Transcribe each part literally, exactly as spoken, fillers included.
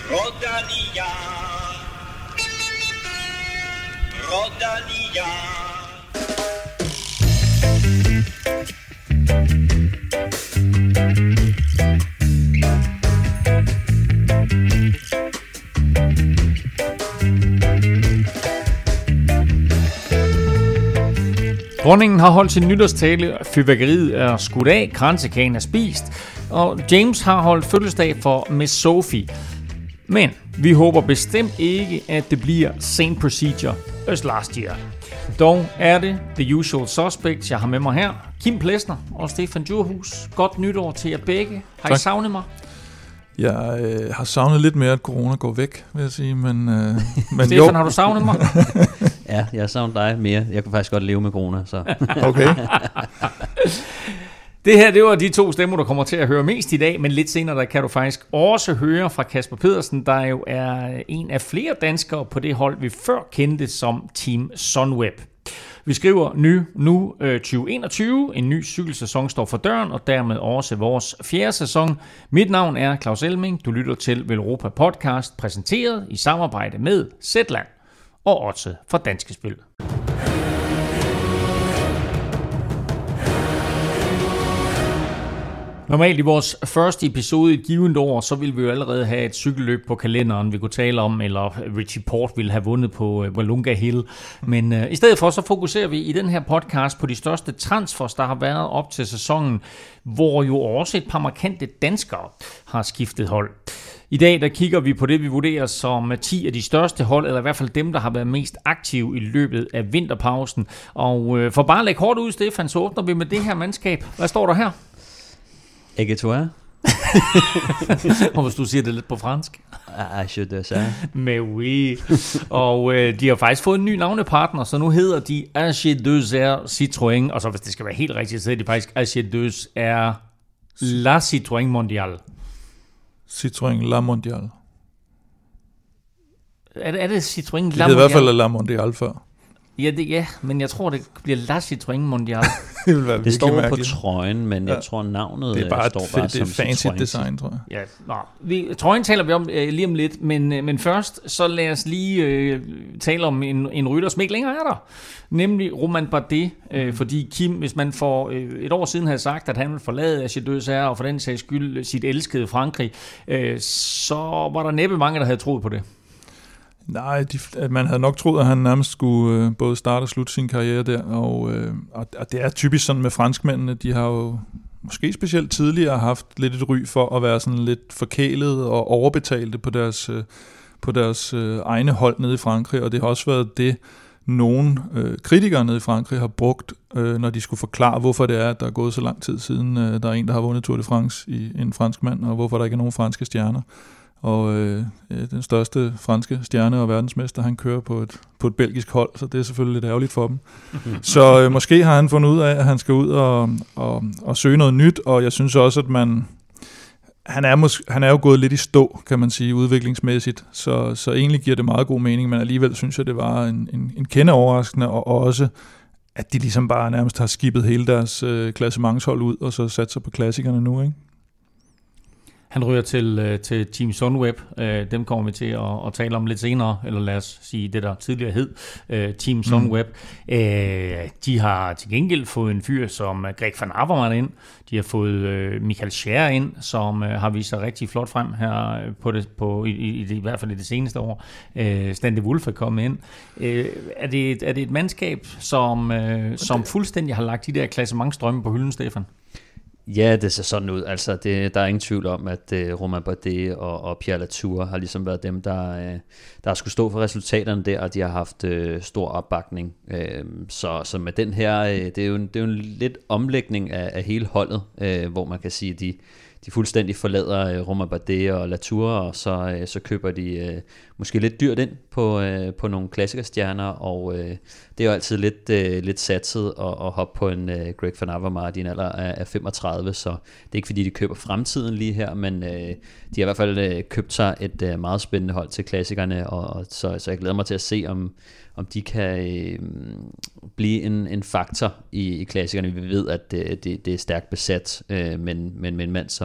Rodalia, Rodalia. Dronningen har holdt sin nytårstale, fyrværkeriet er skudt af, kransekagen er spist, og James har holdt fødselsdag for Miss Sophie. Men vi håber bestemt ikke, at det bliver same procedure as last year. Dog er det The Usual Suspects, jeg har med mig her. Kim Plesner og Stefan Djurhus. Godt nytår til jer begge. Har I Tak. savnet mig? Jeg øh, har savnet lidt mere, at corona går væk, vil jeg sige, men, øh, men Stefan, jo. har du savnet mig? Ja, jeg har savnet dig mere. Jeg kan faktisk godt leve med corona, så. Okay. Det her, det var de to stemmer, du kommer til at høre mest i dag, men lidt senere der kan du faktisk også høre fra Kasper Pedersen, der jo er en af flere danskere på det hold, vi før kendte som Team Sunweb. Vi skriver nu, nu øh, tyve enogtyve, en ny cykelsæson står for døren, og dermed også vores fjerde sæson. Mit navn er Claus Elming, du lytter til Velropa Podcast, præsenteret i samarbejde med Zetland og Odset for Danske Spil. Normalt i vores første episode i et givet år, så ville vi jo allerede have et cykelløb på kalenderen, vi kunne tale om, eller Richie Porte ville have vundet på Wollonga Hill. Men uh, i stedet for, så fokuserer vi i den her podcast på de største transfers, der har været op til sæsonen, hvor jo også et par markante danskere har skiftet hold. I dag der kigger vi på det, vi vurderer som ti af de største hold, eller i hvert fald dem, der har været mest aktive i løbet af vinterpausen. Og øh, for bare at lægge hårdt ud, Stefan, så åbner vi med det her mandskab. Hvad står der her? Egetoire. Og hvis du siger det lidt på fransk. Ah, je de ça. Mais oui. Og øh, de har faktisk fået en ny navnepartner, så nu hedder de A G to R Citroën. Og så hvis det skal være helt rigtigt, så hedder de faktisk A G to R La Citroën Mondial. Citroën La Mondial. Er det, er det Citroën La Mondial? Det hed i hvert fald La Mondial før. Ja, det, ja, men jeg tror, det bliver La Citroën Mondial. Det vil være Det står virkelig på mærkeligt. trøjen, men jeg Ja. tror navnet Det er bare står et bare fedt, det er som fancy Citroën. design, tror jeg. Ja, nå. Vi, trøjen taler vi om øh, lige om lidt, men, øh, men først så lad os lige øh, tale om en, en rytter, som ikke længere er der. Nemlig Romain Bardet, øh, fordi Kim, hvis man for øh, et år siden havde sagt, at han ville forlade A G to R og for den sags skyld sit elskede Frankrig, øh, så var der næppe mange, der havde troet på det. Nej, de, at man havde nok troet, at han nærmest skulle øh, både starte og slutte sin karriere der, og, øh, og, og det er typisk sådan med franskmændene, de har jo måske specielt tidligere haft lidt et ry for at være sådan lidt forkælet og overbetalte på deres, øh, på deres øh, egne hold nede i Frankrig, og det har også været det, nogle øh, kritikere nede i Frankrig har brugt, øh, når de skulle forklare, hvorfor det er, at der er gået så lang tid siden, øh, der er en, der har vundet Tour de France i en fransk mand, og hvorfor der ikke er nogen franske stjerner. Og øh, den største franske stjerne og verdensmester, han kører på et, på et belgisk hold, så det er selvfølgelig lidt ærgerligt for dem. Så øh, måske har han fundet ud af, at han skal ud og, og, og søge noget nyt, og jeg synes også, at man han er, mås- han er jo gået lidt i stå, kan man sige, udviklingsmæssigt, så, så egentlig giver det meget god mening, men alligevel synes jeg, det var en, en, en kende overraskende, og også, at de ligesom bare nærmest har skibet hele deres øh, klassementshold ud, og så sat sig på klassikerne nu, ikke? Han ryger til, til Team Sunweb. Dem kommer vi til at, at tale om lidt senere, eller lad os sige det, der tidligere hed Team Sunweb. Mm. De har til gengæld fået en fyr som Greg van Avermaet ind. De har fået Michael Scher ind, som har vist sig rigtig flot frem her, på det, på, i, i, i hvert fald i det seneste år. Stan de Wolf er kommet ind. Er det, er det et mandskab, som, som fuldstændig har lagt de der klassementsdrømme på hylden, Stefan? Ja, det ser sådan ud. Altså, det, der er ingen tvivl om, at uh, Romain Bardet og, og Pierre Latour har ligesom været dem, der, uh, der skulle stå for resultaterne der, og de har haft uh, stor opbakning. Uh, så, så med den her, uh, det, er jo en, det er jo en lidt omlægning af, af hele holdet, uh, hvor man kan sige, at de, de fuldstændig forlader uh, Romain Bardet og Latour, og så, uh, så køber de uh, måske lidt dyrt ind på, uh, på nogle klassikerstjerner, og uh, det er jo altid lidt, uh, lidt satset at, at hoppe på en uh, Greg van Avermaet i en alder af, af femogtredive, så det er ikke fordi, de køber fremtiden lige her, men uh, de har i hvert fald uh, købt sig et uh, meget spændende hold til klassikerne, og, og så, så jeg glæder mig til at se, om, om de kan uh, blive en, en faktor i, i klassikerne. Vi ved, at uh, det, det er stærkt besat, uh, men, men med en mand som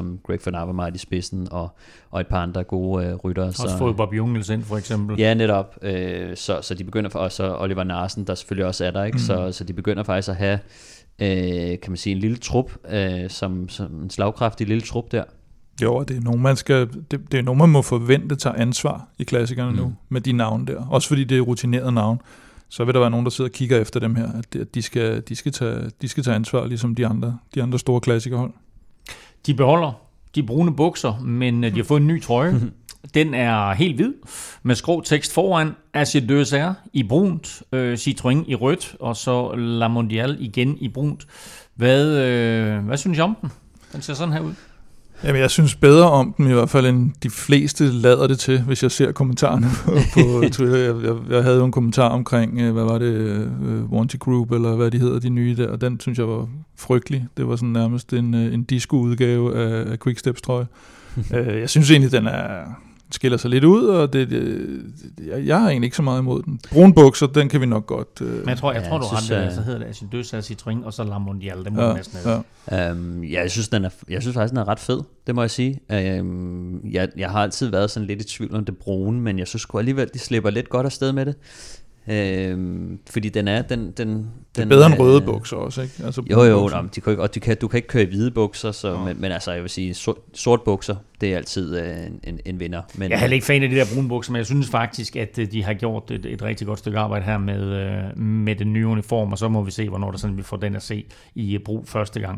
som Greg van Avermaet i spidsen, og, og et par andre gode øh, ryttere. Også så, fået Bob Jungels ind, for eksempel. Ja, netop. Øh, så, så de begynder, og så Oliver Narsen, der selvfølgelig også er der, ikke? Mm. Så, så de begynder faktisk at have, øh, kan man sige, en lille trup, øh, som, som en slagkraftig lille trup der. Jo, det er nogen, man skal, det, det er nogen, man må forvente tager ansvar i klassikerne mm. nu, med de navne der. Også fordi det er rutinerede navn. Så vil der være nogen, der sidder og kigger efter dem her, at de skal, de skal, tage, de skal tage ansvar, ligesom de andre, de andre store klassikerhold. De beholder de brune bukser, men de har fået en ny trøje. Den er helt hvid, med skrå tekst foran, Acier deux R i brunt, øh, Citroën i rødt, og så La Mondiale igen i brunt. Hvad, øh, hvad synes I om den? Den ser sådan her ud. Jamen, jeg synes bedre om den i hvert fald, end de fleste lader det til, hvis jeg ser kommentarerne på, på Twitter. Jeg, jeg, jeg havde jo en kommentar omkring, hvad var det, uh, Wanty Group, eller hvad de hedder, de nye der, og den synes jeg var frygtelig. Det var sådan nærmest en, en disco-udgave af, af Quicksteps trøje. uh, jeg synes egentlig, den er... skiller sig lidt ud, og det, det, jeg, jeg har egentlig ikke så meget imod den. Brune bukser, den kan vi nok godt... Øh. Men jeg tror, jeg ja, tror du synes, har det, så hedder det Acier deux R, Citroën, og så La Mondiale, det må ja, du næsten have. Ja. Um, ja, jeg synes, den er, jeg synes faktisk, den er ret fed, det må jeg sige. Um, jeg, jeg har altid været sådan lidt i tvivl om det brune, men jeg synes sgu alligevel, de slipper lidt godt afsted med det. Øhm, fordi den er den, den, den det er bedre end røde bukser også, ikke? Altså, jo jo, nå, de kan ikke, og du kan, du kan ikke køre i hvide bukser, så, ja. men, men altså jeg vil sige sort, sort bukser, det er altid øh, en, en vinder. Men, jeg er heller ikke fan af de der brune bukser, men jeg synes faktisk, at de har gjort et, et rigtig godt stykke arbejde her med, med den nye uniform, og så må vi se, hvornår der sådan vi får den at se i brug første gang.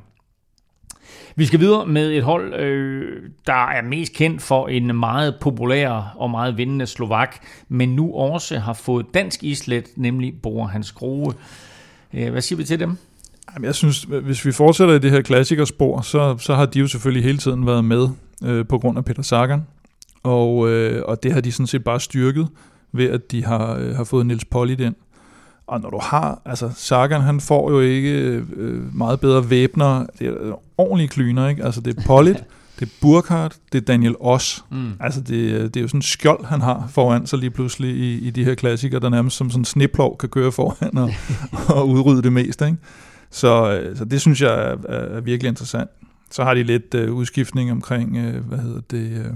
Vi skal videre med et hold, øh, der er mest kendt for en meget populær og meget vindende Slovak, men nu også har fået dansk islet, nemlig Bora Hans Grohe. Øh, hvad siger vi til dem? Jeg synes, hvis vi fortsætter i det her klassikerspor, så, så har de jo selvfølgelig hele tiden været med øh, på grund af Peter Sagan, og, øh, og det har de sådan set bare styrket ved, at de har, øh, har fået Niels Pollitt ind. Og når du har, altså Sagan, han får jo ikke øh, meget bedre væbner, det er ordentlige klyner, ikke? Altså det er Pollitt, det er Burkhardt, det er Daniel Oss. Mm. Altså det, det er jo sådan en skjold, han har foran sig lige pludselig i, i de her klassikere, der nærmest som sådan en sneplov kan køre foran og, og udrydde det meste, ikke? Så, så det synes jeg er, er virkelig interessant. Så har de lidt øh, udskiftning omkring, øh, hvad hedder det... Øh,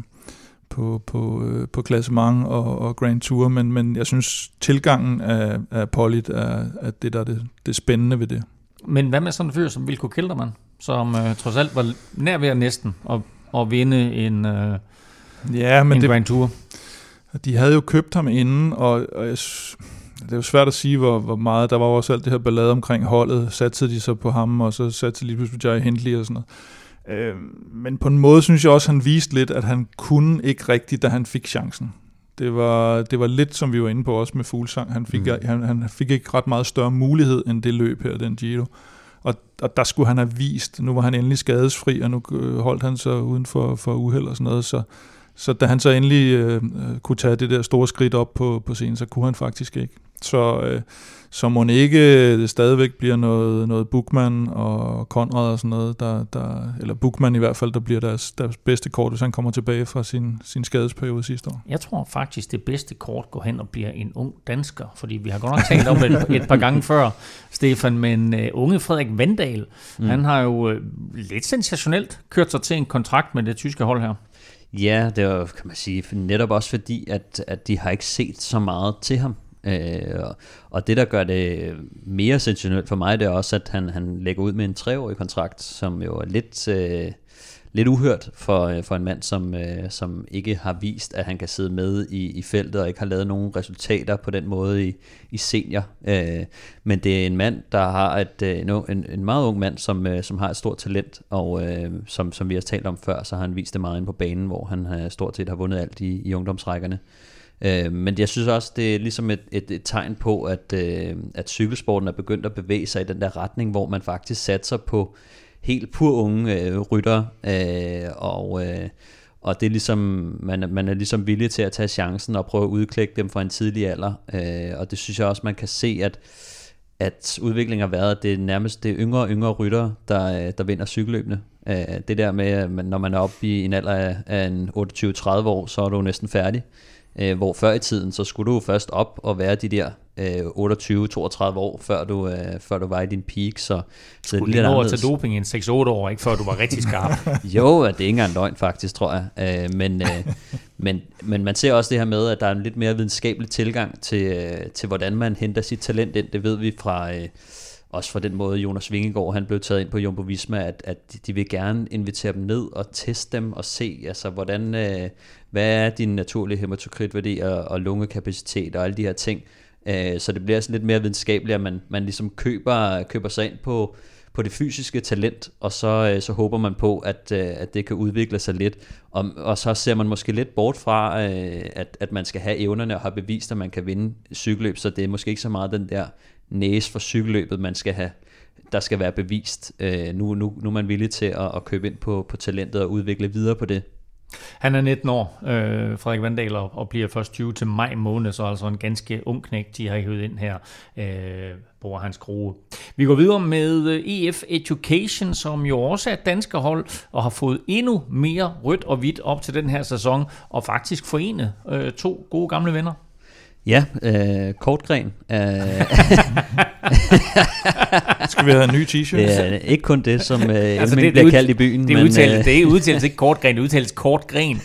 på, på, på klassement og, og Grand Tour, men, men jeg synes, tilgangen af, af Pollitt er, er det, der er det, det spændende ved det. Men hvad med sådan en fyr som Wilco Kelderman, som øh, trods alt var nær ved at næsten at, at vinde en, øh, ja, men en det, Grand Tour? De havde jo købt ham inden, og, og jeg, det er jo svært at sige, hvor, hvor meget. Der var også alt det her ballade omkring holdet. Satte de så på ham, og så satte de lige pludselig Jai Hindley og sådan noget. Øh, men på en måde synes jeg også, han viste lidt, at han kunne ikke rigtigt, da han fik chancen. Det var, det var lidt, som vi var inde på også med Fuglsang. Han fik, mm. han, han fik ikke ret meget større mulighed, end det løb her, den Giro. Og, og der skulle han have vist, nu var han endelig skadesfri, og nu holdt han sig uden for, for uheld og sådan noget. Så, så da han så endelig øh, kunne tage det der store skridt op på, på scenen, så kunne han faktisk ikke. Så... Øh, Så må ikke det stadigvæk bliver noget, noget Buchmann og Conrad og sådan noget, der, der, eller Buchmann i hvert fald, der bliver deres, deres bedste kort, hvis han kommer tilbage fra sin, sin skadesperiode sidste år. Jeg tror faktisk, det bedste kort går hen og bliver en ung dansker, fordi vi har godt nok talt om det et, et par gange før, Stefan, men uh, unge Frederik Vandal, mm. han har jo uh, lidt sensationelt kørt sig til en kontrakt med det tyske hold her. Ja, det var, kan man sige, netop også fordi, at, at de har ikke set så meget til ham. Øh, og det der gør det mere sensationelt for mig, det er også at han, han lægger ud med en treårig kontrakt, som jo er lidt, øh, lidt uhørt for, for en mand som, øh, som ikke har vist at han kan sidde med i, i feltet og ikke har lavet nogen resultater på den måde i, i senior, øh, men det er en mand der har et, en, en meget ung mand som, øh, som har et stort talent, og øh, som, som vi har talt om før, så har han vist det meget inde på banen, hvor han har, stort set har vundet alt i, i ungdomsrækkerne. Øh, men jeg synes også, det er ligesom et, et, et tegn på, at, øh, at cykelsporten er begyndt at bevæge sig i den der retning, hvor man faktisk satser på helt pur unge øh, ryttere, øh, og, øh, og det er ligesom, man, man er ligesom villig til at tage chancen og prøve at udklække dem fra en tidlig alder, øh, og det synes jeg også, man kan se, at at udviklingen har været, at det er nærmest det yngre og yngre ryttere, der, der vinder cykelløbene. Det der med, at når man er oppe i en alder af en otteogtyve til tredive år, så er du næsten færdig. øh, hvor før i tiden, så skulle du først op og være de der øh, otteogtyve til toogtredive år, før du, øh, før du var i din peak, så, så skulle det er lidt over til doping en seks otte år, ikke før du var rigtig skarp. Jo, det er ikke engang løgn faktisk, tror jeg, øh, men, øh, men, men man ser også det her med, at der er en lidt mere videnskabelig tilgang til, øh, til hvordan man henter sit talent ind. Det ved vi fra... Øh, også fra den måde Jonas Vingegaard, han blev taget ind på Jumbo Visma, at, at de vil gerne invitere dem ned og teste dem og se, altså hvordan, øh, hvad er din naturlige hæmatokritværdi og, og lungekapacitet og alle de her ting. Øh, så det bliver sådan lidt mere videnskabeligt, at man, man ligesom køber, køber sig ind på, på det fysiske talent, og så, øh, så håber man på, at, øh, at det kan udvikle sig lidt. Og, og så ser man måske lidt bort fra, øh, at, at man skal have evnerne og har bevist, at man kan vinde cykelløb, så det er måske ikke så meget den der næse for cykelløbet, man skal have, der skal være bevist. Øh, nu, nu, nu er man villig til at, at købe ind på, på talentet og udvikle videre på det. Han er nitten år, øh, Frederik Vandal, og, og bliver først tyve til maj måned, så altså en ganske ung knægt, de har hævet ind her, øh, på hans skrue. Vi går videre med E F Education, som jo også er et dansk hold, og har fået endnu mere rødt og hvidt op til den her sæson, og faktisk forenet øh, to gode gamle venner. Ja, øh, Kortgren. Øh. Skal vi have en ny t-shirt? Det er ikke kun det, som øh, altså det, bliver det, kaldt i byen. Det, men, udtales, øh, det udtales ikke Kortgren, det udtales Kortgren.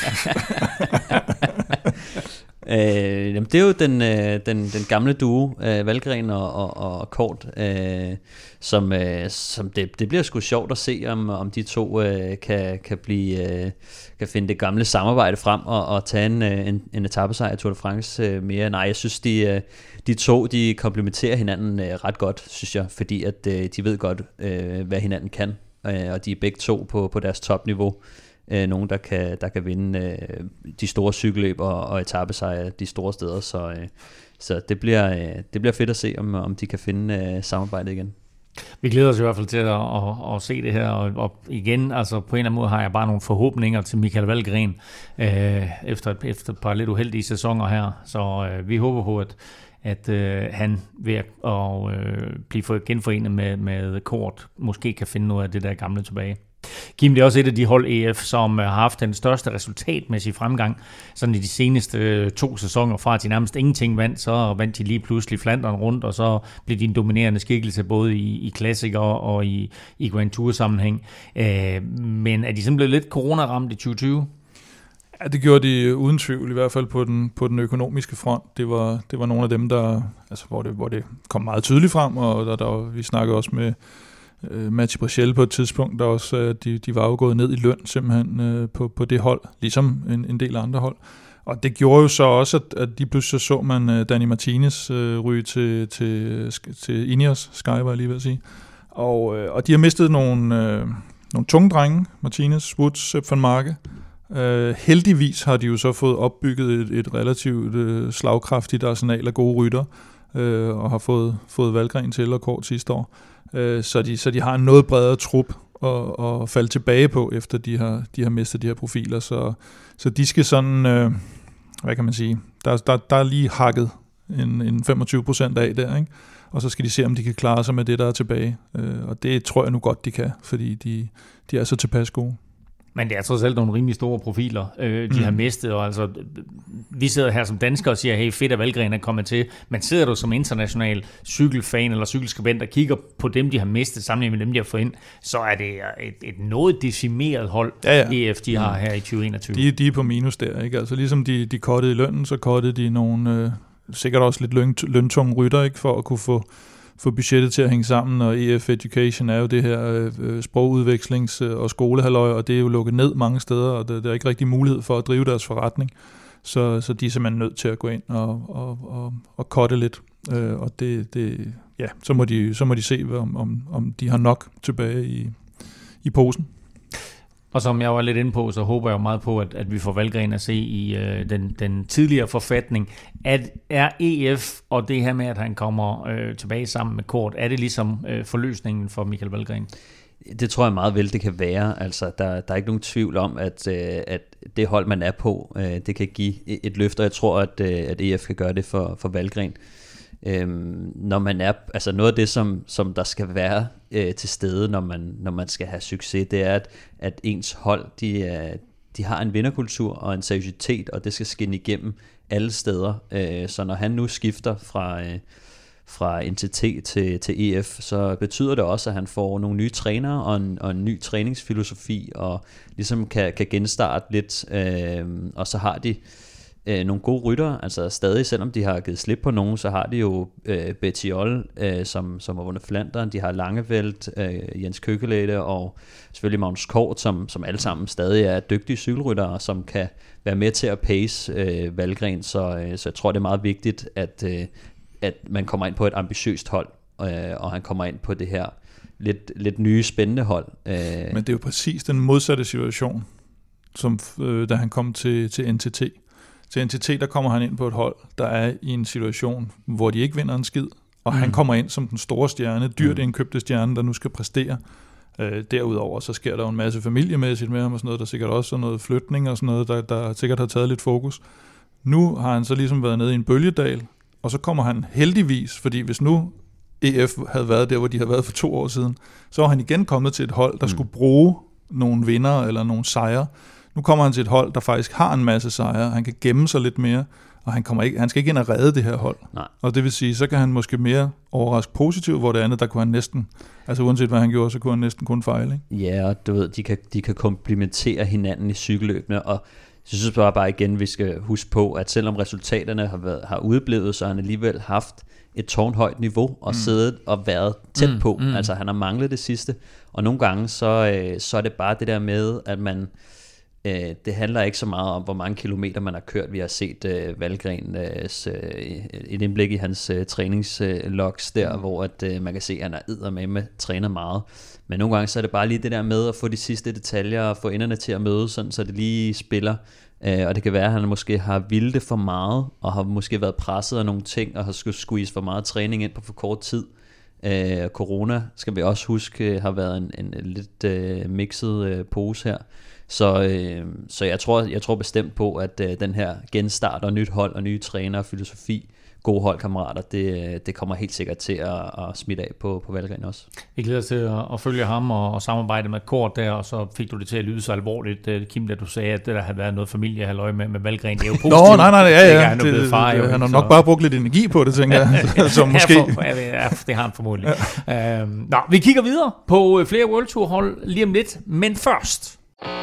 øh, jamen, det er jo den, øh, den, den gamle duo, øh, Valgren og, og, og Kort, øh, som, øh, som det, det bliver sgu sjovt at se, om, om de to øh, kan, kan, blive, øh, kan finde det gamle samarbejde frem og, og tage en, en, en etapesejr i Tour de France øh, mere. Nej, jeg synes, de, de to de komplementerer hinanden øh, ret godt, synes jeg, fordi at, øh, de ved godt, øh, hvad hinanden kan, øh, og de er begge to på, på deres topniveau. Øh, nogen, der kan, der kan vinde øh, de store cykelløb og, og etapesejre de store steder, så, øh, så det, bliver, øh, det bliver fedt at se, om, om de kan finde øh, samarbejdet igen. Vi glæder os i hvert fald til at, at, at se det her, og, og igen, altså på en eller anden måde har jeg bare nogle forhåbninger til Michael Valgren øh, efter, efter et par lidt uheldige sæsoner her, så øh, vi håber på, at, at øh, han ved at øh, blive genforenet med, med Kort måske kan finde noget af det der gamle tilbage. Kim, det er også et af de hold E F, som har haft den største resultatmæssige fremgang sådan i de seneste to sæsoner, fra at de nærmest ingenting vandt, så vandt de lige pludselig Flandern rundt, og så blev de en dominerende skikkelse både i, i klassikere og i, i Grand Tour sammenhæng. Øh, men er de simpelthen blevet lidt corona-ramt i tyve tyve? Ja, det gjorde de uden tvivl, i hvert fald på den, på den økonomiske front. Det var, det var nogle af dem, der, altså, hvor, det, hvor det kom meget tydeligt frem, og der, der, vi snakkede også med Uh, Mathieu Brechel på et tidspunkt, der også, uh, de, de var jo gået ned i løn simpelthen uh, på, på det hold, ligesom en, en del andre hold. Og det gjorde jo så også, at, at de pludselig så man uh, Dani Martinez uh, ryge til, til, til Ineos, Sky var jeg lige ved at sige. Og, uh, og de har mistet nogle, uh, nogle tunge drenge, Martinez, Woods, Sepp van Marke. Uh, heldigvis har de jo så fået opbygget et, et relativt uh, slagkraftigt arsenal af gode rytter, uh, og har fået, fået Valgren til og Kort sidste år. Så de, så de har en noget bredere trup at, at falde tilbage på, efter de har, de har mistet de her profiler. Så, så de skal sådan, øh, hvad kan man sige, der, der, der er lige hakket en, en femogtyve procent af der, ikke? Og så skal de se, om de kan klare sig med det, der er tilbage. Og det tror jeg nu godt, de kan, fordi de, de er så tilpas gode. Men det er trods alt nogle rimelig store profiler, øh, de mm. har mistet, og altså, vi sidder her som danskere og siger, hey, fedt at Valgren er kommet til, men sidder du som international cykelfan eller cykelskribent og kigger på dem, de har mistet, sammenlignet med dem, de har fået ind, så er det et, et noget decimeret hold, ja, ja. E F, de har her i tyve enogtyve. De, de er på minus der, ikke? Altså ligesom de, de kottede i lønnen, så kottede de nogle, øh, sikkert også lidt løn, løntunge rytter, ikke? For at kunne få få budgettet til at hænge sammen, og E F Education er jo det her øh, sprogudvekslings- og skolehalløj, og det er jo lukket ned mange steder, og der, der er ikke rigtig mulighed for at drive deres forretning. Så, så de er simpelthen nødt til at gå ind og, og, og, og cutte lidt. Øh, og det, det, ja, så må de, så må de se, om, om, om de har nok tilbage i, i posen. Og som jeg var lidt inde på, så håber jeg meget på, at, at vi får Valgren at se i øh, den, den tidligere forfatning. At er E F og det her med, at han kommer øh, tilbage sammen med Kort, er det ligesom øh, forløsningen for Michael Valgren? Det tror jeg meget vel, det kan være. Altså, der, der er ikke nogen tvivl om, at, øh, at det hold, man er på, øh, det kan give et løft, og jeg tror, at, øh, at E F kan gøre det for, for Valgren. Øhm, når man er, altså noget af det som, som der skal være øh, til stede, når man, når man skal have succes, det er at, at ens hold de er, de har en vinderkultur og en seriøsitet, og det skal skinne igennem alle steder. Øh, så når han nu skifter fra, øh, fra N T T til, til E F, så betyder det også, at han får nogle nye trænere og en, og en ny træningsfilosofi, og ligesom kan, kan genstarte lidt, øh, og så har de øh, nogle gode ryttere, altså stadig, selvom de har givet slip på nogen, så har de jo øh, Bettiol, øh, som, som har vundet Flandern, de har Langeveldt, øh, Jens Køkkelete og selvfølgelig Magnus Kort, som, som alle sammen stadig er dygtige cykelryttere, som kan være med til at pace øh, Valgren, så, øh, så jeg tror, det er meget vigtigt, at, øh, at man kommer ind på et ambitiøst hold, øh, og han kommer ind på det her lidt, lidt nye, spændende hold. Øh. Men det er jo præcis den modsatte situation, som øh, da han kom til, til N T T. Til N T T, der kommer han ind på et hold, der er i en situation, hvor de ikke vinder en skid, og mm. han kommer ind som den store stjerne, dyrt indkøbte stjerne, der nu skal præstere. Øh, derudover så sker der jo en masse familiemæssigt med ham og sådan noget, der sikkert også er noget flytning og sådan noget, der, der sikkert har taget lidt fokus. Nu har han så ligesom været nede i en bølgedal, og så kommer han heldigvis, fordi hvis nu E F havde været der, hvor de havde været for to år siden, så var han igen kommet til et hold, der mm. skulle bruge nogle vinder eller nogle sejre. Nu kommer han til et hold, der faktisk har en masse sejre, han kan gemme sig lidt mere, og han, kommer ikke, han skal ikke ind og redde det her hold. Nej. Og det vil sige, så kan han måske mere overraske positivt, hvor det andet, der kunne han næsten, altså uanset hvad han gjorde, så kunne han næsten kun fejle. Ikke? Ja, og du ved, de kan, de kan komplementere hinanden i cykelløbene, og jeg synes bare, bare igen, vi skal huske på, at selvom resultaterne har, været, har udeblevet, så har han alligevel haft et tårnhøjt niveau, og mm. siddet og været tæt mm, på. Mm. Altså han har manglet det sidste, og nogle gange, så, øh, så er det bare det der med, at man det handler ikke så meget om, hvor mange kilometer man har kørt. Vi har set uh, Valgrens, uh, et indblik i hans uh, træningslogs der, mm. hvor at, uh, man kan se, at han er eddermame med træner meget. Men nogle gange så er det bare lige det der med at få de sidste detaljer og få enderne til at møde, sådan, så det lige spiller. Uh, og det kan være, at han måske har vildt det for meget, og har måske været presset af nogle ting, og har skulle squeeze for meget træning ind på for kort tid. Uh, corona, skal vi også huske, har været en, en, en lidt uh, mixet uh, pose her. Så, øh, så jeg tror, jeg tror bestemt på, at øh, den her genstart og nyt hold og nye træner og filosofi, gode holdkammerater, det, det kommer helt sikkert til at, at smitte af på, på Valgren også. Jeg glæder til at, at følge ham og, og samarbejde med Kort der, og så fik du det til at lyde så alvorligt, Kim, da du sagde, at det der havde været noget familiehalløj med, med Valgren. Det er jo positivt. Nå, nej, nej, ja, ja. Det, han, det, det, far, det, han har nok så bare brugt lidt energi på det, tænker jeg. Så måske. Ja, for, ja, det har han formodentlig. Ja. Øhm, nå, vi kigger videre på flere World Tour hold lige om lidt, men først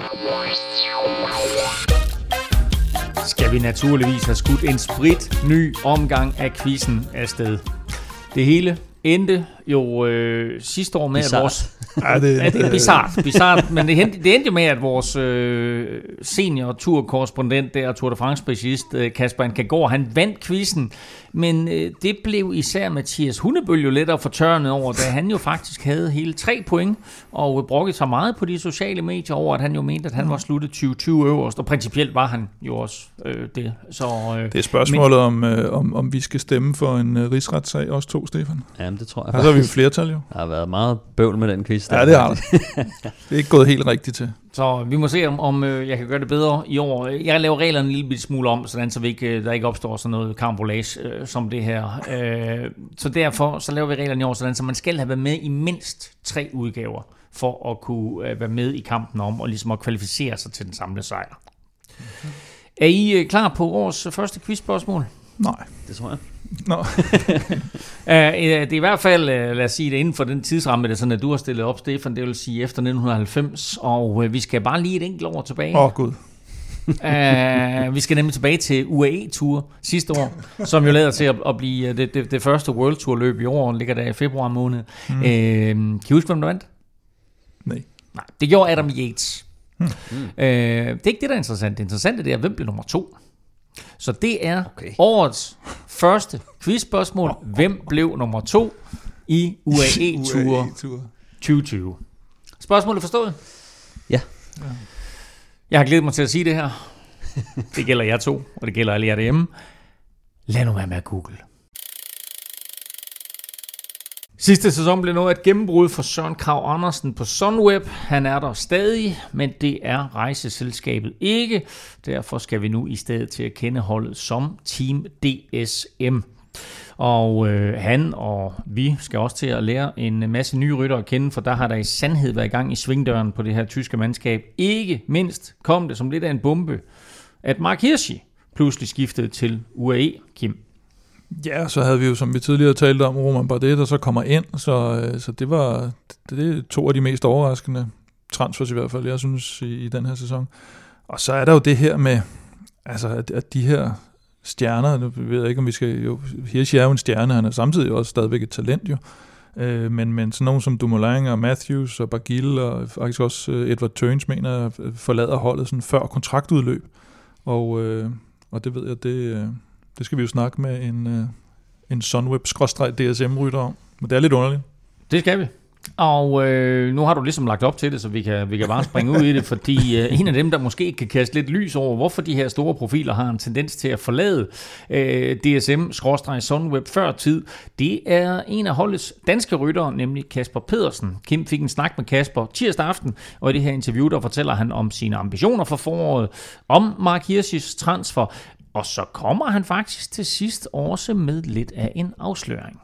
skal vi naturligvis have skudt en sprit ny omgang af quizzen afsted. Det hele endte jo øh, sidste år med, bizarre. at vores... Ja, det, ja, det er bizarrt, bizarrt, men det endte, det endte jo med, at vores øh, senior turkorrespondent der, Tour de France-specialist øh, Kasper Ankergaard, han vandt quizzen, men øh, det blev især Mathias Hundebøl jo lettere fortørnet over, da han jo faktisk havde hele tre point, og brokkede sig meget på de sociale medier over, at han jo mente, at han var sluttet tyve tyve øverst, og principielt var han jo også øh, det. Så, øh, det er spørgsmålet, men, om, øh, om, om vi skal stemme for en øh, rigsretssag, også to, Stefan. Jamen, det tror jeg. Altså, har vi flertal jo. Der har været meget bøvl med den quiz. Der. Ja, det har det. Det er ikke gået helt rigtigt til. Så vi må se, om, om øh, jeg kan gøre det bedre i år. Jeg laver reglerne en lille smule om, sådan, så vi ikke, der ikke opstår sådan noget karambolage øh, som det her. Øh, så derfor så laver vi reglerne i år, sådan, så man skal have været med i mindst tre udgaver, for at kunne øh, være med i kampen om, og ligesom at kvalificere sig til den samlede sejr. Okay. Er I øh, klar på årets første quizspørgsmål? Nej. Det tror jeg. No. uh, det er i hvert fald, uh, lad os sige det, inden for den tidsramme, det er sådan, at du har stillet op, Stefan, det vil sige efter nitten halvfems, og uh, vi skal bare lige et enkelt år tilbage. Åh, oh, gud. uh, vi skal nemlig tilbage til U A E-Tour sidste år, som jo lader til at, at blive det, det, det første World Tour løb i år, ligger der i februar måned. Mm. Uh, kan I huske, hvem der vandt? Nej. Nej, det gjorde Adam Yates. Mm. Uh, det er ikke det, der er interessant. Det interessante det er, hvem blev nummer to? Så det er okay. Årets første quizspørgsmål. Oh, oh, oh. Hvem blev nummer to i U A E-Tour tyve tyve? Spørgsmålet er forstået? Ja. ja. Jeg har glædet mig til at sige det her. Det gælder jer to, og det gælder alle jer derhjemme. Lad nu være med at google. Sidste sæson blev noget et gennembrud for Søren Kragh Andersen på Sunweb. Han er der stadig, men det er rejseselskabet ikke. Derfor skal vi nu i stedet til at kende holdet som Team D S M. Og øh, han og vi skal også til at lære en masse nye ryttere at kende, for der har der i sandhed været i gang i svingdøren på det her tyske mandskab. Ikke mindst kom det som lidt af en bombe, at Mark Hirschi pludselig skiftede til U A E, Kim. Ja, så havde vi jo, som vi tidligere talte om, Romain Bardet, der så kommer ind, så, så det var det, det er to af de mest overraskende transfers i hvert fald, jeg synes, i, i den her sæson. Og så er der jo det her med, altså, at, at de her stjerner, nu ved jeg ikke, om vi skal jo, Hirschi er jo en stjerne, han er samtidig også stadigvæk et talent jo, øh, men, men sådan nogen som Dumoulin og Matthews og Barguil og faktisk også Edward Teuns, mener forlader holdet sådan før kontraktudløb, og, øh, og det ved jeg, det, det skal vi jo snakke med en, en Sunweb-D S M-rytter om, men det er lidt underligt. Det skal vi. Og øh, nu har du ligesom lagt op til det, så vi kan, vi kan bare springe ud i det, fordi øh, en af dem, der måske kan kaste lidt lys over, hvorfor de her store profiler har en tendens til at forlade øh, D S M-Sunweb før tid, det er en af holdets danske ryttere, nemlig Kasper Pedersen. Kim fik en snak med Kasper tirsdag aften, og i det her interview, der fortæller han om sine ambitioner for foråret, om Mark Hirschis transfer, og så kommer han faktisk til sidst også med lidt af en afsløring.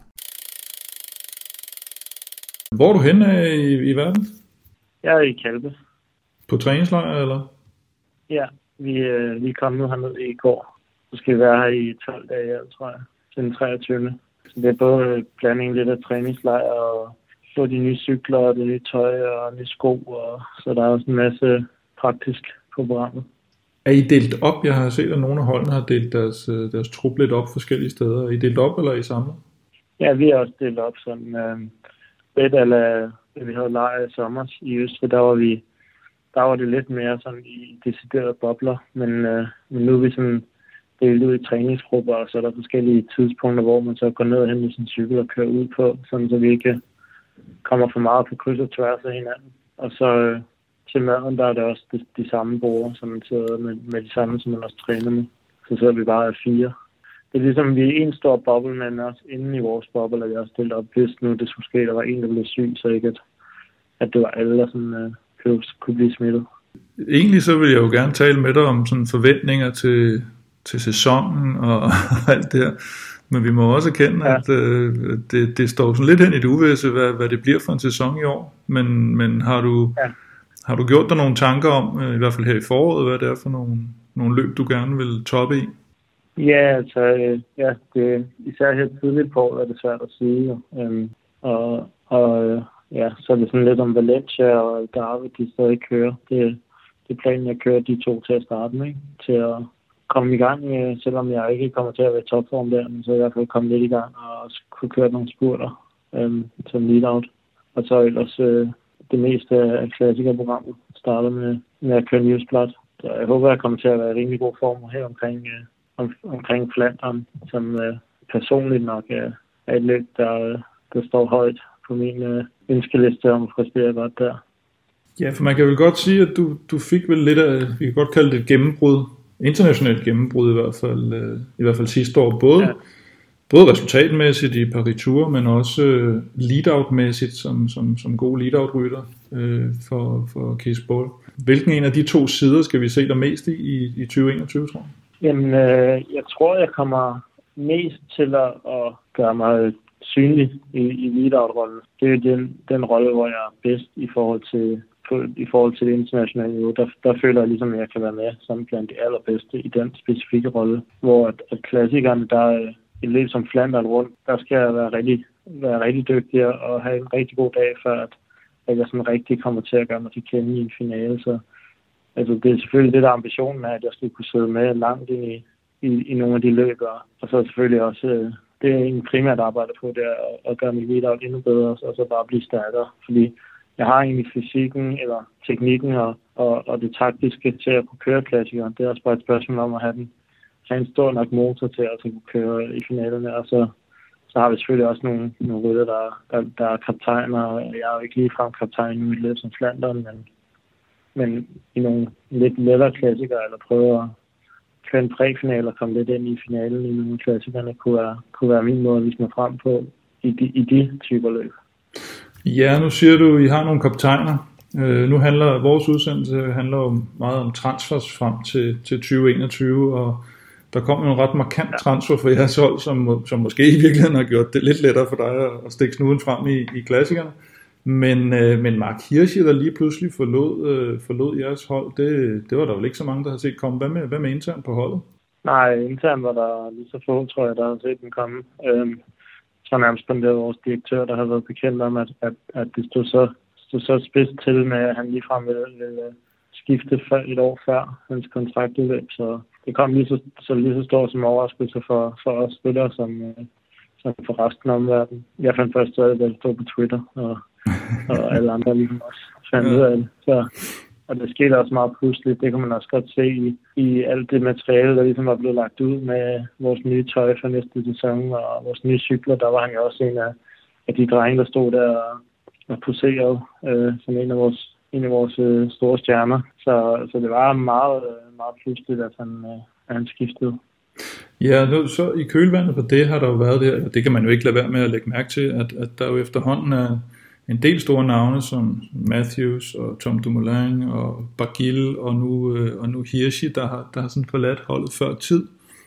Hvor er du henne i, i verden? Jeg er i Kalpe. På træningslejr, eller? Ja, vi, øh, vi er kommet herned i går. Så skal vi være her i tolv dage, tror jeg, til den treogtyvende Så det er både blanding lidt af træningslejr og få de nye cykler og det nye tøj og nye sko. Og så der er også en masse praktisk på programmet. Er I delt op? Jeg har set, at nogle af holdene har delt deres, deres trup lidt op forskellige steder. Er I delt op, eller er I samlet? Ja, vi er også delt op sådan... Øh, Lidt eller vi havde lejr i sommer i Østrig, der var vi, der var det lidt mere sådan i deciderede bobler, men, øh, men nu er vi sådan delt ud i træningsgrupper, og så er der forskellige tidspunkter, hvor man så går ned og henter sin cykel og kører ud på, sådan så vi ikke kommer for meget på kryds og tværs af hinanden. Og så øh, til maden, der er det også de, de samme borde, som man sidder med, med de samme, som man også træner med. Så sidder vi bare af fire. Det er ligesom, vi er en stor boble, men også inden i vores boble, og vi også stillet op, hvis nu det skulle ske, der var en, der blev syg, så ikke at, at det var alle, der sådan, uh, kunne blive smittet. Egentlig så vil jeg jo gerne tale med dig om sådan forventninger til, til sæsonen og, og alt det her, men vi må også erkende, ja. at uh, det, det står sådan lidt hen i det uvisse, hvad, hvad det bliver for en sæson i år, men, men har, du, ja. har du gjort dig nogle tanker om, uh, i hvert fald her i foråret, hvad det er for nogle, nogle løb, du gerne vil toppe i? Ja, altså, ja, det, især her tidligt på året er det svært at sige. Øhm, og, og ja, så er det sådan lidt om Valencia og Algarve, de stadig kører. Det, det er planen, jeg kører de to til at starte med, ikke? Til at komme i gang, selvom jeg ikke kommer til at være i topform der, men så i hvert fald komme lidt i gang og også kunne køre nogle spurter øhm, som lead-out. Og så ellers øh, det meste af klassikerprogrammet starter med, med at køre Newsblad. Så jeg håber, jeg kommer til at være i rimelig god form her omkring... Øh, Om, omkring Flandern, som øh, personligt nok er, er et løb, der, der står højt på min øh, ønskeliste om at præstere godt der. Ja, for man kan vel godt sige, at du, du fik vel lidt af, vi kan godt kalde det et gennembrud, internationalt gennembrud i hvert fald, øh, i hvert fald sidste år, både, ja. både resultatmæssigt i Paris-Tours, men også øh, lead-out-mæssigt som, som, som god lead-out-rytter øh, for, for Cees Bol. Hvilken en af de to sider skal vi se dig mest i i, i tyve enogtyve, tror jeg? Jamen, øh, jeg tror, jeg kommer mest til at, at gøre mig synlig i, i lead-out-rollen. Det er den, den rolle, hvor jeg er bedst i forhold til, i forhold til det internationale niveau. Der, der føler jeg ligesom, at jeg kan være med som blandt de allerbedste i den specifikke rolle. Hvor at, at klassikerne, der er et løb som Flandern rundt, der skal jeg være rigtig, være rigtig dygtig og have en rigtig god dag, før at, at jeg sådan rigtig kommer til at gøre mig til kende i en finale. Så altså, det er selvfølgelig det, der ambitionen er, at jeg skal kunne sidde med langt ind i, i, i nogle af de løb. Og så selvfølgelig også, det er en primært arbejde på, det er at, at gøre mit lead-out endnu bedre, og så bare blive stærkere. Fordi jeg har egentlig fysikken, eller teknikken og, og, og det taktiske til at kunne køre klassikeren. Det er også bare et spørgsmål om at have, den, have en stor nok motor til at kunne køre i finalerne. Og så, så har vi selvfølgelig også nogle, nogle rytter, der, der, der er kaptajner. Jeg er jo ikke ligefrem kaptajn i mit løb som Flandern, men men i nogle lidt lettere klassikere, eller prøve at køre en præfinal og komme lidt ind i finalen i nogle klassikerne, kunne være, kunne være min måde at vise mig frem på i de, i de typer løb. Ja, nu siger du, at I har nogle kaptajner. Øh, nu handler vores udsendelse handler om, meget om transfers frem til, til tyve enogtyve, og der kom jo en ret markant transfer for jeres hold, som, som måske i virkeligheden har gjort det lidt lettere for dig at, at stikke snuden frem i, i klassikerne. Men, øh, men Mark Hirschi, der lige pludselig forlod, øh, forlod jeres hold, det, det var der vel ikke så mange, der har set komme. Hvad med, hvad med intern på holdet? Nej, intern var der lige så få, tror jeg, der har set den komme. Øhm, så nærmest på vores direktør, der har været bekendt om, at, at, at det stod så, stod så spids til med, at han ligefrem ville, ville skifte for et år før hans kontraktudløb. Så det kom lige så, så lige så stor som overraskelse for, for os spillere, som, som for resten af omverdenen. Jeg fandt først ud af, at det stod på Twitter, og, og alle andre ligesom også fandt ud af det. Så, og det skete også meget pludseligt. Det kan man også godt se i, i alt det materiale, der ligesom var blevet lagt ud med vores nye tøj for næste sæson, og vores nye cykler. Der var han jo også en af, af de drenge, der stod der og, og poserede øh, som en af vores, en af vores øh, store stjerner. Så, så det var meget, meget pludseligt, at han, øh, at han skiftede. Ja, nu, så i kølvandet på det har der jo været det, og det kan man jo ikke lade være med at lægge mærke til, at, at der jo efterhånden er en del store navne som Matthews og Tom Dumoulin og Barguil og nu, øh, og nu Hirschi, der har, der har sådan forladt holdet før tid.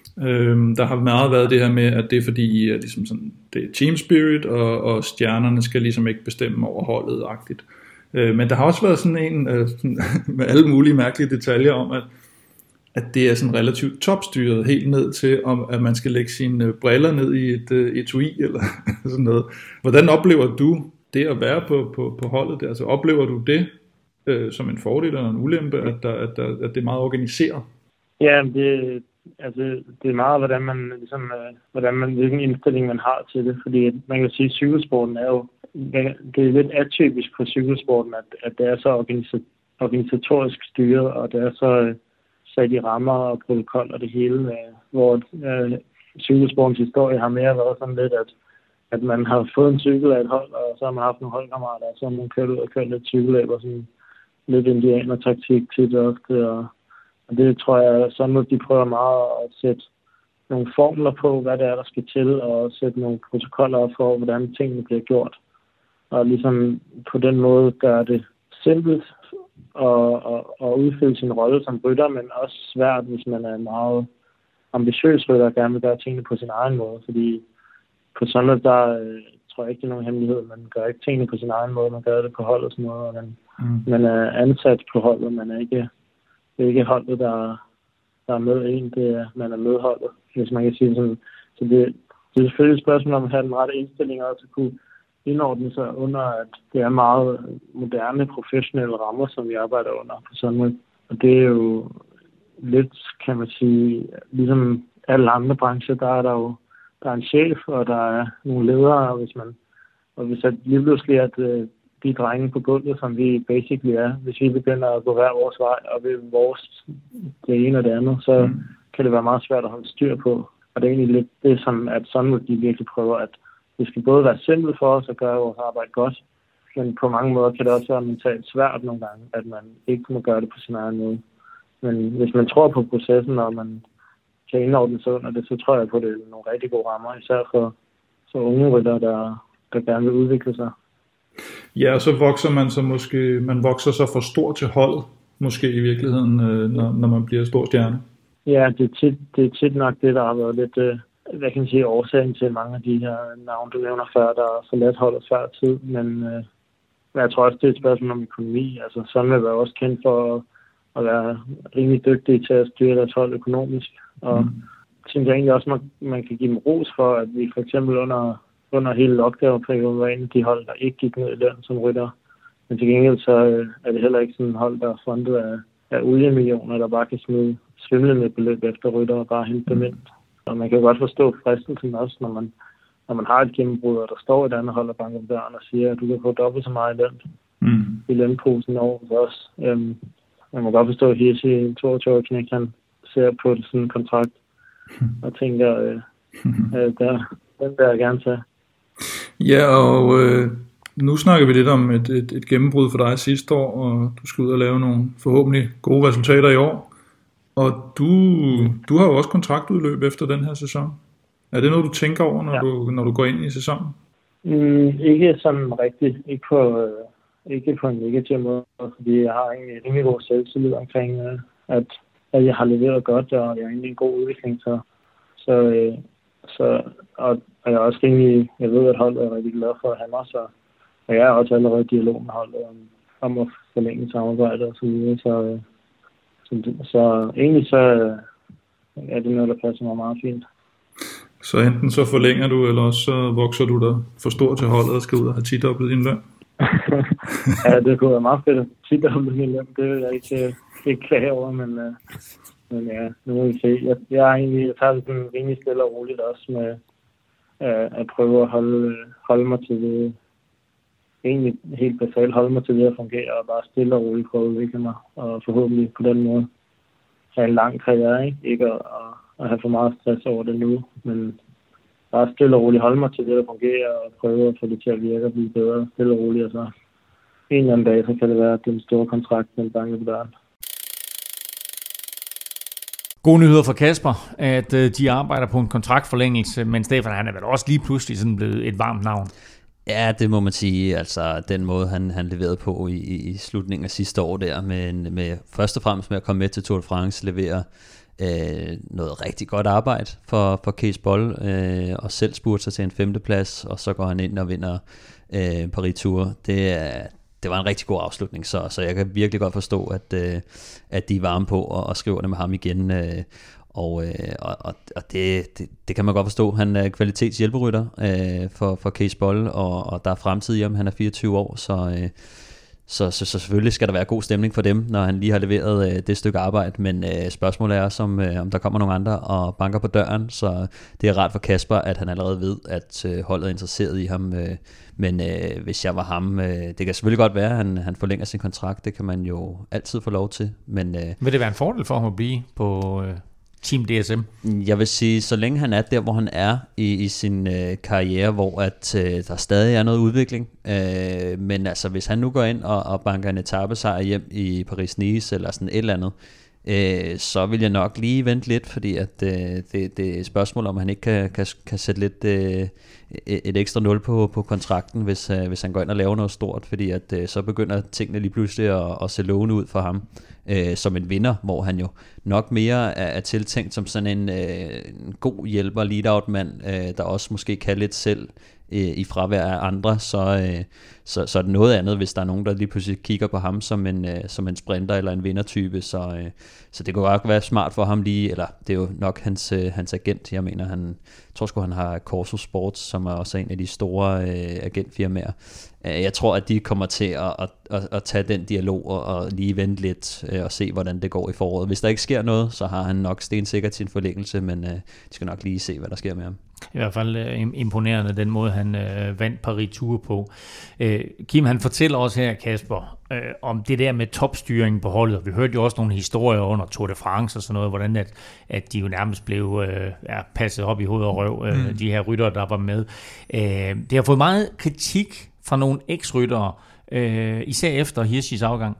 Øhm, der har meget været det her med, at det er fordi, at ligesom sådan, det er team spirit, og, og stjernerne skal ligesom ikke bestemme over holdet-agtigt. Øh, men der har også været sådan en, øh, sådan, med alle mulige mærkelige detaljer om, at at det er sådan relativt topstyret helt ned til, om at man skal lægge sine briller ned i et uh, etui eller sådan noget. Hvordan oplever du det at være på, på, på holdet der? Altså oplever du det øh, som en fordel eller en ulempe, at, der, at, der, at det er meget organiseret? Ja, det, altså, det er meget, hvordan man, ligesom, øh, hvordan man, hvilken indstilling man har til det. Fordi man kan sige, at cykelsporten er jo, det er lidt atypisk for cykelsporten, at, at det er så organisa- organisatorisk styret, og det er så sat i rammer og protokol og det hele, øh, hvor øh, cykelsportens historie har mere været sådan lidt, at, at man har fået en cykel af et hold, og så har man haft nogle holdkammerater, og så har man kørt ud og kørt lidt cykelløb og sådan lidt indianer-taktik tit og ofte, og, og det tror jeg sådan, at de prøver meget at sætte nogle formler på, hvad det er, der skal til, og sætte nogle protokoller op for, hvordan tingene bliver gjort. Og ligesom på den måde gør det simpelt og, og, og udfylde sin rolle som rytter, men også svært, hvis man er en meget ambitiøs rytter og gerne vil gøre tingene på sin egen måde. Fordi på sådan noget, der øh, tror jeg ikke, det er nogen hemmelighed. Man gør ikke tingene på sin egen måde, man gør det på holdets måde, og man, mm. man er ansat på holdet, man er ikke, det er ikke holdet, der, der er med en, det er, man er med holdet, hvis man kan sige sådan. Så det, det er selvfølgelig et spørgsmål om at have den rette indstilling, og at kunne indordne sig under, at det er meget moderne, professionelle rammer, som vi arbejder under på sådan måde. Og det er jo lidt, kan man sige, ligesom alle andre brancher, der er der jo der er en chef, og der er nogle ledere, og hvis man og hvis at lige pludselig at øh, de drenge på gulvet, som vi basically er, hvis vi begynder at gå hver vores vej, og ved vores det ene og det andet, så mm. kan det være meget svært at holde styr på. Og det er egentlig lidt det, som at sådan de virkelig prøver, at det skal både være simpelt for os at gøre vores arbejde godt, men på mange måder kan det også være mentalt svært nogle gange, at man ikke må gøre det på sin egen måde. Men hvis man tror på processen, og man kan indordne sig under det, så tror jeg på, at det er nogle rigtig gode rammer, især for, for unge rytter, der, der gerne vil udvikle sig. Ja, og så vokser man så måske, man vokser så for stor til holdet, måske i virkeligheden, når, når man bliver stor stjerne. Ja, det er, tit, det er tit nok det, der har været lidt, hvad kan man sige, årsagen til mange af de her navne, du nævner før, der er forladt holdet før tid. Men øh, jeg tror også, det er et spørgsmål om økonomi. Altså, sådan vil være også kendt for at, at være rimelig dygtige til at styre deres hold økonomisk. Og mm. jeg synes jeg egentlig også, man, man kan give dem ros for, at vi for eksempel under, under hele lockdown-perioden var en af de hold, der ikke gik ned i løn som rytter. Men til gengæld så øh, er det heller ikke sådan en hold, der er fundet af, af oliemillioner, der bare kan smide svimlende beløb efter rytter og bare hente dem ind. Og man kan godt forstå fristelsen også, når man, når man har et gennembrud, og der står et andet hold og banker om døren og siger, at du kan få dobbelt så meget i løn mm. i lønposen over hos os. Øhm, man må godt forstå, at Hirschi, en toogtyve-årig knæk, han ser på det, sådan en kontrakt og tænker, øh, øh, der, den vil jeg gerne tage. Ja, og øh, nu snakker vi lidt om et, et, et gennembrud for dig sidste år, og du skal ud og lave nogle forhåbentlig gode resultater i år. Og du, du har jo også kontraktudløb efter den her sæson. Er det noget, du tænker over, når, ja. du, når du går ind i sæsonen? Mm, ikke sådan rigtigt. Ikke på, øh, ikke på en negativ måde, fordi jeg har en rimelig god selvtillid omkring, øh, at, at jeg har leveret godt, og jeg er egentlig en god udvikling, så, så, øh, så og, og jeg er også rimelig, jeg ved, at holdet er rigtig glad for at have mig, så og jeg er også allerede i dialog med holdet om, om at forlænge samarbejdet og så videre, så, øh, så, så egentlig så øh, er det noget, der passer mig meget fint. Så enten så forlænger du, eller også så vokser du der for stor til holdet og skal ud og have ti-dobblet din løn? Ja, det kunne være meget fedt at ti-dobblet min løn. Det vil jeg ikke, ikke klage over, men, uh, men ja, nu må vi se. Jeg, jeg, er egentlig, jeg tager det sådan rimelig stille og roligt også med uh, at prøve at holde, holde mig til det. Egentlig helt basalt holde mig til det at fungere, og bare stille og roligt prøve at udvikle mig, og forhåbentlig på den måde have en lang karriere, ikke, ikke at, at, at have for meget stress over det nu, men bare stille og roligt holde mig til det, der fungerer, og prøve at få det til at virke og blive bedre, stille og roligt, og så en eller anden dag, så kan det være, at den store kontrakt, den banker på døren. Gode nyheder for Kasper, at de arbejder på en kontraktforlængelse, men Stefan, han er vel også lige pludselig sådan blevet et varmt navn. Ja, det må man sige. Altså den måde, han, han leverede på i, i slutningen af sidste år der, med, med først og fremmest med at komme med til Tour de France, levere øh, noget rigtig godt arbejde for, for Cees Bol, øh, og selv spurgte sig til en femteplads, og så går han ind og vinder øh, Paris-Tour. Det er det var en rigtig god afslutning, så, så jeg kan virkelig godt forstå, at, øh, at de er varme på og, og skriver det med ham igen. Øh, og øh, og, og det, det, det kan man godt forstå. Han er kvalitetshjælperytter øh, for, for Cees Bol, og, og der er fremtid i ham. Han er fireogtyve år, så, øh, så, så, så selvfølgelig skal der være god stemning for dem, når han lige har leveret øh, det stykke arbejde. Men øh, spørgsmålet er også, om, øh, om der kommer nogle andre og banker på døren. Så det er rart for Kasper, at han allerede ved, at øh, holdet er interesseret i ham. Øh, Men øh, hvis jeg var ham, øh, det kan selvfølgelig godt være, at han, han forlænger sin kontrakt. Det kan man jo altid få lov til. Men, øh, vil det være en fordel for ham at blive på øh, Team D S M? Jeg vil sige, så længe han er der, hvor han er i, i sin øh, karriere, hvor at, øh, der stadig er noget udvikling. Øh, men altså, hvis han nu går ind og, og banker en etapesejr hjem i Paris-Nice eller sådan et eller andet, øh, så vil jeg nok lige vente lidt, fordi at, øh, det, det er et spørgsmål, om han ikke kan, kan, kan sætte lidt øh, et ekstra nul på, på kontrakten, hvis, øh, hvis han går ind og laver noget stort, fordi at, øh, så begynder tingene lige pludselig at, at se lovende ud for ham øh, som en vinder, hvor han jo nok mere er, er tiltænkt som sådan en, øh, en god hjælper, lead-out-mand, øh, der også måske kan lidt selv i fravær af andre, så, øh, så, så er det noget andet, hvis der er nogen, der lige pludselig kigger på ham som en, øh, som en sprinter eller en vindertype, så, øh, så det kunne godt være smart for ham lige, eller det er jo nok hans, øh, hans agent, jeg mener, han jeg tror sgu, han har Corso Sports, som er også en af de store øh, agentfirmaer. Jeg tror, at de kommer til at, at, at, at tage den dialog og, og lige vente lidt øh, og se, hvordan det går i foråret. Hvis der ikke sker noget, så har han nok stensikkert sin forlængelse, men øh, de skal nok lige se, hvad der sker med ham. I hvert fald øh, imponerende, den måde, han øh, vandt Paris-Tour på. Øh, Kim, han fortæller også her, Kasper, øh, om det der med topstyringen på holdet. Vi hørte jo også nogle historier under Tour de France og sådan noget, hvordan at, at de jo nærmest blev øh, ja, passet op i hoved og røv, øh, mm. de her ryttere, der var med. Øh, det har fået meget kritik fra nogle eks-ryttere, øh, især efter Hirschis afgang.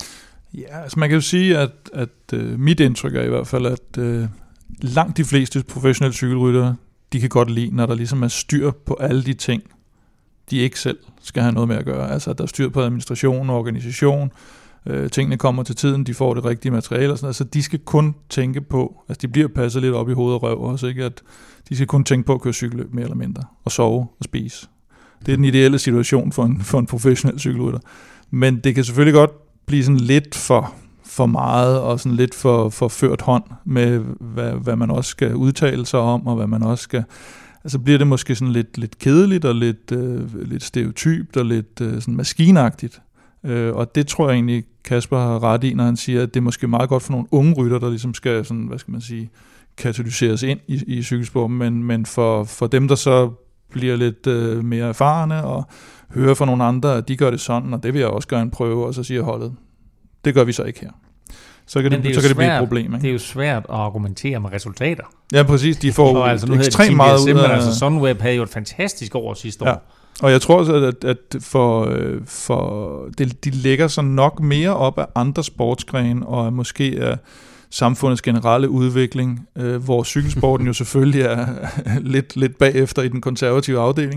Ja, altså man kan jo sige, at, at øh, mit indtryk er i hvert fald, at øh, langt de fleste professionelle cykelryttere, de kan godt lide, når der ligesom er styr på alle de ting, de ikke selv skal have noget med at gøre. Altså, at der er styr på administration og organisation, øh, tingene kommer til tiden, de får det rigtige materiale og sådan noget, så de skal kun tænke på, altså de bliver passet lidt op i hoved og røv også, ikke? At de skal kun tænke på at køre cykelløb mere eller mindre, og sove og spise. Det er den ideelle situation for en, for en professionel cykelrytter. Men det kan selvfølgelig godt blive sådan lidt for, for meget, og sådan lidt for, for ført hånd med, hvad, hvad man også skal udtale sig om, og hvad man også skal... Altså bliver det måske sådan lidt, lidt kedeligt, og lidt, øh, lidt stereotypt, og lidt øh, sådan maskinagtigt. Øh, og det tror jeg egentlig, Kasper har ret i, når han siger, at det er måske meget godt for nogle unge rytter, der ligesom skal, sådan, hvad skal man sige, katalyseres ind i, i cykelsporten, men, men for, for dem, der så bliver lidt øh, mere erfarne og hører fra nogle andre, at de gør det sådan, og det vil jeg også gerne prøve, og så siger holdet, det gør vi så ikke her. Så kan det, det, så kan det blive et problem. Ikke? Det er jo svært at argumentere med resultater. Ja, præcis. De får og altså, ekstremt meget ud af... Altså, Sunweb havde jo et fantastisk år sidste år. Ja. Og jeg tror også, at, at for, for det, de lægger sig nok mere op af andre sportsgrene, og måske af samfundets generelle udvikling, øh, hvor cykelsporten jo selvfølgelig er lidt, lidt bagefter i den konservative afdeling.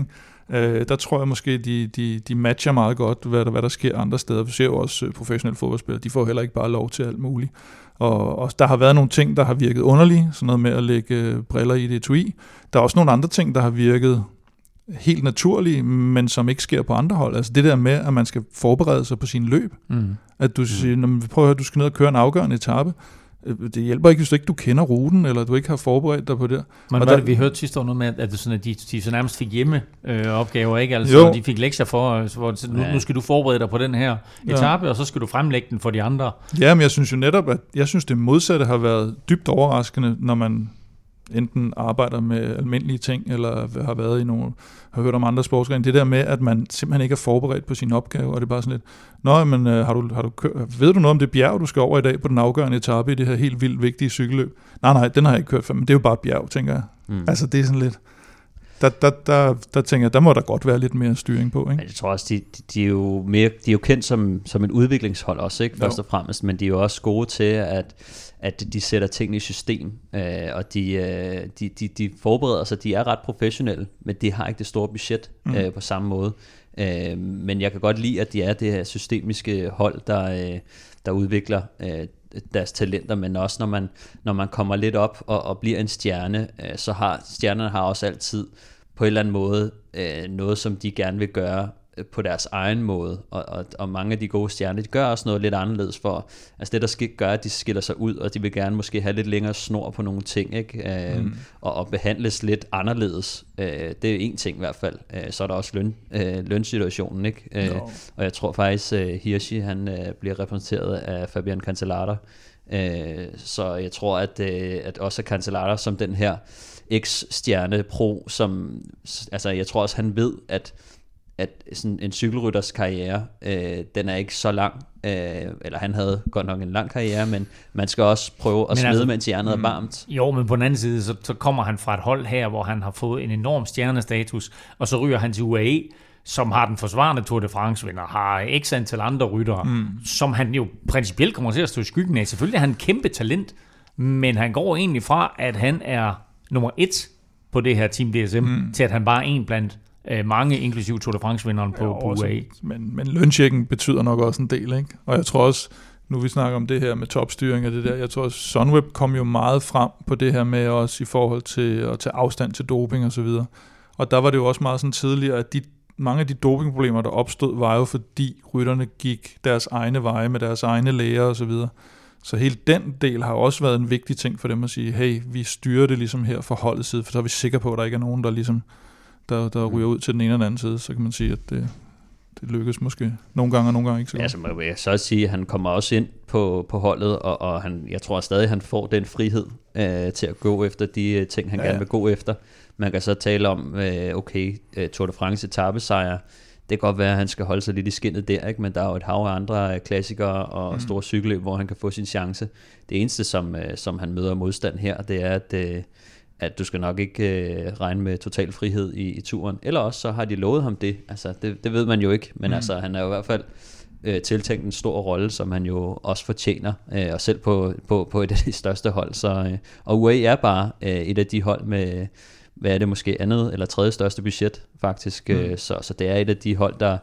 Øh, der tror jeg måske, de, de, de matcher meget godt, hvad der, hvad der sker andre steder. Vi ser jo også professionelle fodboldspillere, de får heller ikke bare lov til alt muligt. Og, og der har været nogle ting, der har virket underlige, sådan noget med at lægge briller i det etui. Der er også nogle andre ting, der har virket helt naturlige, men som ikke sker på andre hold. Altså det der med, at man skal forberede sig på sin løb. Mm. At du siger, når man prøver at høre, du skal ned og køre en afgørende etape. Det hjælper ikke, hvis du ikke du kender ruten, eller du ikke har forberedt dig på det. Men og der, der, vi hørte sidste år noget med, at, det sådan, at de, de så nærmest fik hjemmeopgaver, øh, ikke? Altså, de fik lektier for, hvor nu, nu skal du forberede dig på den her etape, ja. Og så skal du fremlægge den for de andre. Ja, men jeg synes jo netop, at jeg synes, det modsatte har været dybt overraskende, når man enten arbejder med almindelige ting, eller har været i nogle, har hørt om andre sportsgrene. Det der med, at man simpelthen ikke er forberedt på sin opgave, og det er bare sådan lidt, nå, men har du, har du kør, ved du noget om det bjerg, du skal over i dag på den afgørende etape i det her helt vildt vigtige cykelløb? Nej, nej, den har jeg ikke kørt før, men det er jo bare bjerg, tænker jeg. Mm. Altså, det er sådan lidt, der, der, der, der tænker jeg, der må der godt være lidt mere styring på, ikke? Jeg tror også, de, de, de, er, jo mere, de er jo kendt som, som en udviklingshold også, ikke? Først og fremmest, men de er jo også gode til, at at de sætter tingene i system, øh, og de, øh, de, de, de forbereder sig, de er ret professionelle, men de har ikke det store budget mm. øh, på samme måde. Øh, men jeg kan godt lide, at de er det her systemiske hold, der, øh, der udvikler øh, deres talenter, men også når man, når man kommer lidt op og, og bliver en stjerne, øh, så har stjernerne har også altid på en eller anden måde øh, noget, som de gerne vil gøre på deres egen måde, og, og, og mange af de gode stjerner, de gør også noget lidt anderledes for, altså det der skal gøre, at de skiller sig ud, og de vil gerne måske have lidt længere snor på nogle ting, ikke? Øh, mm. og, og behandles lidt anderledes. Øh, det er en ting i hvert fald. Øh, så er der også løn, øh, lønsituationen, ikke? Øh, no. Og jeg tror faktisk, uh, Hirschi, han uh, bliver repræsenteret af Fabian Cancellara, øh, så jeg tror, at, uh, at også Cancellara som den her ex-stjerne pro, som, altså jeg tror også, han ved, at at sådan en cykelrytters karriere, øh, den er ikke så lang, øh, eller han havde godt nok en lang karriere, men man skal også prøve at smide, altså, mens hjernet er varmt. Jo, men på den anden side, så, så kommer han fra et hold her, hvor han har fået en enorm stjernestatus, og så ryger han til U A E, som har den forsvarende Tour de France-vinder, har x antal andre ryttere, mm. som han jo principielt kommer til at stå i skyggen af. Selvfølgelig er han en kæmpe talent, men han går egentlig fra, at han er nummer et på det her Team D S M, mm. til at han bare er en blandt mange, inklusive Tour de France-vinderen på, ja, på U A E. Men, men lønchecken betyder nok også en del, ikke? Og jeg tror også, nu vi snakker om det her med topstyring og det der, jeg tror også, Sunweb kom jo meget frem på det her med også i forhold til at tage afstand til doping og så videre. Og der var det jo også meget sådan tidligere, at de, mange af de dopingproblemer, der opstod, var jo fordi rytterne gik deres egne veje med deres egne læger og så videre. Så hele den del har også været en vigtig ting for dem at sige, hey, vi styrer det ligesom her fra holdets side, for så er vi sikre på, at der ikke er nogen, der ligesom Der, der ryger ud til den ene eller anden side, så kan man sige, at det, det lykkes måske nogle gange og nogle gange ikke så godt. Ja, så må jeg så også sige, at han kommer også ind på, på holdet, og, og han, jeg tror stadig, at han får den frihed øh, til at gå efter de ting, han ja, gerne vil gå efter. Man kan så tale om, øh, okay, Tour de France etapesejr, det kan godt være, at han skal holde sig lidt i skindet der, ikke? Men der er jo et hav af andre klassikere og mm. store cykelløb, hvor han kan få sin chance. Det eneste, som, øh, som han møder modstand her, det er, at øh, at du skal nok ikke øh, regne med total frihed i, i turen. Eller også så har de lovet ham det. Altså, det, det ved man jo ikke, men mm. altså, han er jo i hvert fald øh, tiltænkt en stor rolle, som han jo også fortjener, øh, og selv på, på, på et af de største hold. Så, øh, og U A E er bare øh, et af de hold med, hvad er det måske, andet eller tredje største budget, faktisk. Mm. Øh, så, så det er et af de hold, der,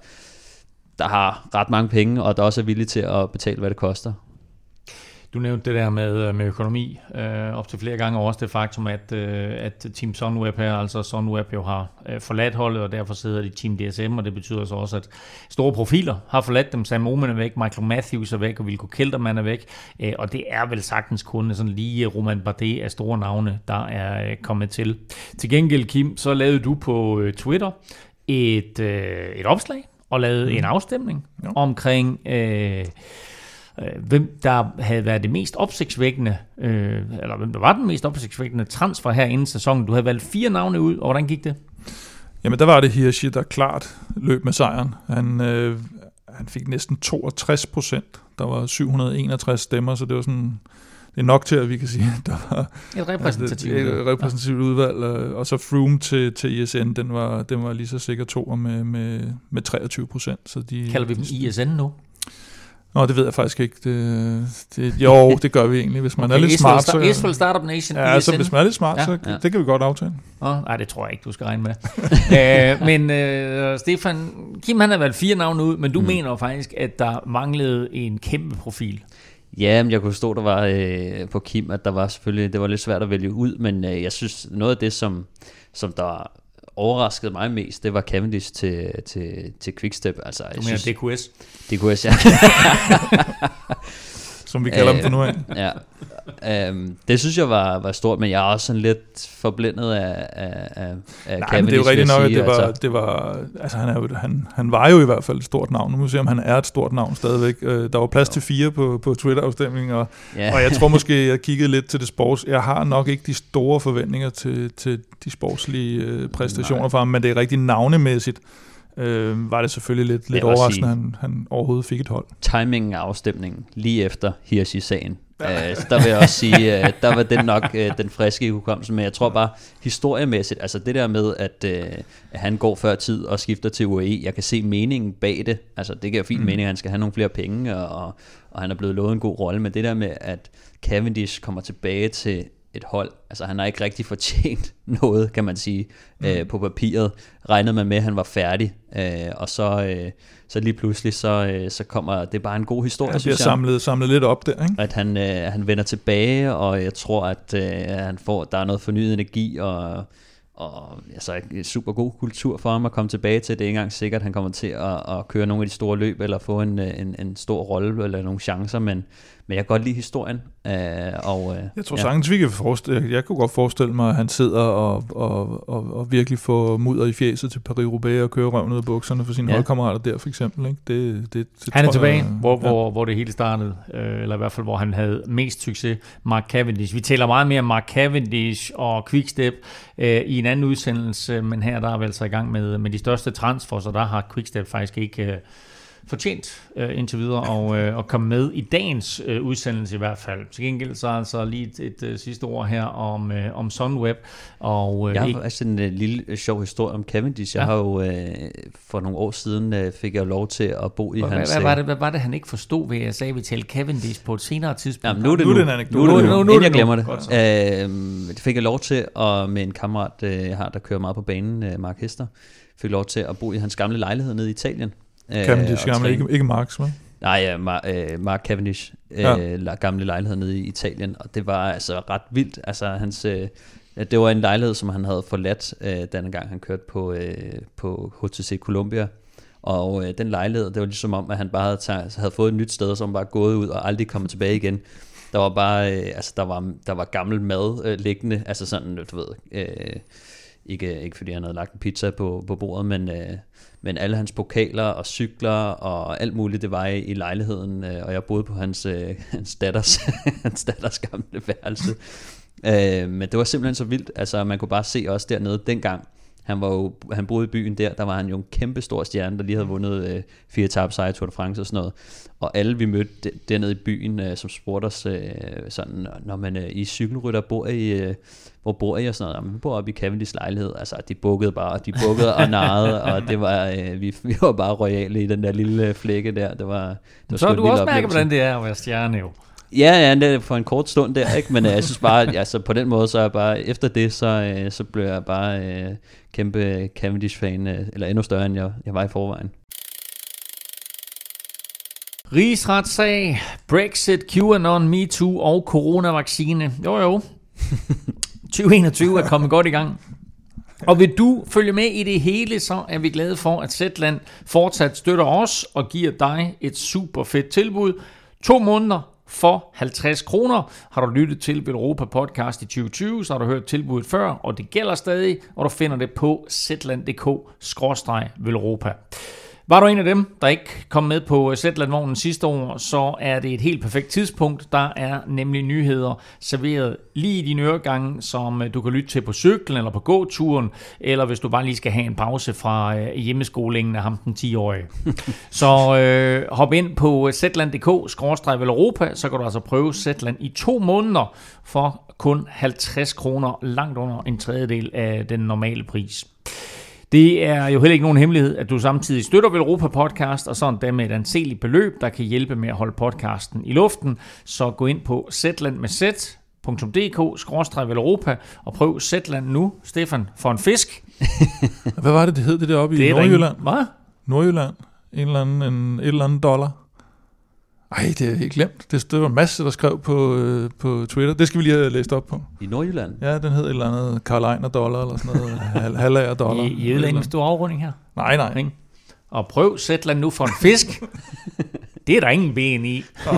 der har ret mange penge, og der også er villige til at betale, hvad det koster. Du nævnte det der med, med økonomi øh, op til flere gange, og også det faktum, at, øh, at Team Sunweb her, altså Sunweb jo har øh, forladt holdet, og derfor sidder de Team D S M, og det betyder så også, at store profiler har forladt dem. Sam Oomen er væk, Michael Matthews er væk, og Wilco Kelderman er væk, øh, og det er vel sagtens kun sådan lige Romain Bardet af store navne, der er øh, kommet til. Til gengæld, Kim, så lavede du på øh, Twitter et, øh, et opslag, og lavede mm. en afstemning ja. omkring Øh, hvem der havde været det mest opsigtsvækkende, øh, eller hvem der var den mest opsigtsvækkende transfer her inden sæsonen. Du havde valgt fire navne ud, og hvordan gik det? Jamen, der var det Hirschi, der klart løb med sejren. Han, øh, han fik næsten toogtres procent. Der var syv hundrede og enogtres stemmer, så det var sådan, det er nok til, at vi kan sige, der var et repræsentativt, altså, et repræsentativt ja. udvalg. Og så Froome til, til I S N, den var, den var lige så sikker to med, med, med treogtyve procent. Så de, kalder vi dem I S N nu? Nå, det ved jeg faktisk ikke. Det, det, jo, det gør vi egentlig. Hvis man okay, er lidt Israel, smart, så... Israel Startup Nation. Ja, så hvis man er lidt smart, ja. så ja. det kan vi godt aftale. Oh, nej, det tror jeg ikke, du skal regne med. Æ, men uh, Stefan, Kim han har valgt fire navne ud, men du mm. mener jo faktisk, at der manglede en kæmpe profil. Ja, men jeg kunne forstå, der var øh, på Kim, at der var selvfølgelig, det var lidt svært at vælge ud, men øh, jeg synes, noget af det, som, som der overraskede mig mest, det var Cavendish til, til, til Quickstep. Altså, du mener D K S? D K S, ja. Som vi kalder dem for nu af. Ja. Um, det synes jeg var, var stort, men jeg er også sådan lidt forblændet af, af, af Nej, Cavendish. Men det er jo rigtigt nok, at det var, altså. det var altså han, er jo, han, han var jo i hvert fald et stort navn. Nu må vi se, om han er et stort navn stadigvæk. Der var plads til fire på, på Twitter-afstemningen, og, ja. og jeg tror måske, jeg kiggede lidt til det sports. Jeg har nok ikke de store forventninger til, til de sportslige øh, præstationer Nej. fra ham, men det er rigtig navnemæssigt. Øh, var det selvfølgelig lidt, lidt overraskende, at han, han overhovedet fik et hold. Timingen af afstemningen lige efter Hirschi-sagen. Ja. Øh, der vil jeg også sige, øh, der var den nok øh, den friske i hukommelsen, men jeg tror bare historiemæssigt, altså det der med, at, øh, at han går før tid og skifter til U A E, jeg kan se meningen bag det, altså det giver fint mm. mening, at han skal have nogle flere penge, og, og han er blevet lovet en god rolle, men det der med, at Cavendish kommer tilbage til et hold, altså han har ikke rigtig fortjent noget, kan man sige, mm. øh, på papiret. Regnede man med, at han var færdig, øh, og så, øh, så lige pludselig, så, øh, så kommer det er bare en god historie, han bliver samlet, samlet lidt op der, ikke? At han, øh, han vender tilbage, og jeg tror, at øh, han får, der er noget fornyet energi, og, og altså, en super god kultur for ham at komme tilbage til. Det er ikke engang sikkert, at han kommer til at, at køre nogle af de store løb, eller få en, en, en stor rolle, eller nogle chancer, men Men jeg kan godt lide historien. Øh, og, øh, jeg tror ja. sagtens, vi kan forestille, jeg kunne godt forestille mig, at han sidder og, og, og, og virkelig får mudder i fjeset til Paris-Roubaix og kører røven ud af bukserne for sine ja. holdkammerater der, for eksempel. Ikke? Det, det, det han er tilbage, jeg, hvor, ja. hvor, hvor det hele startede, øh, eller i hvert fald, hvor han havde mest succes. Mark Cavendish. Vi taler meget mere om Mark Cavendish og Quickstep øh, i en anden udsendelse, men her der er vi altså i gang med, med de største transfers, og der har Quickstep faktisk ikke... Øh, fortjent øh, indtil videre og, øh, og komme med i dagens øh, udsendelse i hvert fald. Til gengæld så altså lige et, et, et sidste ord her om, øh, om Sunweb. Og, øh, jeg har ikke... faktisk en uh, lille uh, sjov historie om Cavendish. Ja. Jeg har jo uh, for nogle år siden uh, fik jeg lov til at bo i hvad, hans... Hvad, hvad, var det, hvad var det, han ikke forstod ved, at jeg sagde, at vi talte Cavendish på et senere tidspunkt? Jamen, nu er det nu. Nu, nu, nu, nu, nu, nu, nu, nu inden jeg glemmer det. det. Uh, det fik jeg lov til, og med en kammerat, uh, jeg har, der kører meget på banen, uh, Mark Hester, fik lov til at bo i hans gamle lejlighed nede i Italien. Cavendish, gamle, ikke, ikke Marks, hva'? Nej, ja, Mark, øh, Mark Cavendish, øh, ja. gamle lejlighed nede i Italien, og det var altså ret vildt. Altså, hans, øh, det var en lejlighed, som han havde forladt, øh, denne gang han kørte på, øh, på H T C Columbia, og øh, den lejlighed, det var ligesom om, at han bare havde, taget, havde fået et nyt sted, som bare gået ud og aldrig kommet tilbage igen. Der var bare, øh, altså, der var, der var gammel mad øh, liggende, altså sådan, du ved, øh, ikke, ikke fordi han havde lagt en pizza på, på bordet, men... Øh, Men alle hans pokaler og cykler og alt muligt, det var i, i lejligheden, øh, og jeg boede på hans, øh, hans, datters, hans datters gamle værelse. øh, men det var simpelthen så vildt, altså man kunne bare se også dernede dengang, han, var jo, han boede i byen der, der var han jo en kæmpe stor stjerne, der lige havde vundet øh, fire etapesejre i Tour de France og sådan noget. Og alle vi mødte dernede i byen, øh, som spurgte os øh, sådan, når man øh, i cykelrytter bor i... Øh, hvor bor I og sådan noget? Vi bor oppe i Cavendish lejlighed. Altså, de bukkede bare, de bukkede og narrede, og det var, øh, vi, vi var bare royale i den der lille flække der. Det var, det var så har du også mærket, hvordan det er at være stjerne jo. Ja, ja, det er for en kort stund der, ikke? Men øh, jeg synes bare, altså på den måde, så er jeg bare, efter det, så, øh, så blev jeg bare øh, kæmpe Cavendish-fan, øh, eller endnu større, end jeg, jeg var i forvejen. Rigsretssag, Brexit, QAnon, MeToo og coronavaccine. Jo jo. tyve enogtyve er kommet godt i gang. Og vil du følge med i det hele, så er vi glade for, at Zetland fortsat støtter os og giver dig et super fedt tilbud. To måneder for halvtreds kroner. Har du lyttet til Velropa podcast i tyve tyve, så har du hørt tilbuddet før, og det gælder stadig, og du finder det på zetland punktum d k skråstreg velropa. Var du en af dem, der ikke kom med på Zetland-vognen sidste år, så er det et helt perfekt tidspunkt. Der er nemlig nyheder serveret lige i dine øregange, som du kan lytte til på cyklen eller på gåturen, eller hvis du bare lige skal have en pause fra hjemmeskolingen af ham den ti-årige. Så øh, hop ind på zetland punktum d k skråstreg velropa, så kan du altså prøve Zetland i to måneder for kun halvtreds kroner, langt under en tredjedel af den normale pris. Det er jo heller ikke nogen hemmelighed, at du samtidig støtter Velropa Podcast, og sådan der med et anseligt beløb, der kan hjælpe med at holde podcasten i luften. Så gå ind på zetland med z punktum d k skråstreg Velropa og prøv Zetland nu, Stefan, for en fisk. Hvad var det, det hed det deroppe det i Nordjylland? Hvad? Nordjylland. En eller anden, en, et eller andet dollar. Ej, det er helt glemt. Det, det var en masse, der skrev på, øh, på Twitter. Det skal vi lige have læst op på. I Nordjylland? Ja, den hed et eller andet Karl Ejner dollar, eller sådan noget. Hal- halvager dollar. I, I ødelægger en stor afrunding her. Nej, nej. Ikke? Og prøv Zetland nu for en fisk. Det er der ingen ben i. Oh.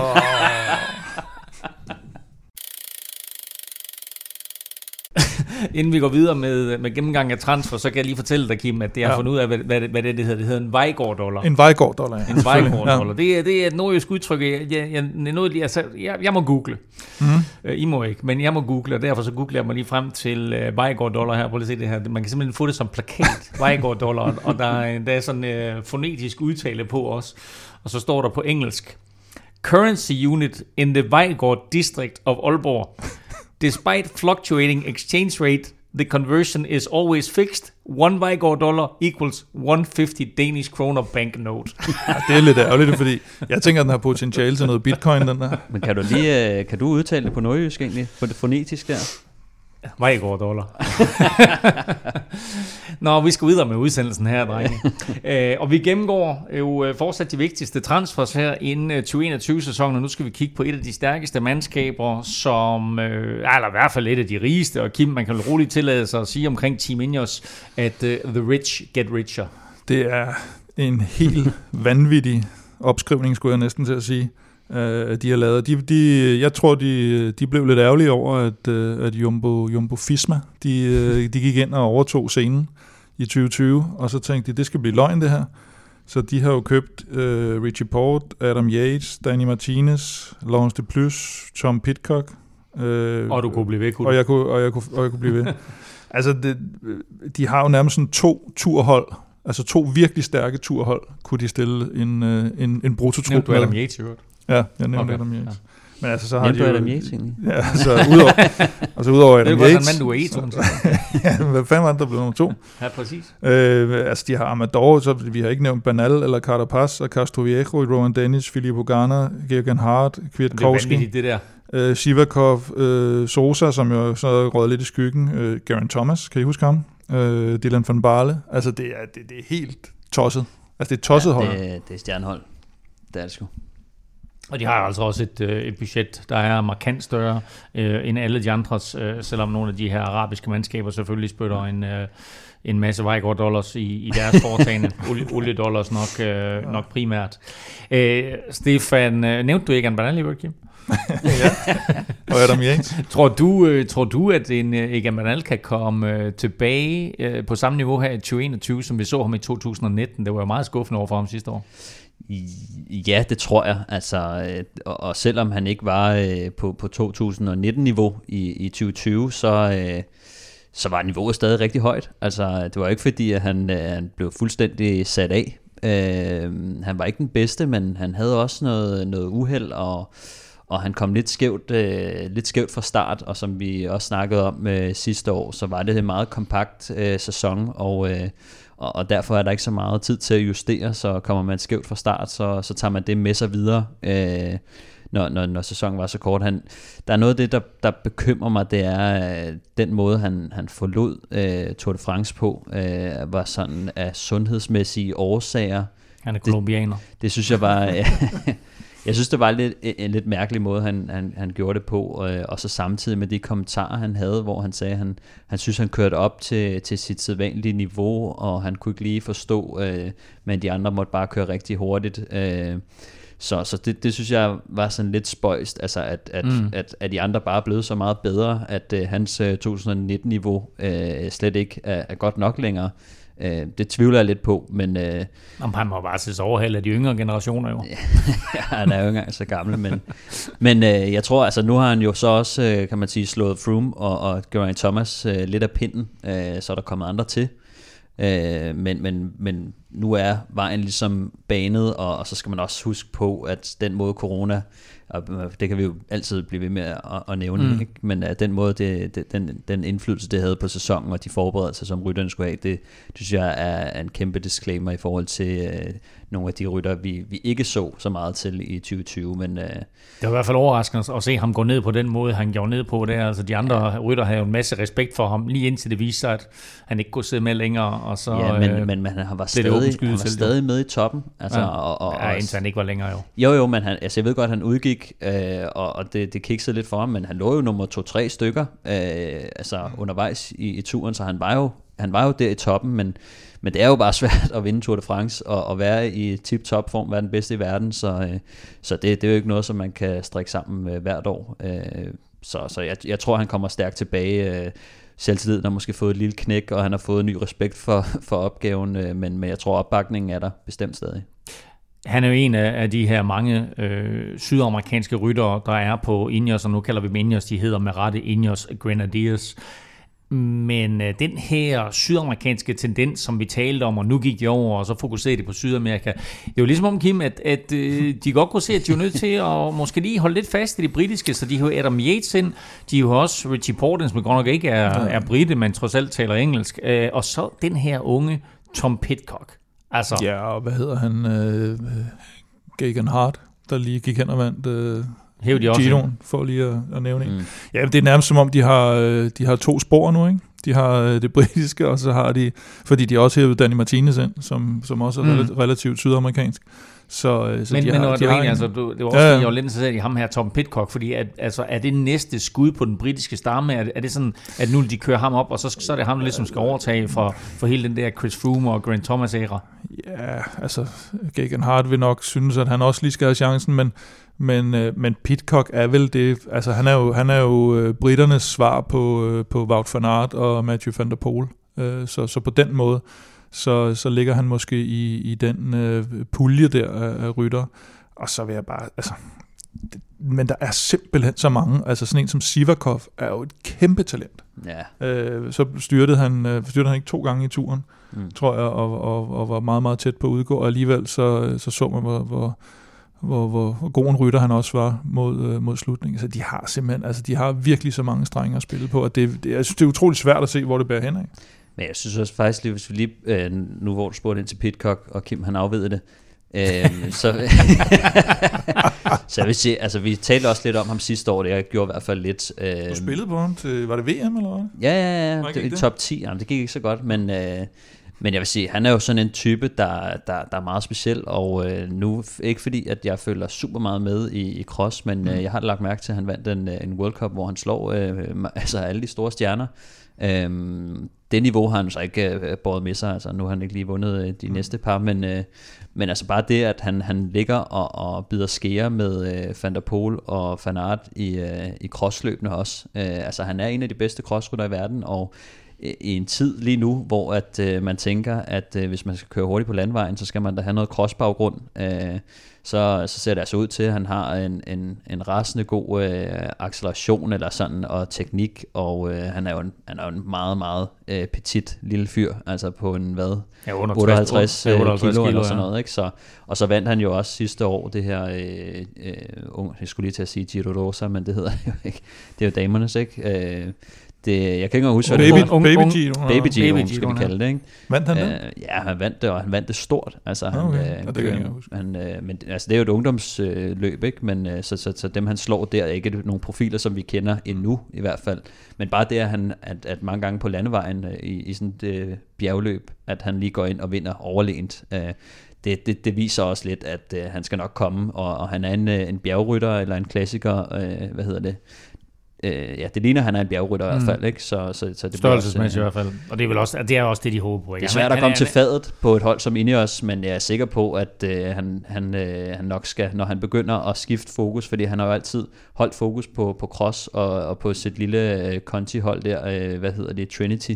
Inden vi går videre med, med gennemgang af transfer, så kan jeg lige fortælle dig, Kim, at det jeg har ja. fundet ud af, hvad, hvad, det, hvad det, det hedder. Det hedder en Vejgaard-dollar. En Vejgaard-dollar, ja. En Vejgaard-dollar. Ja. Det, er, det er et nordjysk udtryk. Jeg, jeg, jeg, noget, altså, jeg, jeg må google. Mm-hmm. I må ikke, men jeg må google, og derfor så googler jeg mig lige frem til uh, Vejgaard-dollar her. Prøv at se det her. Man kan simpelthen få det som plakat, Vejgaard-dollar, og der er, der er sådan en uh, fonetisk udtale på os. Og så står der på engelsk: Currency unit in the Vejgaard district of Aalborg. Despite fluctuating exchange rate, the conversion is always fixed. One Vejgaard dollar equals one hundrede og halvtreds Danish kroner banknote. Ja, det er lidt ærgerligt, fordi jeg tænker, at den har potentiale til noget bitcoin, den der. Men kan du lige kan du udtale det på nordjysk egentlig? På det fonetisk der? Vejgaard dollar. Nå, vi skal videre med udsendelsen her, drenge. øh, og vi gennemgår jo fortsat de vigtigste transfers her inden tyve enogtyve-sæsonen, og nu skal vi kigge på et af de stærkeste mandskaber, som, øh, eller i hvert fald et af de rigeste, og Kim, man kan roligt tillade sig at sige omkring Team Ineos, at uh, the rich get richer. Det er en helt vanvittig opskrivning, skulle jeg næsten til at sige. Uh, de har lavet. De, de, jeg tror, de, de blev lidt ærgerlige over, at, uh, at Jumbo, Jumbo Fisma, de, uh, de gik ind og overtog scenen i tyve tyve, og så tænkte de, det skal blive løgn det her. Så de har jo købt uh, Richie Porte, Adam Yates, Danny Martinez, Laurence de Plus, Tom Pidcock. Uh, og du kunne blive ved, kunne og jeg kunne, og jeg kunne, og jeg kunne blive ved. Altså, det, de har jo nærmest sådan to turhold. Altså to virkelig stærke turhold, kunne de stille en, en, en brutotrup. Nævnte du Adam Yates i øvrigt? Ja, jeg nævnte okay. Adam Yates. Ja. Men altså, så har Nævnte de du Adam Yates egentlig? Ja, så udover, altså udover Adam Yates. Det er jo godt, han mand, du er ja, hvad fanden var det, der blev nummer to? Ja, præcis. Øh, altså, de har Amador, så vi har ikke nævnt Bernal eller Carapaz, og Castro Viejo, Rowan Dennis, Filippo Ganna, Georgen Hart, Kwiatkowski. Det er vanvittigt, det der. Øh, Sivakov, øh, Sosa, som jo så rød lidt i skyggen, øh, Geraint Thomas, kan I huske ham? Øh, Dylan van Baarle. Altså, det er, det, det er helt tosset. Altså, det er tosset ja, hold. Det, det er stjernehold. Det er det sgu. Og de har altså også et, øh, et budget, der er markant større øh, end alle de andres, øh, selvom nogle af de her arabiske mandskaber selvfølgelig spytter en, øh, en masse Vejgaard dollars i, i deres foretagende. Olie, oliedollars nok, øh, nok primært. Øh, Stefan, øh, nævnte du ikke en Bernal i Kim? Ja, og Adam Yates. Tror du, øh, tror du, at en øh, Egan Bernal kan komme øh, tilbage øh, på samme niveau her i tyve enogtyve, som vi så ham i to tusind nitten? Det var jo meget skuffende over for ham sidste år. Ja, det tror jeg. Altså, og, og selvom han ikke var øh, på, på to tusind nitten-niveau i, i tyve tyve, så, øh, så var niveauet stadig rigtig højt. Altså, det var ikke fordi, at han, øh, han blev fuldstændig sat af. Øh, han var ikke den bedste, men han havde også noget, noget uheld, og, og han kom lidt skævt, øh, lidt skævt fra start, og som vi også snakkede om øh, sidste år, så var det en meget kompakt øh, sæson, og øh, Og, og derfor er der ikke så meget tid til at justere, så kommer man skævt fra start, så, så tager man det med sig videre, øh, når, når, når sæsonen var så kort. Han, der er noget af det, der, der bekymrer mig, det er øh, den måde, han, han forlod øh, Tour de France på, øh, var sådan af sundhedsmæssige årsager. Han er kolumbianer. Det, det synes jeg var... Øh, Jeg synes, det var lidt, en lidt mærkelig måde, han, han, han gjorde det på, og, og så samtidig med de kommentarer, han havde, hvor han sagde, at han, han synes, han kørte op til, til sit sædvanlige niveau, og han kunne ikke lige forstå, øh, men de andre måtte bare køre rigtig hurtigt. Øh, så så det, det synes jeg var sådan lidt spøjst, altså at, at, mm. at, at de andre bare er blevet så meget bedre, at øh, hans øh, to tusind nitten-niveau øh, slet ikke er, er godt nok længere. Øh, det tvivler jeg lidt på, men... Øh, Jamen, han må bare se så overhælde af de yngre generationer jo. Ja, han er jo ikke engang så gammel, men, men øh, jeg tror, altså nu har han jo så også, øh, kan man sige, slået Froome og, og Geraint Thomas øh, lidt af pinden, øh, så er der kommet andre til. Øh, men, men, men nu er vejen ligesom banet, og, og så skal man også huske på, at den måde corona, og det kan vi jo altid blive ved med at, at nævne, mm. ikke? Men at den måde, det, det, den, den indflydelse, det havde på sæsonen, og de forberedelser, som rytterne skulle have, det, det synes jeg er en kæmpe disclaimer i forhold til øh, nogle af de rytter, vi, vi ikke så så meget til i tyve tyve, men... Øh, det var i hvert fald overraskende at se ham gå ned på den måde, han gjorde ned på der. Altså de andre ja. rytter havde jo en masse respekt for ham, lige indtil det viste sig, at han ikke kunne sidde med længere, og så... Ja, men, øh, men, men han var stadig, han var stadig med i toppen. Altså, ja. og, og, ja, indtil han ikke var længere jo. Jo, jo, men han, altså, jeg ved godt, at han udgik, øh, og, og det, det kiksede lidt for ham, men han lå jo nummer to-tre stykker øh, altså mm. undervejs i, i turen, så han var jo, han var jo der i toppen, men, men det er jo bare svært at vinde Tour de France, og, og være i tip-top form, være den bedste i verden, så, øh, så det, det er jo ikke noget, som man kan strikke sammen øh, hvert år. Øh, så så jeg, jeg tror, han kommer stærkt tilbage. Øh, Selvtilliden har måske fået et lille knæk, og han har fået ny respekt for, for opgaven, øh, men, men jeg tror, opbakningen er der bestemt stadig. Han er jo en af de her mange øh, sydamerikanske ryttere, der er på Ineos, og nu kalder vi dem Ineos, de hedder med rette Ineos Grenadiers. Men øh, den her sydamerikanske tendens, som vi talte om, og nu gik de over, og så fokuserede de på Sydamerika. Det er jo ligesom om, Kim, at, at øh, de godt kunne se, at de er nødt til at måske lige holde lidt fast i det britiske, så de har jo Adam Yates ind, de har jo også Richie Porte, som godt nok ikke er, er brite, men trods alt taler engelsk, øh, og så den her unge Tom Pidcock. Altså. Ja, og hvad hedder han? Øh, Geoghegan Hart, der lige gik hen og vandt øh, Giroen, for lige at, at nævne mm. en. Ja, det er nærmest som om, de har, de har to spor nu, ikke? De har det britiske, og så har de, fordi de også hævet Danny Martinez ind, som, som også er mm. relativt sydamerikansk. Så, så men de men har, det de var har egentlig, en, altså, du, det var også, ja, ja. Jeg var lidt interesseret i ham her, Tom Pidcock, fordi at, altså, er det næste skud på den britiske stamme? Er, er det sådan, at nu de kører ham op, og så, så er det ham, der ligesom skal overtage for, for hele den der Chris Froome og Grant Thomas æra? Ja, altså, Geoghegan Hart vil nok synes, at han også lige skal have chancen, men Men, øh, men Pidcock er vel det, altså han er jo, han er jo øh, britternes svar på, øh, på Wout van Aert og Mathieu van der Poel. Øh, så, så på den måde, så, så ligger han måske i, i den øh, pulje der af, af rytter. Og så vil jeg bare, altså, det, men der er simpelthen så mange, altså sådan en som Sivakov er jo et kæmpe talent. Ja. Øh, så styrtede han, øh, styrtede han ikke to gange i turen, mm. tror jeg, og, og, og var meget, meget tæt på at udgå, og alligevel så så, så man, hvor, hvor Hvor, hvor, hvor god en rytter han også var mod, øh, mod slutningen. Så de har simpelthen, altså de har virkelig så mange strenge at spille på, at det, det, jeg synes, det er utroligt svært at se, hvor det bærer hen af. Men jeg synes også faktisk lige, hvis vi lige, øh, nu hvor du spurgte ind til Pidcock, og Kim han afvede det, øh, så, så jeg vil sige, altså vi talte også lidt om ham sidste år, det jeg gjorde i hvert fald lidt. Øh, du spillede på ham til, var det V M eller hvad? Ja, ja, ja, det, det? top ti, jamen, det gik ikke så godt, men... Øh, Men jeg vil sige, han er jo sådan en type, der, der, der er meget speciel, og øh, nu ikke fordi, at jeg følger super meget med i, i cross, men mm. øh, jeg har lagt mærke til, at han vandt en, en World Cup, hvor han slår øh, altså alle de store stjerner. Øhm, det niveau har han så ikke øh, båret med sig, altså nu har han ikke lige vundet øh, de mm. næste par, men, øh, men altså bare det, at han, han ligger og, og bider skære med øh, Van der Poel og Van Aert i, øh, i crossløbene også. Øh, altså han er en af de bedste crossrytter i verden, og i en tid lige nu, hvor at øh, man tænker, at øh, hvis man skal køre hurtigt på landvejen, så skal man da have noget crossbaggrund. Øh, så, så ser det altså ud til, at han har en, en, en rasende god øh, acceleration eller sådan, og teknik, og øh, han er jo en, han er jo en meget, meget øh, petit lille fyr, altså på en hvad? Ja, otteoghalvtreds kilo, kilo eller sådan noget, ikke? Så, og så vandt han jo også sidste år det her, øh, øh, jeg skulle lige til at sige Giro Rosa, men det hedder jo ikke, det er jo damernes, ikke? Øh, Det, jeg kan ikke engang huske, baby, det Baby Giro. Baby Giro, skal vi kalde det, ikke? Vandt han det? Uh, ja, han vandt det, og han vandt det stort. Altså, han, okay. uh, det kan jeg huske. Han, uh, men, altså, det er jo et ungdomsløb, uh, ikke? Men uh, så, så, så dem, han slår der, er ikke nogle profiler, som vi kender endnu, i hvert fald. Men bare det, at, han, at, at mange gange på landevejen uh, i, i sådan et uh, bjergløb, at han lige går ind og vinder overlegent. Uh, Det, det, det viser også lidt, at uh, han skal nok komme, og, og han er en, en bjergrytter, eller en klassiker, uh, hvad hedder det? Uh, ja, det ligner, han er en bjergrytter mm. i hvert fald, ikke? Så, så, så det størrelsesmæssigt uh, i hvert fald. Og det er vel også, det er også det, de håber på. Ikke? Det er svært at komme til fadet på et hold som Ineos, men jeg er sikker på, at uh, han, han, uh, han nok skal, når han begynder at skifte fokus, fordi han har jo altid holdt fokus på, på cross og, og på sit lille uh, Conti-hold der, uh, hvad hedder det, Trinity.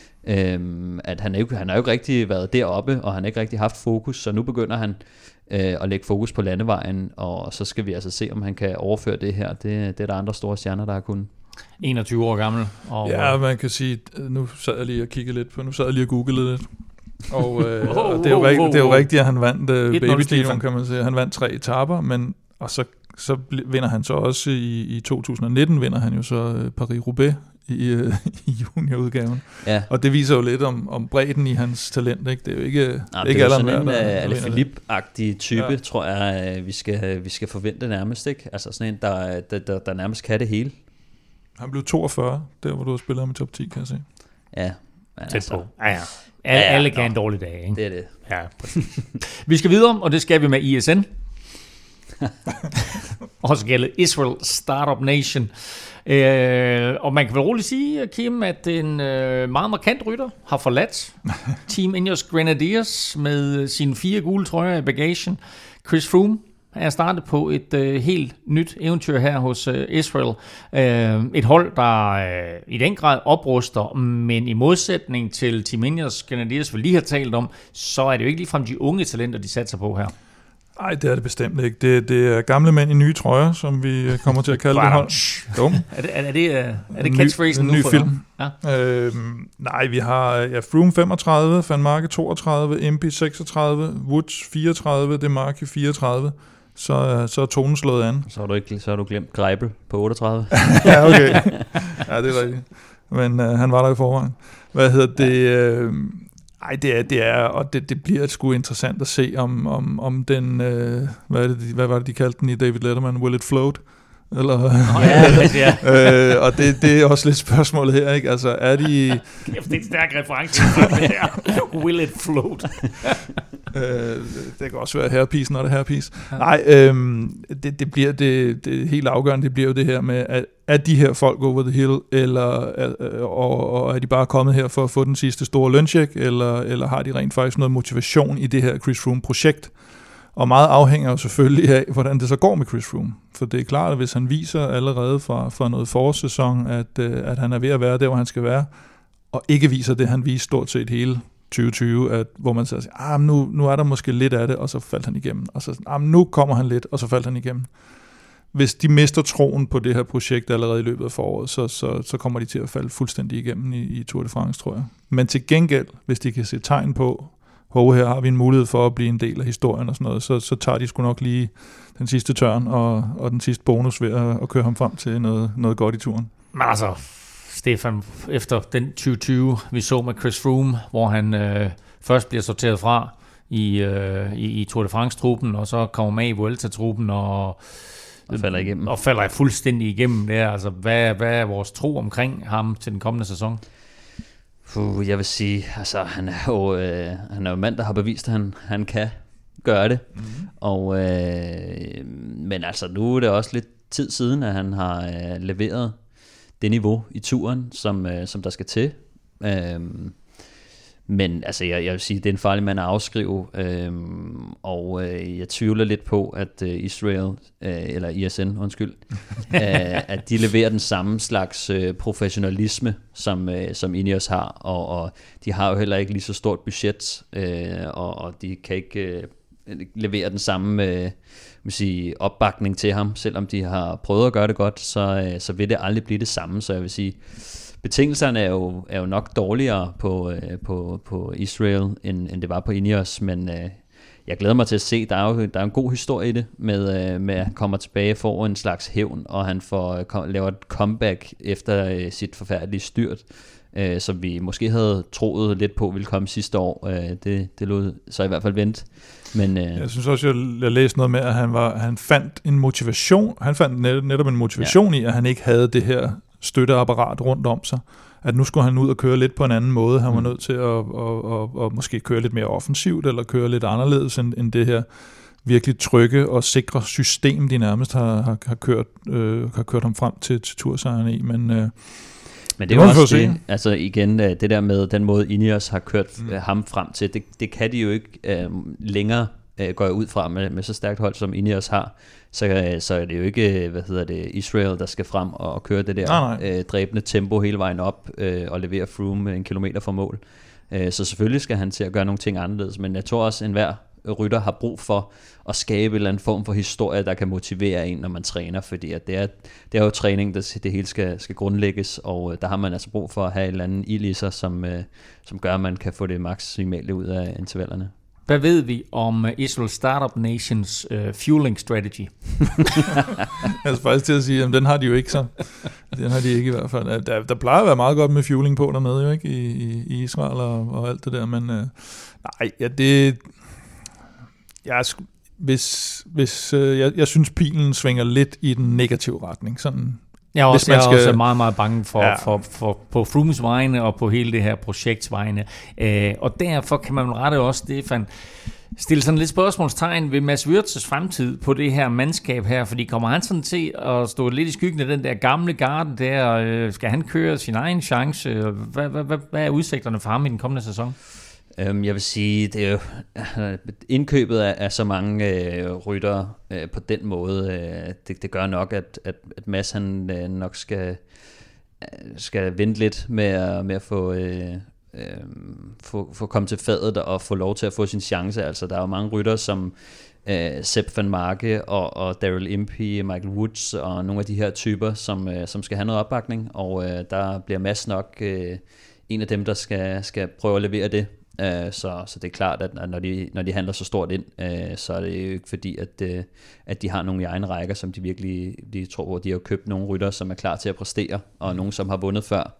Um, at han, er jo, han har jo ikke rigtig været deroppe, og han har ikke rigtig haft fokus, så nu begynder han øh, at lægge fokus på landevejen, og så skal vi altså se, om han kan overføre det her. Det, det er der andre store stjerner, der har kunnet. enogtyve år gammel. Og ja, man kan sige, nu sad jeg lige og kiggede lidt på, nu sad jeg lige og googlede lidt. Og, øh, og det, er jo rigt, det er jo rigtigt, at han vandt øh, baby-stilen, kan man sige. Han vandt tre etaper, men og så, så vinder han så også i, i to tusind nitten, vinder han jo så øh, Paris-Roubaix i, øh, i juniorudgaven. Ja. Og det viser jo lidt om, om bredden i hans talent, ikke? Det er jo ikke, nej, ikke alle andre. Det er jo sådan en Alaphilippe-agtig type, ja. tror jeg, vi skal, vi skal forvente nærmest, ikke? Altså sådan en, der, der, der, der nærmest kan det hele. Han blev toogfyrre, der hvor du har spillet ham i top ti, kan jeg se. Ja. Altså, på. Ja, ja. Alle, ja, ja, alle kan en dårlig dag, ikke? Det er det. Ja, vi skal videre, og det skal vi med I S N. Også kaldet Israel Startup Nation. Øh, og man kan vel roligt sige, Kim, at en øh, meget markant rytter har forladt Team Ineos Grenadiers med sine fire gule trøjer i bagagen. Chris Froome er startet på et øh, helt nyt eventyr her hos øh, Israel. Øh, et hold, der øh, i den grad opruster, men i modsætning til Team Ineos Grenadiers, vi lige har talt om, så er det jo ikke ligefrem de unge talenter, de satser på her. Nej, det er det bestemt ikke. Det, det er gamle mænd i nye trøjer, som vi kommer til at kalde det hold. Dum. Er det, er det, er det catchphrasen nu? En ny for film. Ja. Øhm, nej, vi har ja, Froome femogtredive, Van Marke toogtredive, M P seksogtredive, Woods fireogtredive, Demarque fireogtredive. Så, så er tonen slået an. Så har du, ikke, så har du glemt Greipel på otteogtredive. Ja, okay. Ja, det er rigtigt. Men øh, han var der i forvejen. Hvad hedder det? Øh, ej, det er, det er, og det, det bliver sgu interessant at se, om, om, om den, øh, hvad, er det, hvad var det, de kaldte den i David Letterman? Will it float? Eller, oh, ja, ja. øh, og det, det er også lidt spørgsmålet her, ikke? Altså, er de... Det er en stærk reference. Will it float? øh, det kan også være hairpiece, når det er hairpiece. Ja. Nej, øh, det, det bliver det, det helt afgørende, det bliver jo det her med, at er de her folk over the hill, eller, og, og er de bare kommet her for at få den sidste store løncheck, eller, eller har de rent faktisk noget motivation i det her Chris Froome-projekt? Og meget afhænger jo selvfølgelig af, hvordan det så går med Chris Froome. For det er klart, at hvis han viser allerede fra, fra noget forårssæson, at, at han er ved at være der, hvor han skal være, og ikke viser det, han viste stort set hele tyve tyve, at, hvor man siger, ah, nu, nu er der måske lidt af det, og så faldt han igennem. Og så ah, nu kommer han lidt, og så faldt han igennem. Hvis de mister troen på det her projekt allerede i løbet af foråret, så, så, så kommer de til at falde fuldstændig igennem i, i Tour de France, tror jeg. Men til gengæld, hvis de kan se tegn på, hvor her har vi en mulighed for at blive en del af historien og sådan noget, så, så tager de sgu nok lige den sidste tørn og, og den sidste bonus ved at, at køre ham frem til noget, noget godt i turen. Men altså, Stefan, efter den tyve tyve, vi så med Chris Froome, hvor han øh, først bliver sorteret fra i, øh, i, i Tour de France-truppen, og så kommer med i Vuelta-truppen, og, og falder igennem. Og falder fuldstændig igennem der. Altså, hvad, hvad er vores tro omkring ham til den kommende sæson? Uh, jeg vil sige, altså han er jo øh, han er jo en mand, der har bevist, at han, han kan gøre det. Mm-hmm. Og, øh, men altså nu er det også lidt tid siden, at han har øh, leveret det niveau i turen, som, øh, som der skal til. Øh, men altså jeg, jeg vil sige, det er en farlig mand at afskrive, øh, og øh, jeg tvivler lidt på, at øh, Israel, øh, eller I S N, undskyld, øh, at de leverer den samme slags øh, professionalisme, som, øh, som Ineos har, og, og de har jo heller ikke lige så stort budget, øh, og, og de kan ikke øh, levere den samme øh, sige, opbakning til ham, selvom de har prøvet at gøre det godt, så, øh, så vil det aldrig blive det samme, så jeg vil sige, betingelserne er jo, er jo nok dårligere på, øh, på, på Israel, end, end det var på Ineos, men øh, jeg glæder mig til at se, der er jo der er en god historie i det, med, øh, med at han kommer tilbage, får en slags hævn, og han får, kom, laver et comeback efter øh, sit forfærdelige styrt, øh, som vi måske havde troet lidt på ville komme sidste år. Øh, det, det lod så i hvert fald vente. Men, øh, jeg synes også, jeg, jeg læste noget med, at han, var, han fandt en motivation, han fandt net, netop en motivation ja. i, at han ikke havde det her støtteapparat rundt om sig, at nu skulle han ud og køre lidt på en anden måde. Han var mm. nødt til at, at, at, at måske køre lidt mere offensivt, eller køre lidt anderledes end, end det her virkelig trygge og sikre system, de nærmest har, har, har, kørt, øh, har kørt ham frem til, til tursejren i. Men, øh, Men det er jo også det, altså igen, det der med den måde Ineos har kørt mm. ham frem til, det, det kan de jo ikke øh, længere øh, gå ud fra med, med så stærkt hold, som Ineos har. Så, så er det jo ikke, hvad hedder det, Israel, der skal frem og, og køre det der nej, nej. Øh, dræbende tempo hele vejen op øh, og levere Froome en kilometer fra mål. Øh, så selvfølgelig skal han til at gøre nogle ting anderledes, men jeg tror også, at enhver rytter har brug for at skabe en eller anden form for historie, der kan motivere en, når man træner, fordi at det, er, det er jo træning, der det hele skal, skal grundlægges, og der har man altså brug for at have en eller anden ild i sig, som, som gør, at man kan få det maksimale ud af intervallerne. Hvad ved vi om Israel Startup Nations uh, fueling strategy? Jeg er faktisk til at sige, at den har de jo ikke så. Den har de ikke i hvert fald. Der, der plejer at være meget godt med fueling på dernede, jo ikke, i, i, i Israel og, og alt det der, men uh, nej, ja, det... Jeg, hvis, hvis, uh, jeg, jeg synes, pilen svinger lidt i den negative retning, sådan... Jeg er også, jeg skal... også meget, meget bange for, ja. for, for på Froomes vegne og på hele det her projekts vegne. Øh, og derfor kan man rette også, Stefan, stille sådan lidt spørgsmålstegn ved Mads Wirtz's fremtid på det her mandskab her, fordi kommer han sådan til at stå lidt i skyggen af den der gamle garde der, øh, skal han køre sin egen chance? Hvad, hvad, hvad, hvad er udsigterne for ham i den kommende sæson? Jeg vil sige, det er jo indkøbet af, af så mange øh, ryttere øh, på den måde, øh, det, det gør nok, at, at, at Mads han øh, nok skal, skal vente lidt med at, med at få, øh, øh, få, få komme til fadet og få lov til at få sin chance. Altså, der er jo mange ryttere som øh, Sepp van Marke og, og Daryl Impey, Michael Woods og nogle af de her typer, som, øh, som skal have noget opbakning, og øh, der bliver Mads nok øh, en af dem, der skal, skal prøve at levere det. Så, så det er klart, at når de, når de handler så stort ind, så er det jo ikke fordi, at, at de har nogle i egen rækker, som de virkelig de tror på. De har jo købt nogle rytter, som er klar til at præstere, og nogle, som har vundet før.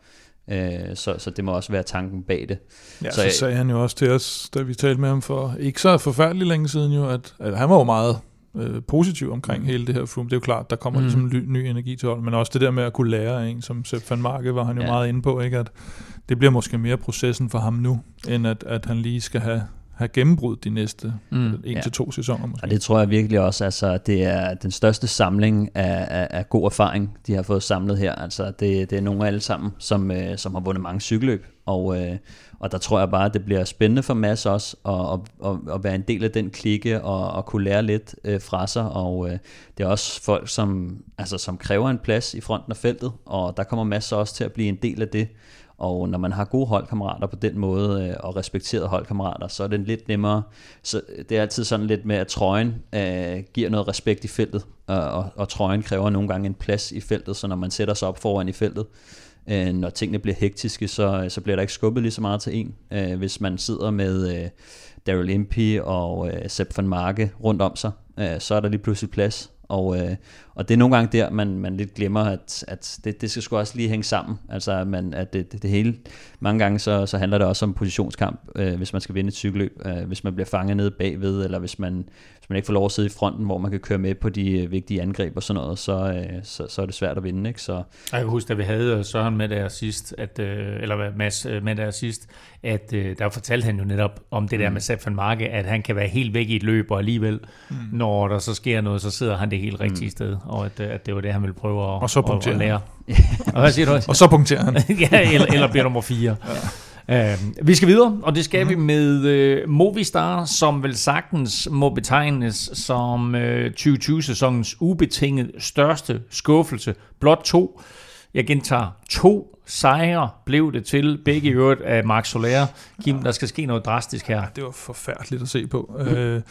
Så, så det må også være tanken bag det. Ja, så, så jeg, sagde han jo også til os, da vi talte med ham for ikke så forfærdeligt længe siden, jo, at, at han var jo meget øh, positiv omkring mm. hele det her Froome. Det er jo klart, der kommer mm. ligesom ny, ny energi til hold, men også det der med at kunne lære en, som Sepp van Marke var han jo ja. meget inde på, ikke, at det bliver måske mere processen for ham nu, end at, at han lige skal have, have gennembrudt de næste mm, en ja. til to sæsoner måske. Og det tror jeg virkelig også, altså det er den største samling af, af, af god erfaring, de har fået samlet her. Altså det, det er nogle af alle sammen, som, øh, som har vundet mange cykelløb, og, øh, og der tror jeg bare, at det bliver spændende for Mads også, at, at, at være en del af den klikke, og at kunne lære lidt øh, fra sig, og øh, det er også folk, som, altså, som kræver en plads i fronten af feltet, og der kommer Mads også til at blive en del af det. Og når man har gode holdkammerater på den måde, øh, og respekterede holdkammerater, så er det lidt nemmere. Så det er altid sådan lidt med, at trøjen øh, giver noget respekt i feltet, og, og, og trøjen kræver nogle gange en plads i feltet, så når man sætter sig op foran i feltet, øh, når tingene bliver hektiske, så, så bliver der ikke skubbet lige så meget til en. Øh, hvis man sidder med øh, Daryl Impey og øh, Sepp van Marke rundt om sig, øh, så er der lige pludselig plads. Og, øh, og det er nogle gange der, man, man lidt glemmer, at, at det, det skal sgu også lige hænge sammen. Altså, man, at det, det, det hele, mange gange så, så handler det også om positionskamp, øh, hvis man skal vinde et cykelløb. Øh, hvis man bliver fanget nede bagved, eller hvis man, hvis man ikke får lov at sidde i fronten, hvor man kan køre med på de øh, vigtige angreb og sådan noget, så, øh, så, så er det svært at vinde. Ikke? Så, jeg kan huske, da vi havde Søren med der sidst, at, øh, eller Mads med der sidst, at øh, der fortalte han jo netop om det der mm. med Sepp van Marke, at han kan være helt væk i et løb, og alligevel, mm. når der så sker noget, så sidder han det helt rigtige mm. sted, og at, at det var det, han ville prøve at, og så at, at lære. Og hvad siger du? Og så punkterer han. ja, eller, eller bliver nummer fire. Ja. Uh, vi skal videre, og det skal mm. vi med uh, Movistar, som vel sagtens må betegnes som uh, tyve tyve-sæsonens ubetinget største skuffelse. Blot to, jeg gentager, to sejre blev det til, begge i øvrigt af Marc Soler. Kim, der skal ske noget drastisk her. Ja, det var forfærdeligt at se på. Mm. Uh,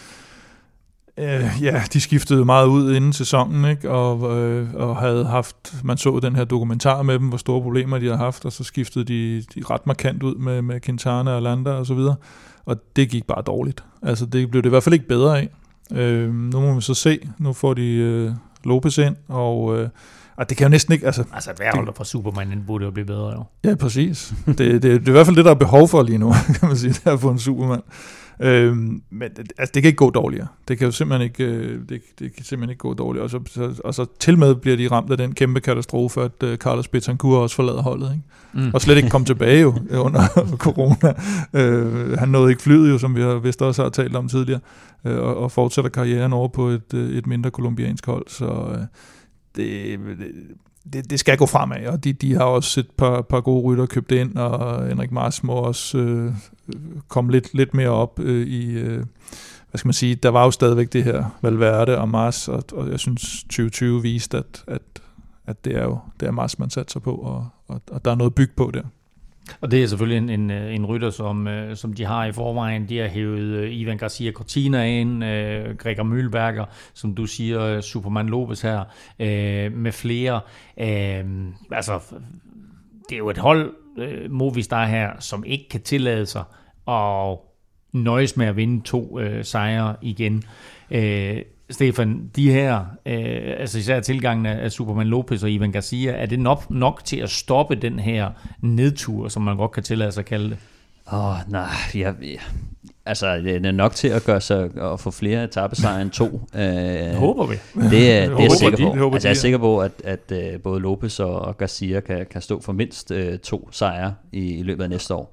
Uh, ja, de skiftede meget ud inden sæsonen, ikke? Og, uh, og havde haft, man så den her dokumentar med dem, hvor store problemer de havde haft, og så skiftede de, de ret markant ud med, med Quintana og Landa og så videre, og det gik bare dårligt. Altså det blev det i hvert fald ikke bedre af. Uh, nu må vi så se, nu får de uh, Lopez ind, og, uh, og det kan jo næsten ikke... Altså, altså et værholder fra Superman, den burde jo blive bedre jo. Ja, præcis. det, det, det er i hvert fald det, der er behov for lige nu, kan man sige, det er at få en Superman. Øhm, men altså, det kan ikke gå dårligere. Det kan jo simpelthen ikke, øh, det, det kan simpelthen ikke gå dårligere. Og så, så, og så til med bliver de ramt af den kæmpe katastrofe, at øh, Carlos Betancourt også forlader holdet, ikke? Mm. Og slet ikke kom tilbage jo under corona. Øh, han nåede ikke flyet jo, som vi har vist også har talt om tidligere, øh, og, og fortsætter karrieren over på et, et mindre kolumbiansk hold. Så øh, det, det, det skal gå fremad, og de, de har også et par, par gode rytter købt ind, og Henrik Mars må også øh, komme lidt, lidt mere op øh, i, øh, hvad skal man sige, der var jo stadigvæk det her Valverde og Mars, og, og jeg synes tyve tyve viste, at, at, at det er jo det er Mars, man satser på, og, og, og der er noget at bygge på der. Og det er selvfølgelig en, en, en rytter, som, som de har i forvejen. De har hævet Ivan Garcia Cortina ind, øh, Gregor Mühlberger, som du siger, Superman Lopez her, øh, med flere. Øh, altså, det er jo et hold, øh, Movistar her, som ikke kan tillade sig at nøjes med at vinde to øh, sejre igen. Øh, Stefan, de her, øh, altså især tilgangen af Superman Lopez og Ivan Garcia, er det nok, nok til at stoppe den her nedtur, som man godt kan tillade sig at kalde det? Åh, oh, nej, jeg, jeg, altså det er nok til at gøre sig at få flere etapesejre end to. Det håber vi. Det er, det er jeg sikker de, på. Altså, jeg er de, sikker på, at, at uh, både Lopez og, og Garcia kan, kan stå for mindst uh, to sejre i, i løbet af næste år.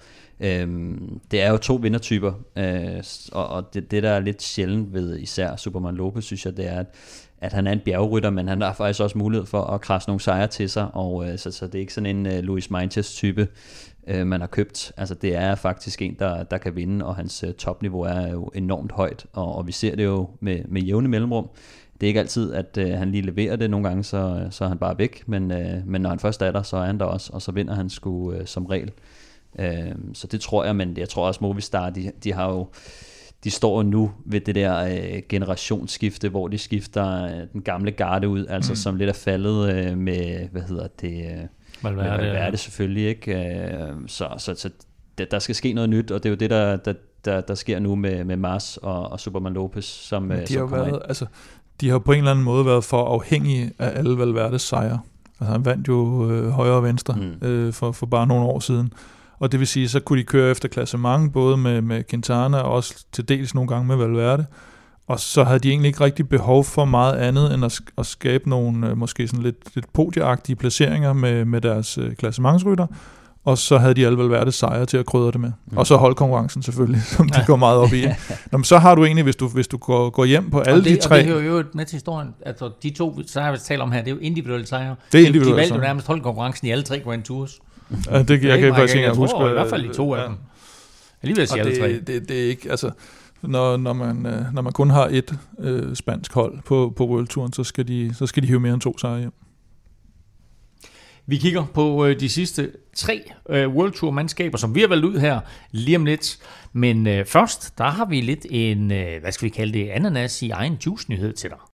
Um, det er jo to vindertyper, uh, og, og det, det der er lidt sjældent ved især Superman Lopez, synes jeg, det er, at, at han er en bjergrytter, men han har faktisk også mulighed for at krasse nogle sejre til sig, og uh, så, så det er ikke sådan en uh, Luis Meintjes type, uh, man har købt. Altså det er faktisk en, der, der kan vinde, og hans uh, topniveau er jo enormt højt, og, og vi ser det jo med, med jævne mellemrum. Det er ikke altid, at uh, han lige leverer det. Nogle gange, så, så er han bare væk, men, uh, men når han først er der, så er han der også, og så vinder han sgu uh, som regel. Uh, så det tror jeg, men jeg tror også Movistar, de, de har jo, de står nu ved det der uh, generationsskifte, hvor de skifter uh, den gamle garde ud, altså mm. som lidt er faldet uh, med, hvad hedder det, uh, Valverde, Valverde selvfølgelig, ikke? Uh, så så, så der, der skal ske noget nyt, og det er jo det, der, der, der, der sker nu med, med Mars og, og Superman Lopez, som, uh, de som har kommer været, ind. altså, de har på en eller anden måde været for afhængige af alle Valverdes sejre. Altså han vandt jo øh, højre og venstre mm. øh, for, for bare nogle år siden. Og det vil sige, så kunne de køre efter klassement, både med, med Quintana og også til dels nogle gange med Valverde. Og så havde de egentlig ikke rigtig behov for meget andet, end at, at skabe nogle øh, måske sådan lidt, lidt podieagtige placeringer med, med deres øh, klassementsrytter. Og så havde de alle Valverdes sejre til at krydre det med. Mm. Og så holdkonkurrencen selvfølgelig, som de går meget op i. Nå, men så har du egentlig, hvis du, hvis du går, går hjem på alle det, de tre... Og det hører jo med til historien. Altså, de to sejre, vi taler om her, det er jo individuelle sejre. Det er individuelle de valgte sejre. jo nærmest holdkonkurrencen i alle tre Grand Tours. Ja, det, jeg, jeg kan faktisk ikke huske. I hvert fald i to af ja. dem. Alligevel siger alle tre. Det, det, det er ikke, altså... Når, når, man, når man kun har et øh, spansk hold på, på World-touren, så skal, de, så skal de hive mere end to sejre hjem. Vi kigger på øh, de sidste tre øh, World Tour mandskaber, som vi har valgt ud her lige om lidt. Men øh, først, der har vi lidt en, øh, hvad skal vi kalde det, ananas i egen juice-nyhed til dig.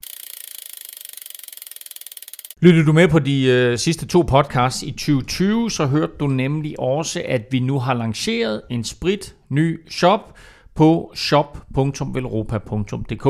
Lyttede du med på de øh, sidste to podcasts i tyve tyve, så hørte du nemlig også, at vi nu har lanceret en sprit ny shop på shop punktum velropa punktum d k.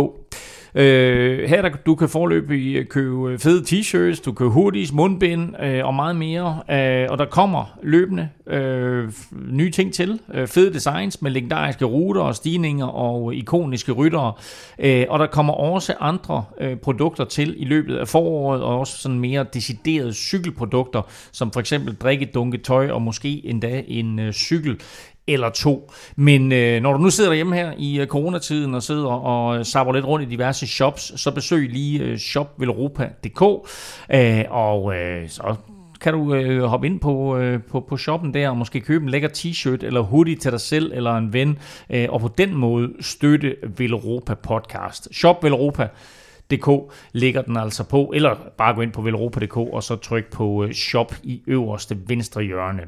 Øh, her der, du kan foreløbig købe fede t-shirts, du kan hoodies, mundbind øh, og meget mere. Øh, og der kommer løbende øh, nye ting til. Øh, fede designs med legendariske ruter og stigninger og ikoniske ryttere. Øh, og der kommer også andre øh, produkter til i løbet af foråret, og også sådan mere deciderede cykelprodukter, som for eksempel drikkedunke, tøj og måske endda en øh, cykel eller to. Men øh, når du nu sidder derhjemme her i øh, coronatiden og sidder og sabber lidt rundt i diverse shops, så besøg lige øh, shop velropa punktum d k, øh, og øh, så kan du øh, hoppe ind på, øh, på, på shoppen der og måske købe en lækker t-shirt eller hoodie til dig selv eller en ven, øh, og på den måde støtte Velropa podcast. Shop velropa punktum d k ligger den altså på, eller bare gå ind på velropa punktum d k og så tryk på øh, shop i øverste venstre hjørne.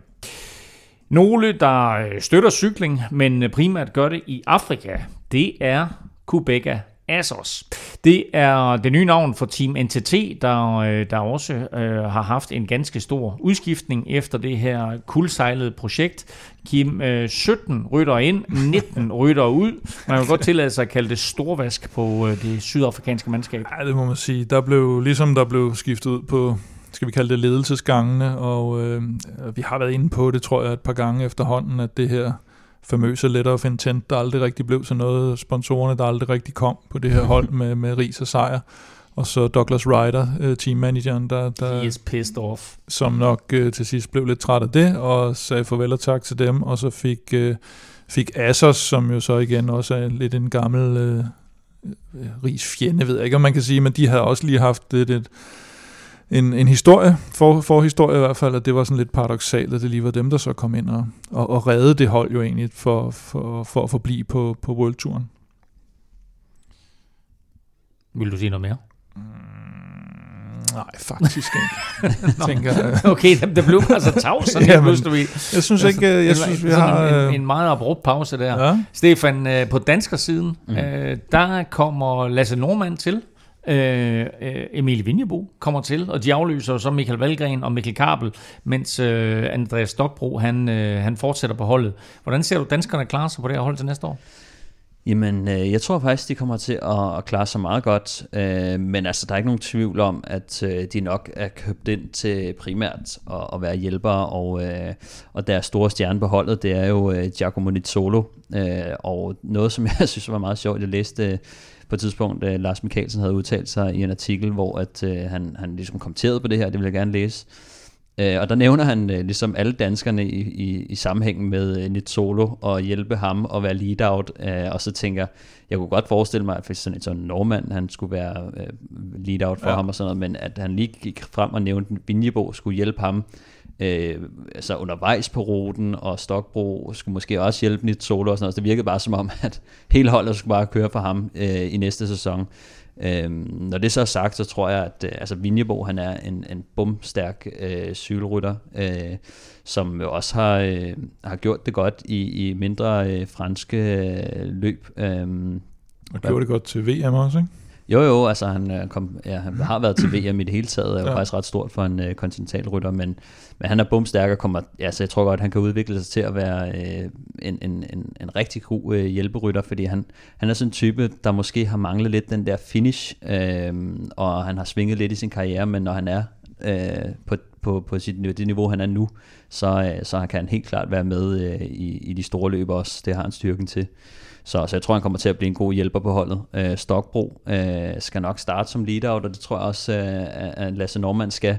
Nogle, der støtter cykling, men primært gør det i Afrika, det er Qhubeka Assos. Det er det nye navn for Team N T T, der, der også øh, har haft en ganske stor udskiftning efter det her kuldsejlede projekt. Kim, øh, sytten rytter ind, nitten rytter ud. Man kan godt tillade sig at kalde det storvask på øh, det sydafrikanske mandskab. Ja, det må man sige. Der blev, ligesom der blev skiftet ud på, skal vi kalde det ledelsesgangene, og øh, vi har været inde på det, tror jeg, et par gange efterhånden, at det her famøse Letter of Intent, der aldrig rigtig blev til noget, sponsorerne, der aldrig rigtig kom på det her hold med, med ris og sejr, og så Douglas Ryder, øh, teammanageren, der, der He is pissed off. som nok øh, til sidst blev lidt træt af det, og sagde farvel og tak til dem, og så fik, øh, fik Assos, som jo så igen også er lidt en gammel øh, ris fjende, ved jeg ikke, om man kan sige, men de havde også lige haft lidt et En, en historie, for, forhistorie i hvert fald, at det var sådan lidt paradoksalt, at det lige var dem, der så kom ind og, og, og redde det hold jo egentlig for, for, for at forblive på, på World-touren. Vil du sige noget mere? Nej, faktisk ikke. Tænker, okay, der blev altså tavs, sådan ja, jeg pludselig. Jeg synes ikke, jeg, jeg synes, vi har... En, en meget abrupt pause der. Ja. Stefan, på danskersiden, mm. øh, der kommer Lasse Nordmann til. Øh, Emilie Vinjebo kommer til, og de afløser så Michael Valgren og Mikkel Kabel, mens øh, Andreas Stokbro, han, øh, han fortsætter på holdet. Hvordan ser du danskerne klare sig på det her hold til næste år? Jamen, øh, jeg tror faktisk, de kommer til at, at klare sig meget godt, øh, men altså, der er ikke nogen tvivl om, at øh, de nok er købt ind til primært at, at være hjælpere, og, øh, og deres store stjerne på holdet, det er jo øh, Giacomo Nizzolo, øh, og noget, som jeg synes var meget sjovt, jeg læste øh, på et tidspunkt, øh, Lars Mikkelsen havde udtalt sig i en artikel, hvor at, øh, han, han ligesom kommenterede på det her, det vil jeg gerne læse. Øh, og der nævner han øh, ligesom alle danskerne i, i, i sammenhæng med øh, Nizzolo og hjælpe ham at være lead-out, øh, og så tænker jeg kunne godt forestille mig, at for sådan en sådan Nordmand, han skulle være øh, lead-out for ja. ham og sådan noget, men at han lige gik frem og nævnte, at Vinjebo skulle hjælpe ham øh, altså undervejs på ruten, og Stokbro skulle måske også hjælpe Nizzolo og sådan noget, så det virkede bare som om, at hele holdet skulle bare køre for ham øh, i næste sæson. Øhm, når det så er sagt, så tror jeg, at øh, altså Vinjebo, han er en, en bumstærk øh, cykelrytter, øh, som jo også har, øh, har gjort det godt i, i mindre øh, franske øh, løb. Øh, og gjorde det godt til V M også, ikke? Jo jo, altså han, kom, ja, han har været til V M i det hele taget, er jo ja. faktisk ret stort for en øh, kontinentalrytter, men, men han er bumstærk og kommer, altså jeg tror godt, han kan udvikle sig til at være øh, en, en, en, en rigtig god øh, hjælperytter, fordi han, han er sådan en type, der måske har manglet lidt den der finish, øh, og han har svinget lidt i sin karriere, men når han er øh, på, på, på sit, det niveau, han er nu, så, øh, så kan han helt klart være med øh, i, i de store løb også, det har han styrken til. Så, så jeg tror, han kommer til at blive en god hjælper på holdet. Øh, Stokbro øh, skal nok starte som lead-out, og det tror jeg også, øh, at Lasse Nordmann skal.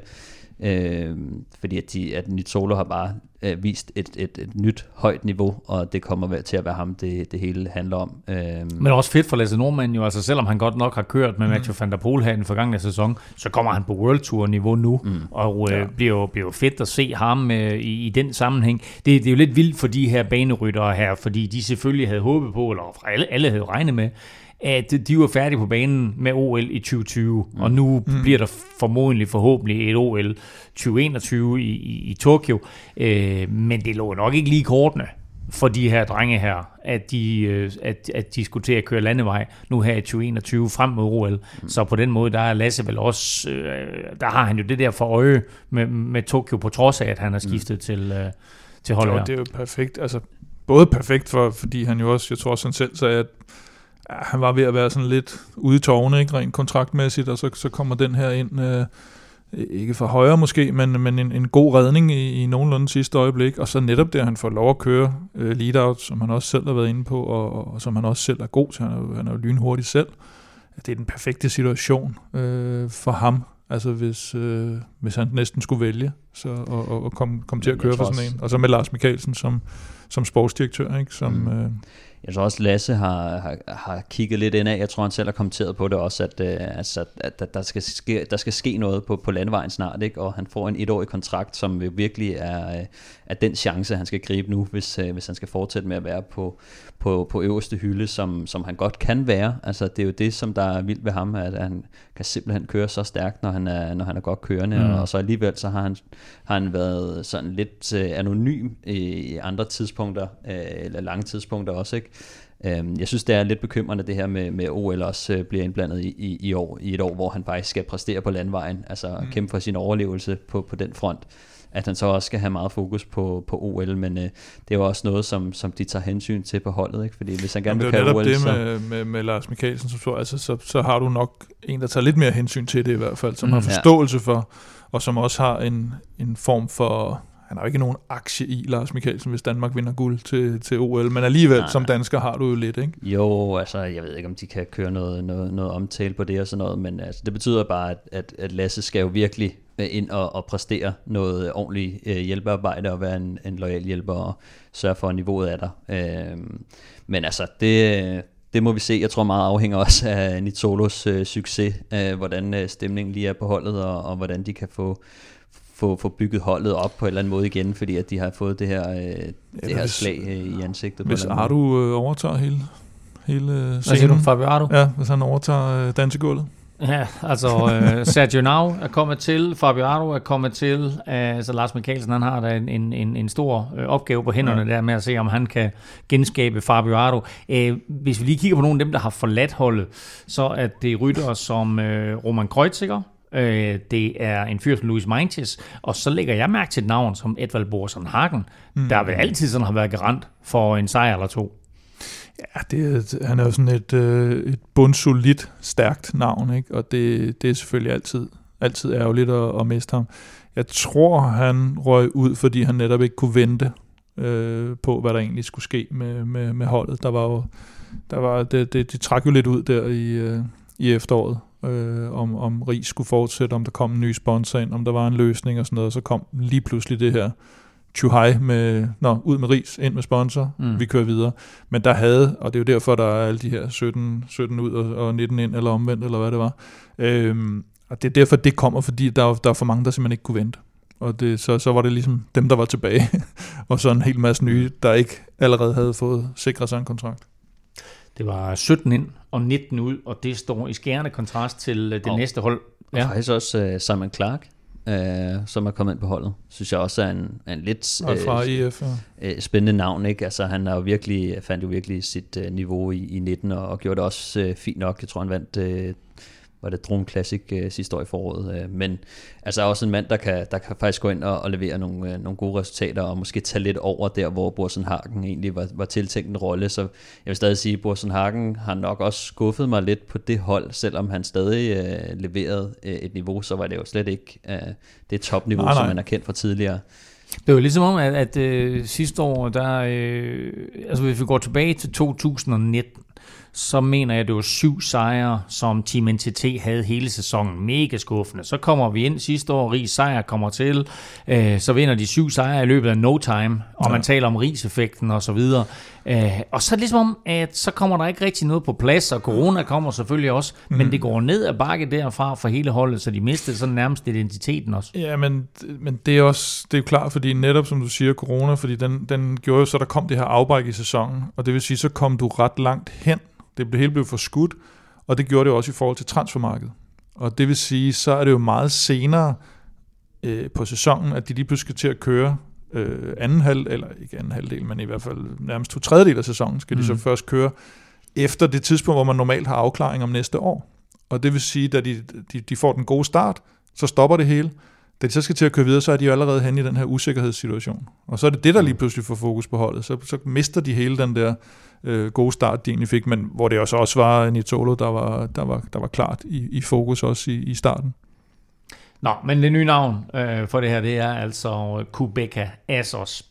Øh, fordi at, de, at Nizzolo har bare øh, vist et, et, et nyt højt niveau, og det kommer til at være ham, det, det hele handler om. Øh. Men også fedt for Lasse Nordmann jo, altså selvom han godt nok har kørt med Mathieu mm. van der Poel her i den forgangne sæson, så kommer han på World Tour niveau nu, mm. og øh, ja. bliver, jo, bliver jo fedt at se ham øh, i, i den sammenhæng. Det, det er jo lidt vildt for de her baneryttere her, fordi de selvfølgelig havde håbet på, eller alle, alle havde regnet med, at de var færdige på banen med O L i tyve tyve, mm. og nu mm. bliver der formodentlig forhåbentlig et O L tyve enogtyve i, i, i Tokyo, øh, men det lå nok ikke lige kortene for de her drenge her, at de, øh, at, at de skulle til at køre landevej nu her i tyve enogtyve frem mod O L. Mm. Så på den måde, der er Lasse vel også, øh, der har han jo det der for øje med, med Tokyo, på trods af, at han har skiftet mm. til, øh, til holdet her. Det er jo perfekt, altså både perfekt, for, fordi han jo også, jeg tror også han selv sagde, at ja, han var ved at være sådan lidt ude i tårne, ikke, rent kontraktmæssigt, og så, så kommer den her ind, øh, ikke for højre måske, men, men en, en god redning i, i nogenlunde sidste øjeblik, og så netop der, han får lov at køre øh, lead-out, som han også selv har været inde på, og, og, og som han også selv er god til, han er, han er jo lynhurtig selv. Det er den perfekte situation øh, for ham, altså hvis, øh, hvis han næsten skulle vælge, så, og, og, og komme kom til at køre for sådan en, og så med Lars Mikkelsen som, som sportsdirektør, ikke, som... Mm. Øh, Jeg tror også, Lasse har, har, har kigget lidt indad. Jeg tror, han selv har kommenteret på det også, at, øh, altså, at, at der, skal ske, der skal ske noget på, på landevejen snart, ikke? Og han får en etårig kontrakt, som virkelig er, er den chance, han skal gribe nu, hvis, øh, hvis han skal fortsætte med at være på, på, på øverste hylde, som, som han godt kan være. Altså, det er jo det, som der er vildt ved ham, at han kan simpelthen køre så stærkt, når han er, når han er godt kørende, mm. og, og så alligevel så har han, har han været sådan lidt øh, anonym i andre tidspunkter, øh, eller lange tidspunkter også, ikke? Jeg synes, det er lidt bekymrende det her med, med O L også bliver indblandet i, i, i år, i et år, hvor han faktisk skal præstere på landvejen, altså mm. kæmpe for sin overlevelse på, på den front, at han så også skal have meget fokus på, på O L, men øh, det er jo også noget, som, som de tager hensyn til på holdet, ikke? Fordi hvis han gerne vil køre O L, det er så... netop det med, med, med Lars Mikkelsen, som så, altså, så, så har du nok en, der tager lidt mere hensyn til det i hvert fald, som mm, har forståelse ja. for, og som også har en, en form for... Han har jo ikke nogen aktie i, Lars Mikkelsen, hvis Danmark vinder guld til, til O L, men alligevel, nej, som dansker, har du jo lidt, ikke? Jo, altså, jeg ved ikke, om de kan køre noget, noget, noget omtale på det og sådan noget, men altså, det betyder bare, at, at, at Lasse skal jo virkelig ind og, og præstere noget ordentligt øh, hjælpearbejde og være en, en loyal hjælper og sørge for, at niveauet er der. Øh, men altså, det... Det må vi se. Jeg tror meget afhænger også af Nizzolos øh, succes, øh, hvordan øh, stemningen lige er på holdet, og, og hvordan de kan få, få, få bygget holdet op på en eller anden måde igen, fordi at de har fået det her, øh, det ja, her hvis, slag øh, i ansigtet. Hvis Ardu øh, overtager hele, hele scenen. Hvad siger du, Fabio Ardu? Ja, hvis han overtager øh, dansegulvet. Ja, altså øh, Sergio Nau er kommet til, Fabio Aru er kommet til, øh, altså Lars Mikkelsen, han har da en, en, en, en stor øh, opgave på hænderne ja. der med at se, om han kan genskabe Fabio Aru. Øh, hvis vi lige kigger på nogle af dem, der har forladt holdet, så er det ryttere som øh, Roman Kreuziger, øh, det er en fyr som Luis Meintjes, og så lægger jeg mærke til et navn som Edvald Boasson Hagen, mm. der vel altid sådan har været garant for en sejr eller to. Ja, det er, han er jo sådan et, øh, et bundsolidt, stærkt navn, ikke? Og det, det er selvfølgelig altid, altid ærgerligt at, at miste ham. Jeg tror, han røg ud, fordi han netop ikke kunne vente øh, på, hvad der egentlig skulle ske med, med, med holdet. Der var jo, der var, det, det, de trak jo lidt ud der i, øh, i efteråret, øh, om, om Riis skulle fortsætte, om der kom en ny sponsor ind, om der var en løsning og sådan noget, og så kom lige pludselig det her Chuhai med, nå, ud med Riis, ind med sponsor, mm. vi kører videre. Men der havde, og det er jo derfor, der er alle de her sytten, sytten ud og, og nitten ind, eller omvendt, eller hvad det var. Øhm, og det er derfor, det kommer, fordi der, der er for mange, der simpelthen ikke kunne vente. Og det, så, så var det ligesom dem, der var tilbage, og så en hel masse nye, der ikke allerede havde fået sikret sig en kontrakt. Det var sytten ind og nitten ud, og det står i skærende kontrast til det og, næste hold. Ja. Og faktisk også uh, Simon Clark, Uh, som er kommet ind på holdet, synes jeg også er en, en lidt uh, fra E F, ja. uh, spændende navn, ikke? Altså han er jo virkelig, fandt jo virkelig sit uh, niveau i, i nitten og, og gjorde det også uh, fint nok. Jeg tror han vandt uh, var det Drone Classic uh, sidste år i foråret, uh, men altså også en mand, der kan, der kan faktisk gå ind og, og levere nogle, uh, nogle gode resultater og måske tage lidt over der, hvor Boasson Hagen egentlig var, var tiltænkt en rolle. Så jeg vil stadig sige, at Boasson Hagen har nok også skuffet mig lidt på det hold, selvom han stadig uh, leverede uh, et niveau, så var det jo slet ikke uh, det topniveau, nej, nej. som man har kendt fra tidligere. Det er jo ligesom om, at, at øh, sidste år, der, øh, altså hvis vi går tilbage til to tusind nitten, så mener jeg, at det var syv sejre, som Team N T T havde hele sæsonen. Mega skuffende. Så kommer vi ind sidste år, Riis sejr kommer til, øh, så vinder de syv sejre i løbet af no time, og ja. man taler om Riis-effekten og så videre. Øh, og så er det ligesom om, at så kommer der ikke rigtig noget på plads, og corona kommer selvfølgelig også, mm. men det går ned ad bakke derfra for hele holdet, så de mistede sådan nærmest identiteten også. Ja, men, men det er også, det er jo klart, fordi netop som du siger, corona, fordi den, den gjorde jo så, der kom det her afbræk i sæsonen, og det vil sige, så kom du ret langt hen. Det blev hele blev forskudt, og det gjorde det også i forhold til transfermarkedet. Og det vil sige, så er det jo meget senere øh, på sæsonen, at de lige pludselig skal til at køre øh, anden halv, eller ikke anden halvdel, men i hvert fald nærmest to tredjedel af sæsonen, skal mm. de så først køre efter det tidspunkt, hvor man normalt har afklaring om næste år. Og det vil sige, at de, de, de får den gode start, så stopper det hele. Da de så skal til at køre videre, så er de jo allerede hen i den her usikkerhedssituation. Og så er det det, der lige pludselig får fokus på holdet. Så, så mister de hele den der øh, gode start, de egentlig fik, men hvor det også, også var Nittolo, der var, der var, der var klart i, i fokus også i, i starten. Nå, men det nye navn øh, for det her, det er altså Qhubeka Assos.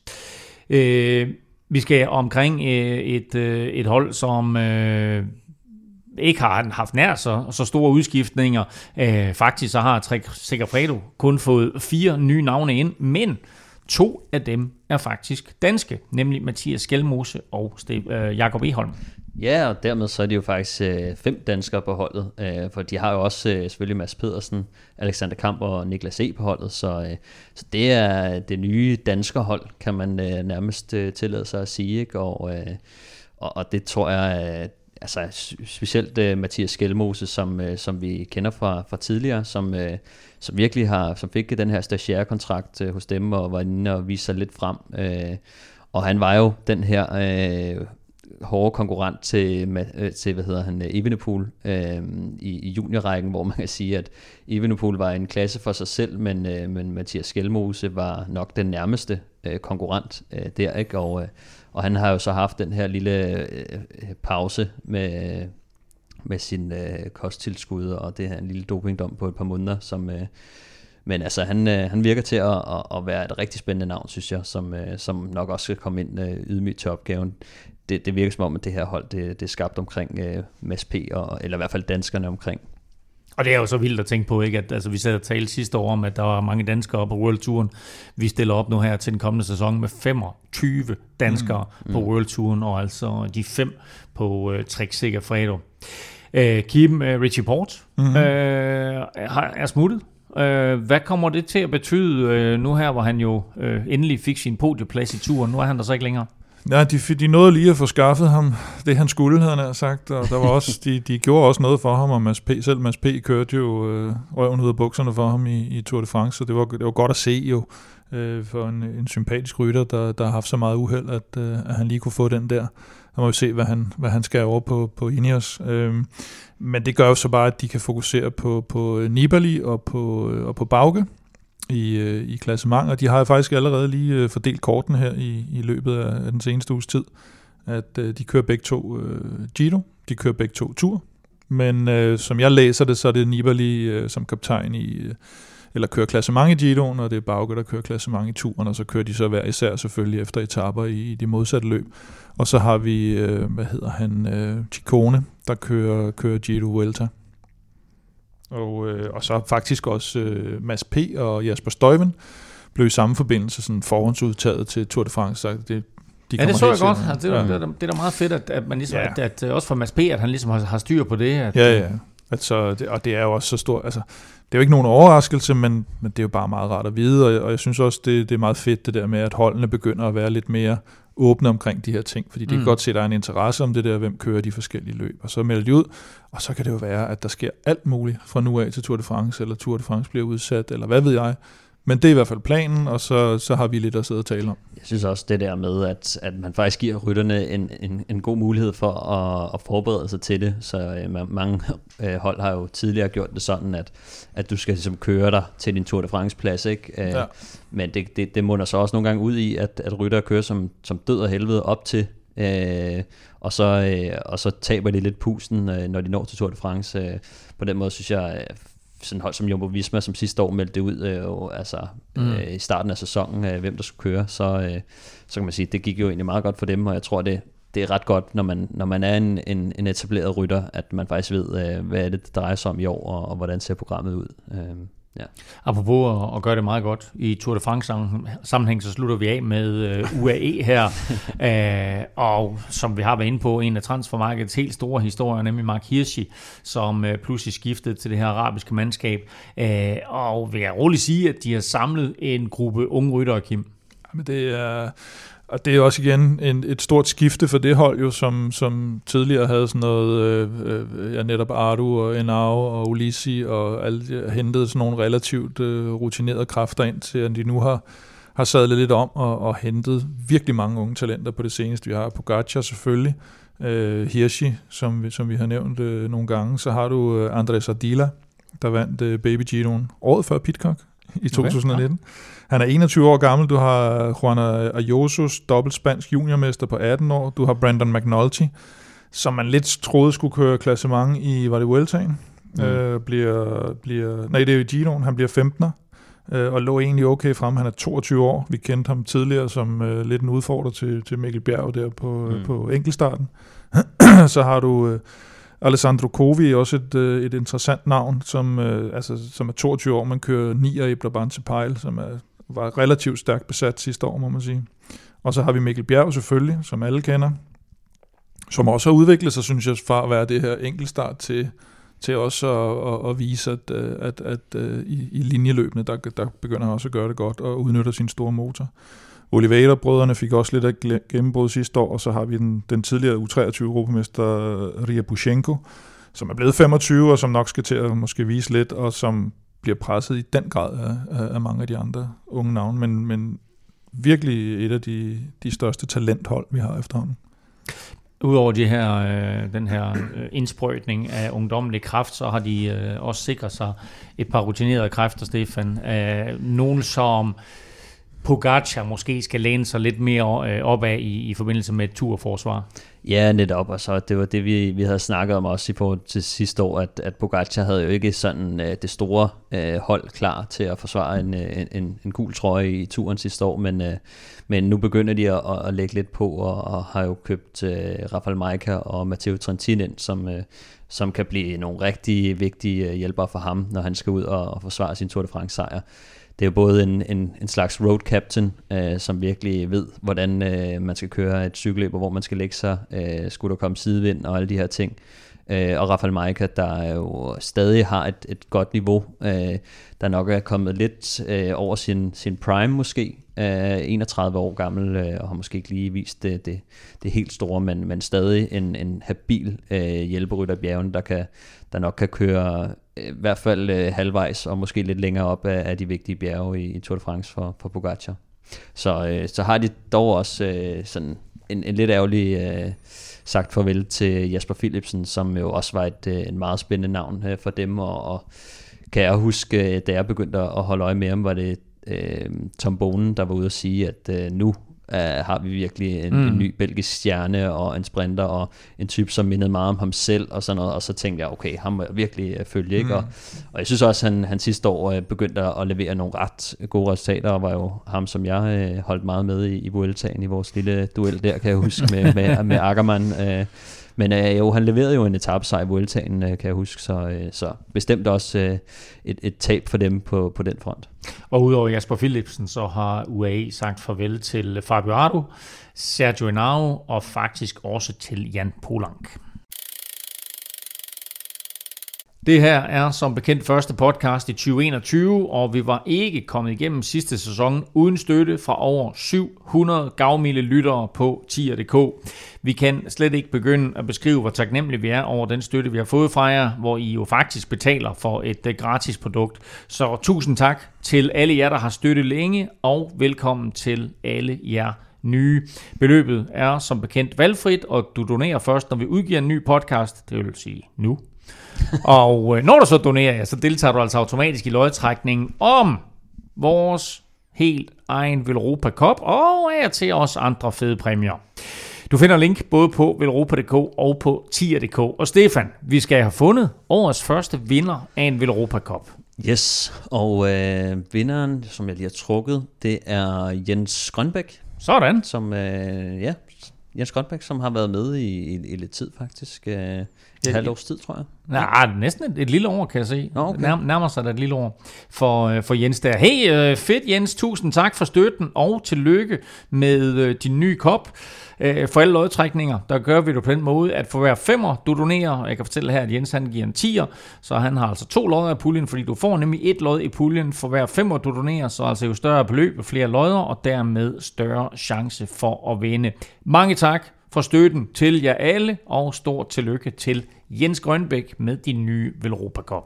Øh, vi skal omkring øh, et, øh, et hold, som øh, ikke har haft nær så, så store udskiftninger. Øh, faktisk så har Trek Segafredo kun fået fire nye navne ind, men to af dem er faktisk danske, nemlig Mathias Skelmose og Ste- øh, Jakob Egholm. Ja, og dermed så er de jo faktisk øh, fem danskere på holdet, øh, for de har jo også øh, selvfølgelig Mads Pedersen, Alexander Kamp og Niklas E. på holdet, så, øh, så det er det nye danskerhold, kan man øh, nærmest øh, tillade sig at sige, ikke? Og, øh, og, og det tror jeg, øh, altså specielt øh, Mathias Skelmose, som, øh, som vi kender fra, fra tidligere, som, øh, som virkelig har, som fik den her stagiaire-kontrakt øh, hos dem, og var inde og viste sig lidt frem, øh, og han var jo den her øh, hårde konkurrent til, til hvad hedder han, Evenepoel øh, i, i juniorrækken, hvor man kan sige, at Evenepoel var en klasse for sig selv, men, øh, men Mathias Skelmose var nok den nærmeste øh, konkurrent øh, der, ikke? Og, øh, og han har jo så haft den her lille øh, pause med, med sin øh, kosttilskud, og det her en lille dopingdom på et par måneder, som... Øh, Men altså, han, øh, han virker til at, at, at være et rigtig spændende navn, synes jeg, som, øh, som nok også skal komme ind øh, ydmygt til opgaven. Det, det virker som om, at det her hold, det, det er skabt omkring øh, Mads P., og, eller i hvert fald danskerne omkring. Og det er jo så vildt at tænke på, ikke? At altså, vi sad og talte sidste år om, at der var mange danskere på World Touren. Vi stiller op nu her til den kommende sæson med femogtyve danskere mm. på World Touren, og altså de fem på øh, Trek Segafredo. Øh, Kim øh, Richie Port mm-hmm. øh, er smuttet. Hvad kommer det til at betyde nu her, hvor han jo endelig fik sin podieplads i turen? Nu er han der så ikke længere. Ja, de, de nåede lige at få skaffet ham det, han skulle, havde han sagt, og der var også, de, de gjorde også noget for ham, og Mads P., selv Mads P. kørte jo øh, røven ud af bukserne for ham i, i Tour de France, så det var, det var godt at se jo, øh, for en, en sympatisk rytter, der, der har haft så meget uheld, at, øh, at han lige kunne få den der. Der må vi se, hvad han, hvad han skal over på, på Ineos. Øh, men det gør jo så bare, at de kan fokusere på, på Nibali og på, og på Bauke i, i klassement, og de har faktisk allerede lige fordelt korten her i, i løbet af, af den seneste uges tid, at uh, de kører begge to uh, Giro, de kører begge to Tour, men uh, som jeg læser det, så er det Nibali uh, som kaptajn i, uh, eller kører klassement i Giroen, og det er Bauke, der kører klassement i Touren, og så kører de så hver især selvfølgelig efter etaper i, i de modsatte løb. Og så har vi, uh, hvad hedder han, uh, Ciccone, der kører, kører Giro Vuelta. Og, øh, og så faktisk også øh, Mads P. og Jasper Stuyven blev i samme forbindelse sådan forhåndsudtaget til Tour de France. Så det, de ja, det så jeg godt. Til, altså, det, er, ja. det, er, det er da meget fedt, at, at man ligesom, ja. at, at, også for Mads P., at han ligesom har, har styr på det. At, ja, ja. Altså, det, og det er jo også så stort. Altså, det er jo ikke nogen overraskelse, men, men det er jo bare meget rart at vide. Og, og jeg synes også, det, det er meget fedt det der med, at holdene begynder at være lidt mere åbne omkring de her ting, fordi de mm. kan godt se, at der er en interesse om det der, hvem kører de forskellige løb, og så melder de ud, og så kan det jo være, at der sker alt muligt fra nu af til Tour de France, eller Tour de France bliver udsat, eller hvad ved jeg. Men det er i hvert fald planen, og så, så har vi lidt at sidde og tale om. Jeg synes også det der med, at, at man faktisk giver rytterne en, en, en god mulighed for at, at forberede sig til det. Så øh, mange øh, hold har jo tidligere gjort det sådan, at, at du skal ligesom køre dig til din Tour de France-plads, ikke? Øh, ja. Men det, det, det munder så også nogle gange ud i, at, at ryttere kører som, som død og helvede op til, øh, og, så, øh, og så taber de lidt pusten, øh, når de når til Tour de France. Øh, på den måde synes jeg... Øh, sådan hold som Jumbo Visma, som sidste år meldte det ud øh, og, altså, mm. øh, i starten af sæsonen, øh, hvem der skulle køre, så, øh, så kan man sige, det gik jo egentlig meget godt for dem, og jeg tror, det, det er ret godt, når man, når man er en, en, en etableret rytter, at man faktisk ved, øh, hvad er det, det drejer sig om i år, og, og hvordan ser programmet ud. Øh, ja. Apropos at, at gøre det meget godt i Tour de France sammenhæng, så slutter vi af med uh, U A E her, uh, og som vi har været inde på, en af transfermarkedets helt store historier, nemlig Mark Hirschi, som uh, pludselig skiftede til det her arabiske mandskab, uh, og vil jeg roligt sige, at de har samlet en gruppe unge ryttere, Kim. Men det er... Og det er også igen en, et stort skifte for det hold, jo, som, som tidligere havde sådan noget, øh, øh, ja, netop Ardu og Henao og Ulissi og alle hentede sådan nogle relativt øh, rutinerede kræfter ind til, at de nu har, har sadlet lidt om og, og hentet virkelig mange unge talenter på det seneste. Vi har Pogacar selvfølgelig, øh, Hirschi, som vi, som vi har nævnt øh, nogle gange. Så har du øh, Andres Ardila, der vandt øh, Baby Giroen året før Pidcock i to tusind nitten. Okay, ja. Han er enogtyve år gammel. Du har Juan Ayosos, dobbelt spansk juniormester på atten år. Du har Brandon McNulty, som man lidt troede skulle køre klassement i, var det Vueltaen? Mm. Øh, bliver, bliver, nej, det er jo Giroen. Han bliver femtener øh, og lå egentlig okay frem. Han er toogtyve år. Vi kendte ham tidligere som øh, lidt en udfordrer til, til Mikkel Bjerg der på, mm. på enkeltstarten. Så har du... Øh, Alessandro Covi er også et, et interessant navn, som, øh, altså, som er toogtyve år, man kører nier i Brabantse Pejl, som er, var relativt stærkt besat sidste år, må man sige. Og så har vi Mikkel Bjerg selvfølgelig, som alle kender, som også har udviklet sig, synes jeg, fra at være det her enkeltstart til, til også at, at, at vise, at, at, at, at i, i linjeløbene, der, der begynder han også at gøre det godt og udnytter sin store motor. Oliveira-brødrene fik også lidt af gennembrud sidste år, og så har vi den, den tidligere U treogtyve-europamester Ria Pushenko, som er blevet femogtyve, og som nok skal til at måske vise lidt, og som bliver presset i den grad af, af mange af de andre unge navne, men, men virkelig et af de, de største talenthold, vi har efterhånden. Udover de her, øh, den her øh, indsprøjtning af ungdommelig kraft, så har de øh, også sikret sig et par rutinerede kræfter, Stefan. Øh, nogle som Pogacar måske skal læne sig lidt mere øh, opad i, i forbindelse med et turforsvar. Ja, netop, og så det var det, vi, vi havde snakket om også i forhold til sidste år, at, at Pogacar havde jo ikke sådan øh, det store øh, hold klar til at forsvare en, en, en, en gul trøje i turen sidste år, men, øh, men nu begynder de at, at lægge lidt på, og, og har jo købt øh, Rafael Majka og Matteo Trentin ind, som, øh, som kan blive nogle rigtig vigtige hjælpere for ham, når han skal ud og, og forsvare sin Tour de France sejr. Det er jo både en, en, en slags road captain, øh, som virkelig ved, hvordan øh, man skal køre et cykelløb, og hvor man skal lægge sig, øh, skulle der komme sidevind og alle de her ting. Øh, og Rafael Majka, der jo stadig har et, et godt niveau, øh, der nok er kommet lidt øh, over sin, sin prime måske, øh, enogtredive år gammel, øh, og har måske ikke lige vist det, det, det helt store, men, men stadig en, en habil øh, hjælperytter i bjergene, der, kan, der nok kan køre øh, i hvert fald øh, halvvejs, og måske lidt længere op af, af de vigtige bjerge i, i Tour de France for, for Pogacar. Så, øh, så har de dog også øh, sådan en, en lidt ærgerlig øh, sagt farvel til Jasper Philipsen, som jo også var et, øh, en meget spændende navn øh, for dem, og, og kan jeg huske, da jeg begyndte at holde øje med ham, var det øh, Tom Bonen, der var ude at sige, at øh, nu øh, har vi virkelig en, mm. en ny belgisk stjerne, og en sprinter, og en type, som mindede meget om ham selv, og sådan noget, og så tænkte jeg, okay, ham må jeg virkelig øh, følge, ikke? Mm. Og, og jeg synes også, at han, han sidste år øh, begyndte at levere nogle ret gode resultater, og var jo ham, som jeg øh, holdt meget med i, i Vueltaen, i vores lille duel der, kan jeg huske, med, med, med Ackermann. Øh, Men øh, jo, han leverede jo en etapesejr i Vueltaen, øh, kan jeg huske, så, øh, så bestemt også øh, et, et tab for dem på, på den front. Og udover Jasper Philipsen, så har U A E sagt farvel til Fabio Aru, Sergio Henao og faktisk også til Jan Polanc. Det her er som bekendt første podcast i tyve enogtyve, og vi var ikke kommet igennem sidste sæson uden støtte fra over syv hundrede gavmilde lyttere på tier punktum d k. Vi kan slet ikke begynde at beskrive, hvor taknemmelige vi er over den støtte, vi har fået fra jer, hvor I jo faktisk betaler for et gratis produkt. Så tusind tak til alle jer, der har støttet længe, og velkommen til alle jer nye. Beløbet er som bekendt valgfrit, og du donerer først, når vi udgiver en ny podcast, det vil sige nu. Og når du så donerer, ja, så deltager du altså automatisk i lodtrækningen om vores helt egen Velropa Cup, og af til også andre fede præmier. Du finder link både på velropa punktum d k og på tier punktum d k. Og Stefan, vi skal have fundet årets første vinder af en Velropa Cup. Yes, og øh, vinderen, som jeg lige har trukket, det er Jens Grønbæk. Sådan. Som, øh, ja, Jens Grønbæk, som har været med i, i, i lidt tid faktisk. Øh, et halvt års tid, tror jeg. Nej, næsten et, et lille år, kan jeg se. Okay. Nærm, nærmer sig da et lille år for, for Jens der. Hey, fedt Jens, tusind tak for støtten, og tillykke med din nye kop. For alle lodtrækninger, der gør vi det på den måde, at for hver femmer, du donerer, jeg kan fortælle her, at Jens han giver en tier, så han har altså to lodder i puljen, fordi du får nemlig et lod i puljen for hver femmer, du donerer, så altså jo større beløb og flere lodder, og dermed større chance for at vinde. Mange tak for støtten til jer alle, og stort tillykke til Jens Grønbæk med din nye Velropa Cup.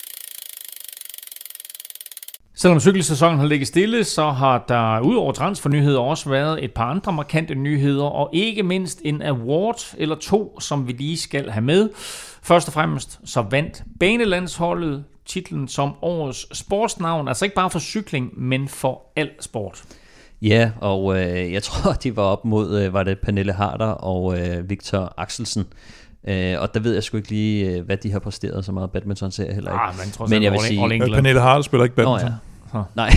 Selvom cykelsæsonen har ligget stille, så har der udover transfernyheder også været et par andre markante nyheder, og ikke mindst en award eller to, som vi lige skal have med. Først og fremmest så vandt banelandsholdet titlen som årets sportsnavn, altså ikke bare for cykling, men for al sport. Ja, og øh, jeg tror, de var op mod, øh, var det Pernille Harder og øh, Victor Axelsen. Øh, og der ved jeg sgu ikke lige, øh, hvad de har præsteret, så meget badminton ser jeg heller ikke. Ah, men, trods men jeg vil sige... Pernille Harder spiller ikke badminton. Oh, ja. Nej.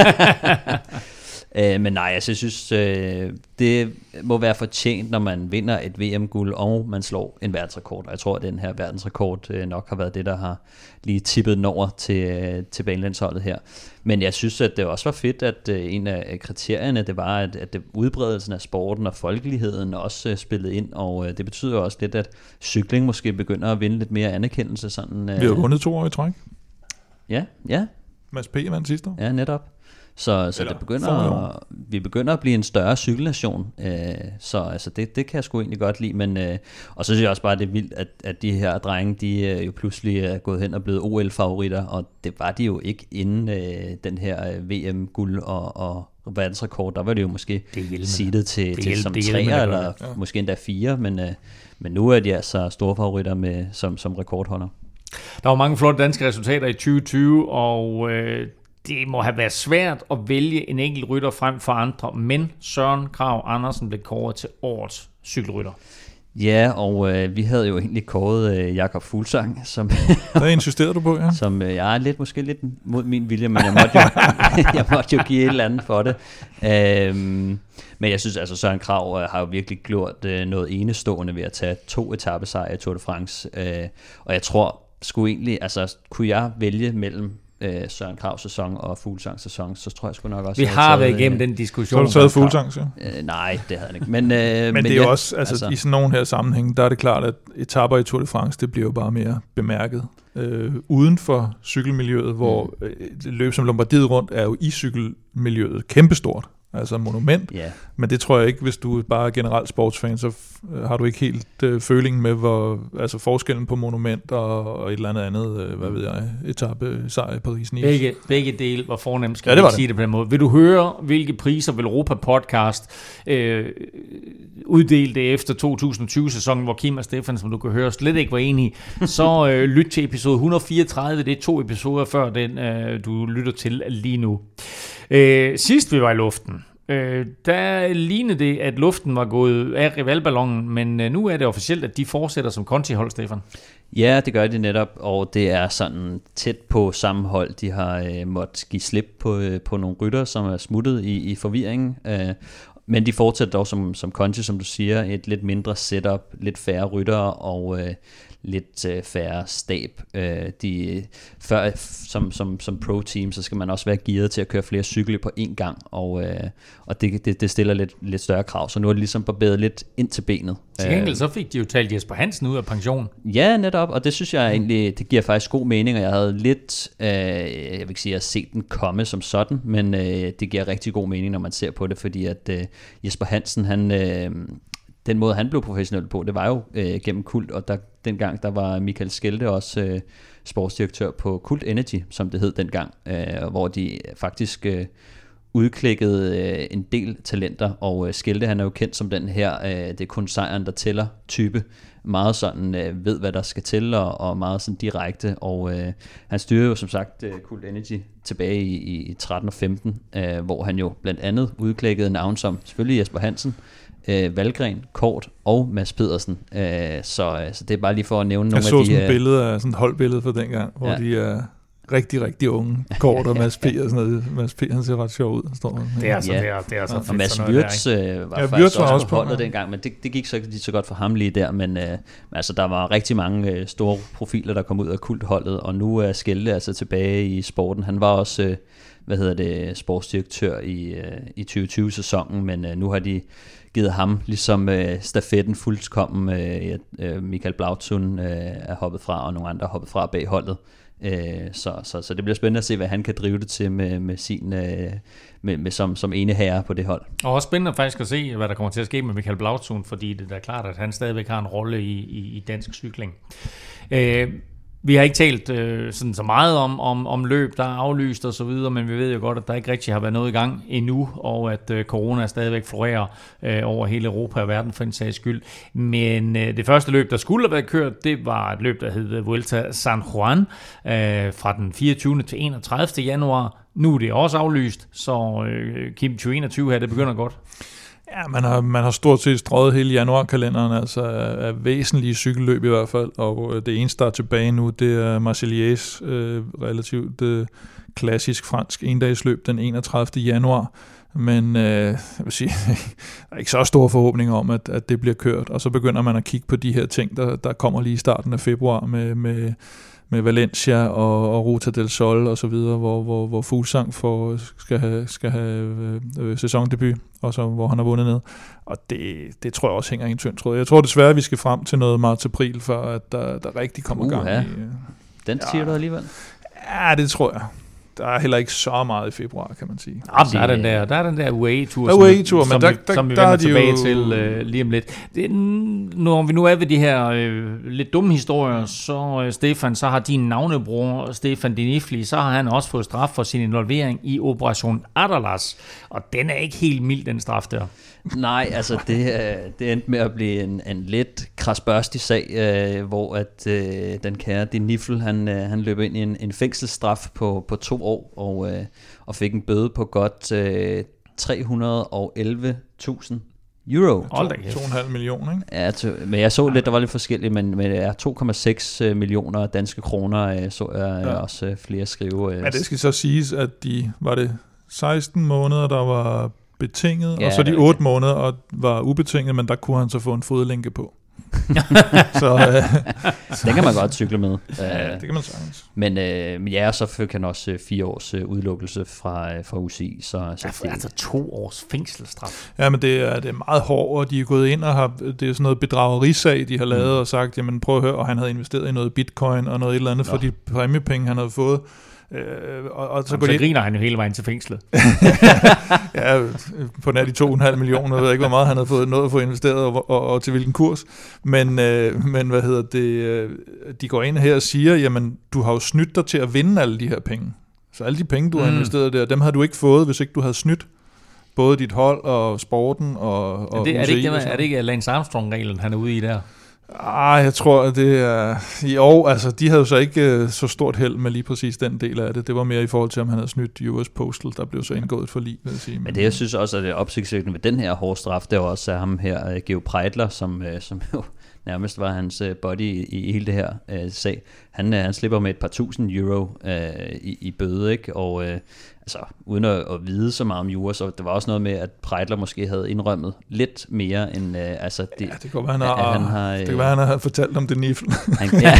øh, men nej, altså, jeg synes, øh, det må være fortjent, når man vinder et V M-guld, og man slår en verdensrekord. Og jeg tror, at den her verdensrekord øh, nok har været det, der har lige tippet den over til, øh, til banelandsholdet her. Men jeg synes, at det også var fedt, at øh, en af kriterierne, det var, at, at det, udbredelsen af sporten og folkeligheden også øh, spillede ind, og øh, det betyder også lidt, at cykling måske begynder at vinde lidt mere anerkendelse. Sådan, øh, Vi har vundet to år i træk. Ja, ja. Mads P. vandt sidste år. Ja, netop. Så, så det begynder at, vi begynder at blive en større cykelnation, øh, så altså det, det kan jeg sgu egentlig godt lide, men øh, og så synes jeg også bare, det er vildt, at, at de her drenge, de øh, jo pludselig er gået hen og blevet O L-favoritter, og det var de jo ikke inden øh, den her øh, V M-guld og, og verdensrekord. Der var det jo måske seedet til, til hjælp, som træer, eller ja. måske endda fire, men, øh, men nu er de altså store favoritter med, som, som rekordholder. Der var mange flotte danske resultater i tyve tyve, og øh, det må have været svært at vælge en enkelt rytter frem for andre, men Søren Kragh Andersen blev kåret til årets cykelrytter. Ja, og øh, vi havde jo egentlig kåret øh, Jakob Fuglsang, som der insisterede du på, ja. Som øh, jeg er lidt måske lidt mod min vilje, men jeg måtte jo, jeg måtte jo give et eller andet for det. Øhm, men jeg synes altså Søren Kragh øh, har jo virkelig gjort øh, noget enestående ved at tage to etapesejre i Tour de France, øh, og jeg tror skulle egentlig, altså kunne jeg vælge mellem øh, Søren Kraghs sæson og Fuglsangs sæson, så tror jeg sgu nok også... Vi har taget, været igennem øh, den diskussion. Så har du taget Fuglsangs, ja? Øh, nej, det havde jeg ikke. Men, øh, men, men det er jo ja, også, altså, altså i sådan nogle her sammenhæng, der er det klart, at etaper i Tour de France, det bliver jo bare mere bemærket. øh, uden for cykelmiljøet, hvor øh, løb som Lombardiet rundt er jo i cykelmiljøet kæmpestort. Altså monument, yeah. men det tror jeg ikke, hvis du bare er generelt sportsfan, så f- har du ikke helt øh, følingen med, hvor, altså forskellen på monument og, og et eller andet andet, øh, hvad ved jeg, etape, sejr på Paris-Nice. Begge, begge dele var fornemt, skal ja, jeg det sige det på den måde. Vil du høre, hvilke priser vil Europa Podcast øh, uddele det efter to tusind og tyve-sæsonen, hvor Kim og Stefan, som du kan høre, slet ikke var enige, så øh, lyt til episode et hundrede og fireogtredive, det er to episoder før den, øh, du lytter til lige nu. Øh, sidst vi var i luften, øh, der lignede det, at luften var gået af rivalballonen, men øh, nu er det officielt, at de fortsætter som Conti-hold, Stefan. Ja, det gør de netop, og det er sådan tæt på samme hold. De har øh, måttet give slip på, øh, på nogle rytter, som er smuttet i, i forvirringen. Øh, men de fortsætter dog som, som Conti, som du siger, et lidt mindre setup, lidt færre ryttere og øh, lidt øh, færre stab. Øh, de, før, som, som, som pro-team, så skal man også være gearet til at køre flere cykler på én gang, og, øh, og det, det, det stiller lidt, lidt større krav, så nu er det ligesom barberet lidt ind til benet. Til gengæld så fik de jo talt Jesper Hansen ud af pension. Ja, netop, og det synes jeg egentlig, det giver faktisk god mening, og jeg havde lidt, øh, jeg vil ikke sige, at jeg set den komme som sådan, men øh, det giver rigtig god mening, når man ser på det, fordi at øh, Jesper Hansen, han... Øh, den måde, han blev professionel på, det var jo øh, gennem Kult, og der, dengang der var Michael Skelte også øh, sportsdirektør på Kult Energy, som det hed dengang, øh, hvor de faktisk øh, udklikkede øh, en del talenter, og øh, Skelte, han er jo kendt som den her, øh, det er kun sejren, der tæller type, meget sådan øh, ved, hvad der skal til, og, og meget sådan direkte, og øh, han styrede jo som sagt øh, Kult Energy tilbage i, i tretten og femten, øh, hvor han jo blandt andet udklikkede navn som selvfølgelig Jesper Hansen, Øh, Valgren, Kort og Mads Pedersen. Øh, så, så det er bare lige for at nævne nogle af de... Jeg så sådan et billede af sådan et holdbillede fra dengang, hvor ja. de er rigtig, rigtig unge. Kort og Mads P. og sådan noget. Mads P. han ser ret sjov ud. Står det er altså, ja. det er, det er altså ja. fedt. Og Mads Wirtz øh, var ja, faktisk var også også på holdet dengang, men det, det gik så ikke så godt for ham lige der, men øh, altså, der var rigtig mange øh, store profiler, der kom ud af kultholdet, og nu er Skelte altså tilbage i sporten. Han var også... Øh, hvad hedder det, sportsdirektør i, øh, i tyve tyve-sæsonen, men øh, nu har de givet ham ligesom øh, stafetten fuldkommen. Øh, øh, Michael Blautun øh, er hoppet fra, og nogle andre er hoppet fra bag holdet. Øh, så, så, så det bliver spændende at se, hvad han kan drive det til med, med sin, øh, med, med som, som ene herre på det hold. Og også spændende faktisk at se, hvad der kommer til at ske med Michael Blautun, fordi det er klart, at han stadigvæk har en rolle i, i, i dansk cykling. Øh, Vi har ikke talt øh, sådan så meget om, om, om løb, der er aflyst og så videre, men vi ved jo godt, at der ikke rigtig har været noget i gang endnu, og at øh, corona stadigvæk florerer øh, over hele Europa og verden for en sags skyld. Men øh, det første løb, der skulle have været kørt, det var et løb, der hed Vuelta San Juan øh, fra den fireogtyvende til enogtredivte januar. Nu er det også aflyst, så øh, Kim tyve enogtyve her, det begynder godt. Ja, man har, man har stort set strøget hele januarkalenderen, altså af væsentlige cykelløb i hvert fald, og det eneste, der er tilbage nu, det er Marseillais, øh, relativt øh, klassisk fransk endagsløb den enogtredivte januar, men øh, jeg vil sige, der er ikke så store forhåbninger om, at, at det bliver kørt, og så begynder man at kigge på de her ting, der, der kommer lige i starten af februar med... med med Valencia og, og Ruta del Sol og så videre, hvor, hvor, hvor Fuglsang får, skal have, skal have øh, sæsondebut, og så hvor han har vundet ned. Og det, det tror jeg også hænger i en tynd tråd. Jeg tror desværre, at vi skal frem til noget marts-april, før at der, der rigtig kommer uh, gang ja. i... Den siger ja. du alligevel? Ja, det tror jeg. Der er heller ikke så meget i februar, kan man sige. Ja, der er den der, der er den der U A E-tur, som, U A E-tur, som, men der, der, som vi der, vender der tilbage jo... til øh, lige om lidt. Det, når vi nu er ved de her øh, lidt dumme historier, så øh, Stefan, så har din navnebror, Stefan Dinifli, så har han også fået straf for sin involvering i Operation Adalas, og den er ikke helt mild, den straf der. Nej, altså det, det endte med at blive en, en lidt krasbørstig sag, øh, hvor at øh, den kære Dinifl, han, øh, han løb ind i en, en fængselsstraf på, på to år, og, øh, og fik en bøde på godt øh, tre hundrede og elleve tusind euro. to komma fem millioner, ikke? Ja, to, men jeg så lidt, der var lidt forskelligt, men, men ja, to komma seks millioner danske kroner, så jeg ja. også flere skrive. Men det skal så siges, at de, var det seksten måneder, der var betinget, ja, og så de otte måneder og var ubetinget, men der kunne han så få en fodlænke på. så, øh, den kan man godt cykle med. Ja, det kan man sagtens. Men, øh, men ja, så fik han også øh, fire års øh, udelukkelse fra, øh, fra U C I. Så, så det, altså to års fængselsstraf. Ja, men det er, det er meget hårdt, og de er gået ind og har, det er sådan noget bedragerisag, de har lavet mm. og sagt, jamen prøv at høre, og han havde investeret i noget bitcoin og noget et eller andet Nå. for de præmiepenge, han havde fået. Øh, og, og så, Jamen, så de... griner han jo hele vejen til fængslet. Ja, på nær de to komma fem millioner, jeg ved ikke, hvor meget han havde fået noget at få investeret, og, og, og til hvilken kurs. Men, øh, men hvad hedder det, øh, de går ind her og siger, jamen, du har jo snydt dig til at vinde alle de her penge. Så alle de penge, du mm. har investeret der, dem har du ikke fået, hvis ikke du havde snydt både dit hold og sporten og, og er det, er det ikke, er det ikke Lance Armstrong-reglen, han er ude i der? Ah, jeg tror, at det er... I år, altså, de havde jo så ikke uh, så stort held med lige præcis den del af det. Det var mere i forhold til, om han havde snydt U S Postal. Der blev så indgået et forlig, vil jeg sige. Men det, jeg synes også, at det er opsigtsvækkende ved den her hårde straf, det er også af ham her, uh, Geo Preitler, som, uh, som jo nærmest var hans uh, body i, i hele det her uh, sag. Han, uh, han slipper med et par tusind euro uh, i, i bøde, ikke? Og uh, altså, uden at, at vide så meget om jura, så det var også noget med, at Preitler måske havde indrømmet lidt mere end... Uh, altså det, ja, det kan være, han har, han har, det kan være, han har fortalt om det nifl. ja,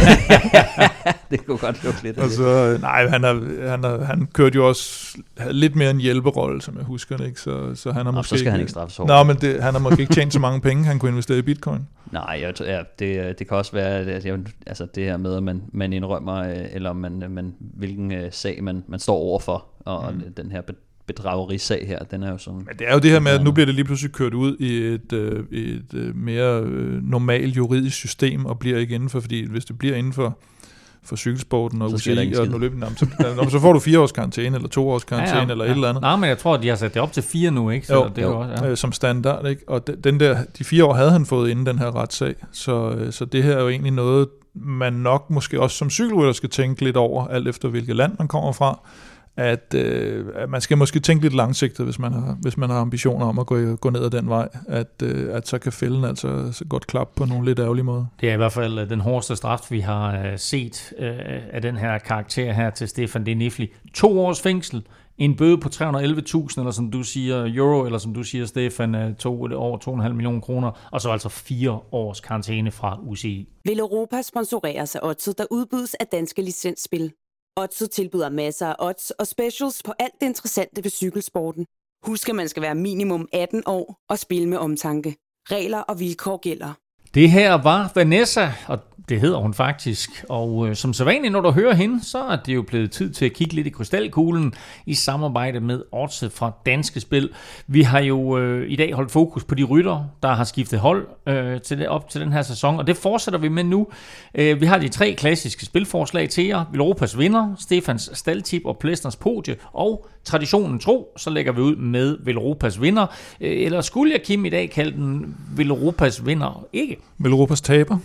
det kunne godt lukke lidt af det. Så, nej, han, har, han, har, han kørte jo også lidt mere en hjælperolle, som jeg husker det, ikke? Så, så han har Nå, måske... så skal ikke, han ikke straffes hårdt. Nå, men det, han har måske ikke tjent så mange penge, han kunne investere i bitcoin. Nej, jeg, ja, det, det kan også være, at jeg, altså det her med, at man, man indrømmer, eller man, man, hvilken uh, sag man, man står overfor, og mm. den her bedragerisag her, den er jo sådan... Men det er jo det her med, at nu bliver det lige pludselig kørt ud i et, øh, et øh, mere øh, normalt juridisk system, og bliver ikke indenfor, fordi hvis det bliver indenfor for cykelsporten og U C I og nu løbende, så, så får du fire års karantæne, eller to års karantæne, ja, ja, eller et ja. eller andet. Nej, men jeg tror, at de har sat det op til fire nu, ikke? Så jo, det er jo også, ja. Som standard, ikke? Og den der, de fire år havde han fået inden den her retssag, så, så det her er jo egentlig noget, man nok måske også som cykelrytter skal tænke lidt over, alt efter hvilket land man kommer fra, at, øh, at man skal måske tænke lidt langsigtet, hvis man har, hvis man har ambitioner om at gå, gå ned ad den vej, at, øh, at så kan fælden altså så godt klappe på nogle lidt ærgerlige måder. Det er i hvert fald den hårdeste straf, vi har øh, set øh, af den her karakter her til Stefan De Nifli. To års fængsel, en bøde på tre hundrede og elleve tusind, eller som du siger, euro, eller som du siger, Stefan, to, over to komma fem millioner kroner, og så altså fire års karantæne fra U C I. Vil Europa sponsoreres af Odset, der udbydes af danske licensspil? Odset tilbyder masser af odds og specials på alt det interessante ved cykelsporten. Husk, at man skal være minimum atten år og spille med omtanke. Regler og vilkår gælder. Det her var Vanessa, og det hedder hun faktisk. Og øh, som sædvanligt, når du hører hende, så er det jo blevet tid til at kigge lidt i krystalkuglen i samarbejde med Odset fra Danske Spil. Vi har jo øh, i dag holdt fokus på de ryttere, der har skiftet hold øh, til det, op til den her sæson, og det fortsætter vi med nu. Øh, vi har de tre klassiske spilforslag til jer. Velropas vinder, Stefans staldtip og Plesners podie, og traditionen tro, så lægger vi ud med Velropas vinder. Øh, eller skulle jeg, Kim, i dag kalde den Velropas vinder ikke? Velropas taber.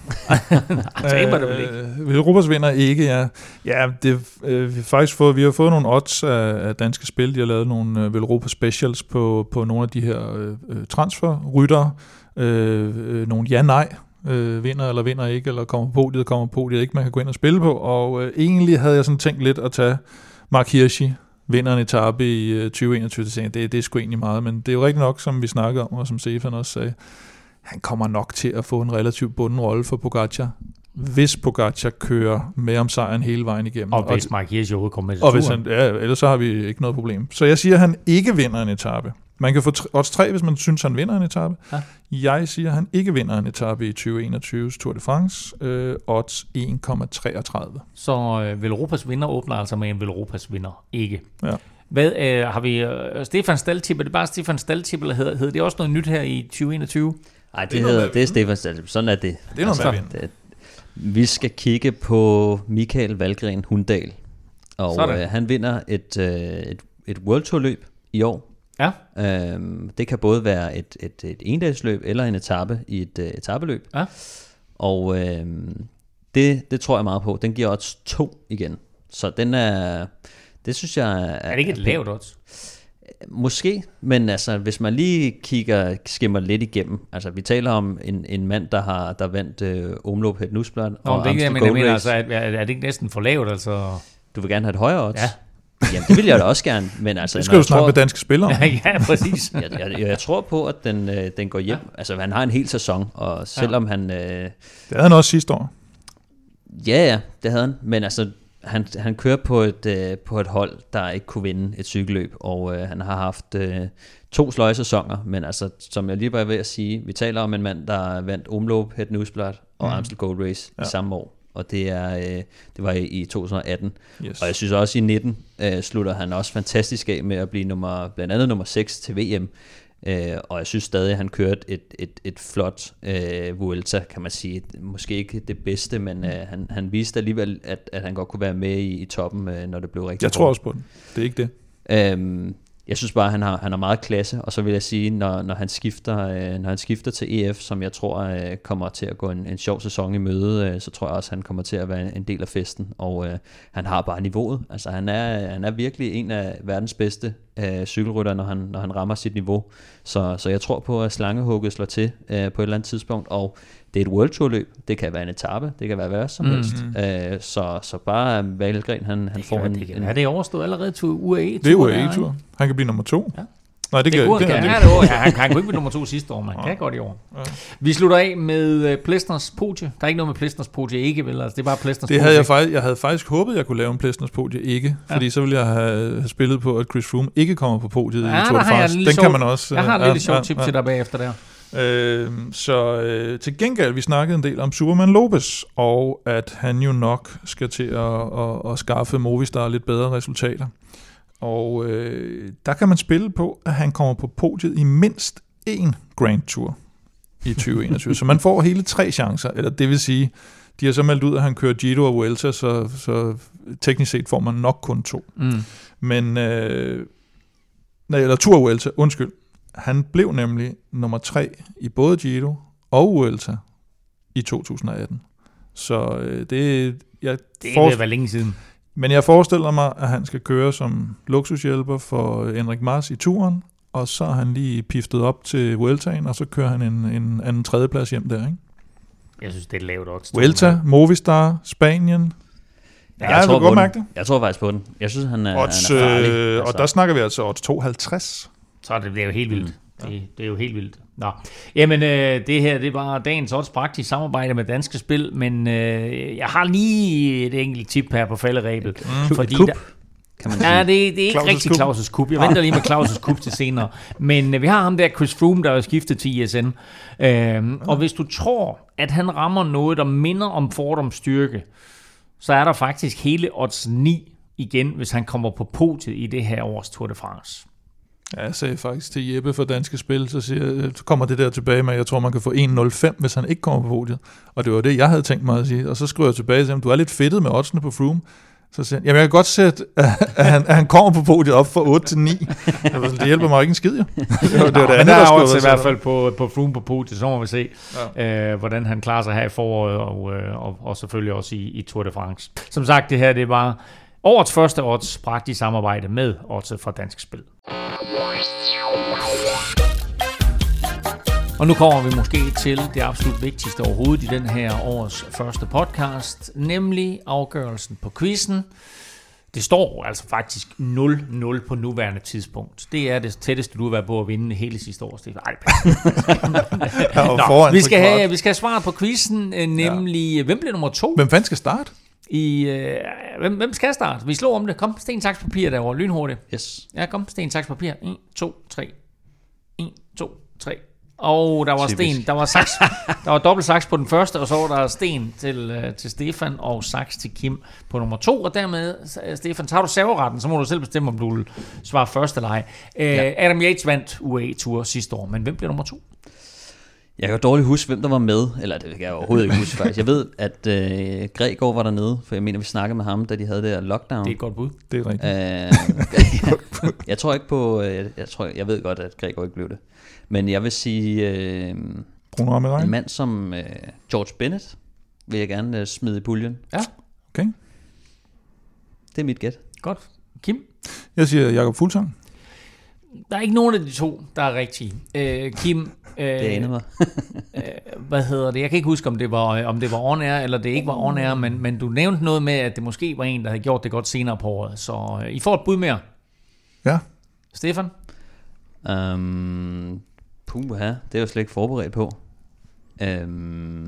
Taber det vel ikke? Øh, Velropas vinder ikke, ja. Ja, det, øh, vi, har faktisk fået, vi har fået nogle odds af, af Danske Spil. De har lavet nogle øh, Velropa specials på, på nogle af de her øh, transferryttere. Øh, øh, nogle ja-nej. Øh, vinder eller vinder ikke, eller kommer på det, kommer på det ikke, man kan gå ind og spille på. Og øh, egentlig havde jeg sådan tænkt lidt at tage Mark Hirschi, vinderen etape i øh, tyve enogtyve, det, det er sgu egentlig meget, men det er jo rigtig nok, som vi snakkede om, og som Stefan også sagde, han kommer nok til at få en relativt bunden rolle for Pogacar, hvis Pogacar kører med om sejren hele vejen igennem. Og hvis Mark Hirschi overhovedet kommer med til og turen. Hvis han, ja, ellers så har vi ikke noget problem. Så jeg siger, at han ikke vinder en etape. Man kan få odds tre, hvis man synes, han vinder en etape. Ja. Jeg siger, at han ikke vinder en etape i tyve enogtyves Tour de France. Øh, odds en komma treogtredive. Så øh, Velropas vinder åbner altså med en Velropas vinder ikke. Ja. Hvad øh, har vi? Øh, Stefan Staldtip, er det bare Stefan Staldtip, eller hedder, hedder det også noget nyt her i tyve enogtyve? Nej, det, det, hedder, det er Stefan Staldtip. Sådan er det. Det er noget altså, med vi skal kigge på Michael Valgren Hundal. Og øh, han vinder et, øh, et, et World Tour løb i år. Ja. Øhm, det kan både være et, et, et endagsløb eller en etape i et uh, etapeløb. Ja. Og øhm, det, det tror jeg meget på. Den giver odds to igen. Så den er, det synes jeg er... Er det ikke et lavt odds? Måske, men altså, hvis man lige kigger, skimmer lidt igennem, altså vi taler om en, en mand, der har der vandt øh, Omloop Het Nusblad og det Amstel men, Gold mener, Race. altså, er, er det ikke næsten for lavt? Altså? Du vil gerne have et højere odds? Ja. Jamen, det vil jeg da også gerne. Men altså, det skal du snakke tror, med danske spillere. Ja, præcis. jeg, jeg, jeg tror på, at den, øh, den går hjem. Ja. Altså, han har en hel sæson, og selvom ja. han... Øh, det havde han også sidste år. Ja, ja, det havde han. Men altså, han, han kører på et, øh, på et hold, der ikke kunne vinde et cykelløb, og øh, han har haft øh, to sløje sæsoner, men altså, som jeg lige var ved at sige, vi taler om en mand, der vandt Omloop, Het Nieuwsblad og mm. Amstel Gold Race ja. i samme år, og det er øh, det var i, i to tusind atten. Yes. Og jeg synes også i nitten øh, slutter han også fantastisk af med at blive nummer, blandt andet nummer seks til V M. Uh, og jeg synes stadig, at han kørte et, et, et flot uh, Vuelta, kan man sige. Måske ikke det bedste, men uh, han, han viste alligevel, at, at han godt kunne være med i, i toppen, uh, når det blev rigtig. Jeg tror også på den. Det er ikke det. Um, jeg synes bare, at han har, han har meget klasse, og så vil jeg sige, når, når, han skifter, uh, når han skifter til E F, som jeg tror uh, kommer til at gå en, en sjov sæson i møde, uh, så tror jeg også, at han kommer til at være en del af festen, og uh, han har bare niveauet. Altså, han er, han er virkelig en af verdens bedste uh, cykelrytter, når han, når han rammer sit niveau. Så, så jeg tror på, at slangehugget slår til uh, på et eller andet tidspunkt, og det er et World Tour løb, det kan være en etape, det kan være hvad som helst. Mm-hmm. Uh, så, så bare Valgren, han, han får være, en... Det kan en, være, det overstået allerede til U A E-tur. Det er U A E-tur. Han kan blive nummer to. Ja. Nej, det, det kan, det, kan, det, det, det, ja, han, han kunne ikke blive nummer to sidste år, man ja. kan godt i år. Ja. Vi slutter af med uh, Plesners podie. Der er ikke noget med Plesners podie ikke, vel? Altså, det er bare Plesners det havde jeg, faktisk, jeg havde faktisk håbet, jeg kunne lave en Plesners podie ikke, ja. fordi så ville jeg have, have spillet på, at Chris Froome ikke kommer på podiet ja, i Tour de France. Den sjov, kan man også... Jeg har et lille sjovt ja, tip ja. til dig bagefter der. Øh, så øh, til gengæld, vi snakkede en del om Superman Lopez, og at han jo nok skal til at, at, at skaffe Movistar lidt bedre resultater. Og øh, der kan man spille på, at han kommer på podiet i mindst én Grand Tour i tyve enogtyve. Så man får hele tre chancer, eller det vil sige, de har så meldt ud, at han kører Giro og Vuelta, så, så teknisk set får man nok kun to. Mm. Men, øh, nej, eller Tour Vuelta, undskyld. Han blev nemlig nummer tre i både Giro og Vuelta i to tusind atten. Så øh, det, jeg det er forst- være længe siden. Men jeg forestiller mig, at han skal køre som luksushjælper for Enric Mas i turen, og så har han lige piftet op til Vueltaen, og så kører han en, en anden tredjeplads hjem der, ikke? Jeg synes, det er lavt odds. Vuelta, Movistar, Spanien. Ja, jeg, jeg, tror godt mærke det. jeg tror faktisk på den. Jeg synes, han er, odds, han er farlig. Øh, altså. Og der snakker vi altså odds tooghalvtreds. Så det, det er jo helt vildt. Mm. Det, det er jo helt vildt. Nå. Jamen, øh, det her, det er bare dagens odds praktisk samarbejde med Danske Spil, men øh, jeg har lige et enkelt tip her på falderæbet. Mm. Fordi der, kan man sige. Ja, det, det er ikke Claus' rigtig Claus' kup. Jeg venter lige med Claus' kup til senere. Men øh, vi har ham der, Chris Froome, der er skiftet til I S N. Øh, mm. Og hvis du tror, at han rammer noget, der minder om Fordoms styrke, så er der faktisk hele odds ni igen, hvis han kommer på podiet i det her års Tour de France. Ja, jeg sagde faktisk til Jeppe fra Danske Spil, så, siger, så kommer det der tilbage med, at jeg tror, man kan få en komma nul fem, hvis han ikke kommer på podiet. Og det var det, jeg havde tænkt mig at sige. Og så skriver jeg tilbage til ham, du er lidt fedtet med oddsene på Froome. Så siger han, jamen jeg kan godt sætte, at han, at han kommer på podiet op fra otte til ni. Det hjælper mig ikke en skid, jo. Det var det, var det Nå, andet, men der der er også i hvert fald på, på Froome på podiet, så må vi se, ja. øh, hvordan han klarer sig her i foråret, og, øh, og, og selvfølgelig også i, i Tour de France. Som sagt, det her det er bare årets første odds, praktisk samarbejde med odds fra Dansk Spil. Og nu kommer vi måske til det absolut vigtigste overhovedet i den her års første podcast, nemlig afgørelsen på quizzen. Det står altså faktisk nul nul på nuværende tidspunkt. Det er det tætteste, du har været på at vinde hele sidste år. Ej, Nå, vi, skal have, vi skal have svaret på quizzen, nemlig ja. Hvem bliver nummer to? Hvem fanden skal starte? I, øh, hvem, hvem skal starte? Vi slår om det. Kom, sten, saks, papir derovre. Lynhurtigt. Yes. Ja, kom, sten, saks, papir. en, to, tre. en, to, tre. Og der var Typisk. sten, der var saks, der var dobbelt saks på den første, og så var der sten til, uh, til Stefan og saks til Kim på nummer to, og dermed, Stefan, tager du serveretten, så må du selv bestemme, om du vil svare først eller ej. Uh, ja. Adam Yates vandt U A E-tur sidste år, men hvem bliver nummer to? Jeg kan jo dårligt huske, hvem der var med, eller det kan jeg overhovedet ikke huske faktisk. Jeg ved, at øh, Gregor var dernede, for jeg mener, vi snakkede med ham, da de havde det der lockdown. Det er et godt bud. Det er rigtigt. Øh, jeg, jeg tror ikke på, jeg, jeg, tror, jeg ved godt, at Gregor ikke blev det. Men jeg vil sige, øh, en mand som øh, George Bennett vil jeg gerne øh, smide i puljen. Ja. Okay. Det er mit gæt. Godt. Kim? Jeg siger Jakob Fuglsang. Der er ikke nogen af de to, der er rigtige. Øh, Kim... Øh, det aner mig. øh, hvad hedder det, jeg kan ikke huske, om det var, om det var on-air, eller det ikke var on-air, men, men du nævnte noget med, at det måske var en, der havde gjort det godt senere på året. Så øh, I får et bud mere. Ja. Stefan? Um, puha, det er jeg jo slet ikke forberedt på. Um,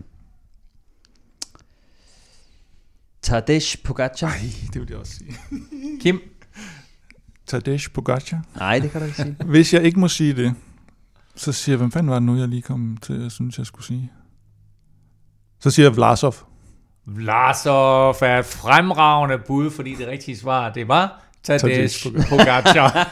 Tadej Pogacar. Nej, det vil jeg også sige. Kim? Tadej Pogacar. Nej, det kan du ikke sige. Hvis jeg ikke må sige det, så siger jeg, hvem fanden var det nu, jeg lige kom til, jeg synes, jeg skulle sige? Så siger jeg Vlasov. Vlasov er et fremragende bud, fordi det rigtige svar, det var Tadej Pogacar.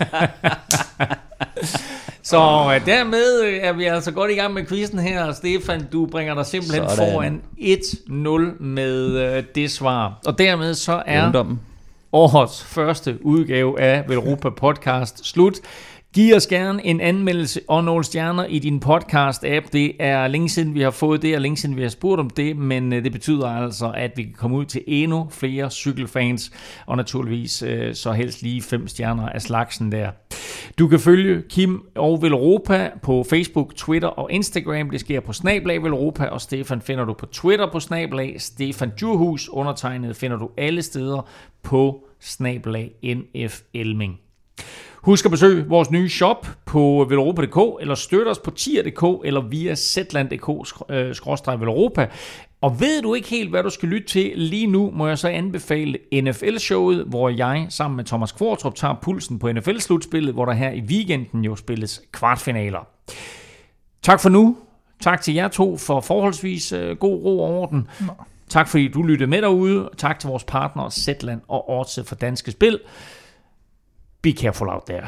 Så øh, dermed øh, er vi altså godt i gang med quizzen her. Stefan, du bringer dig simpelthen sådan foran et nul med øh, det svar. Og dermed så er Ungdommen. Årets første udgave af Velropa Podcast slut. Giv os gerne en anmeldelse og nogle stjerner i din podcast-app. Det er længe siden, vi har fået det, og længe siden, vi har spurgt om det, men det betyder altså, at vi kan komme ud til endnu flere cykelfans, og naturligvis så helst lige fem stjerner af slagsen der. Du kan følge Kim og Velropa på Facebook, Twitter og Instagram. Det sker på snablag Velropa, og Stefan finder du på Twitter på snablag Stefan Djurhus. Undertegnet finder du alle steder på snablag N F Elming. Husk at besøge vores nye shop på velropa punktum d k, eller støtte os på tier punktum d k, eller via zetland punktum d k skråstreg velropa. Og ved du ikke helt, hvad du skal lytte til lige nu, må jeg så anbefale N F L-showet, hvor jeg sammen med Thomas Kvartrup tager pulsen på N F L-slutspillet, hvor der her i weekenden jo spilles kvartfinaler. Tak for nu. Tak til jer to for forholdsvis god ro og orden. Tak fordi du lyttede med derude. Tak til vores partnere Zetland og Odset for Danske Spil. Be careful out there.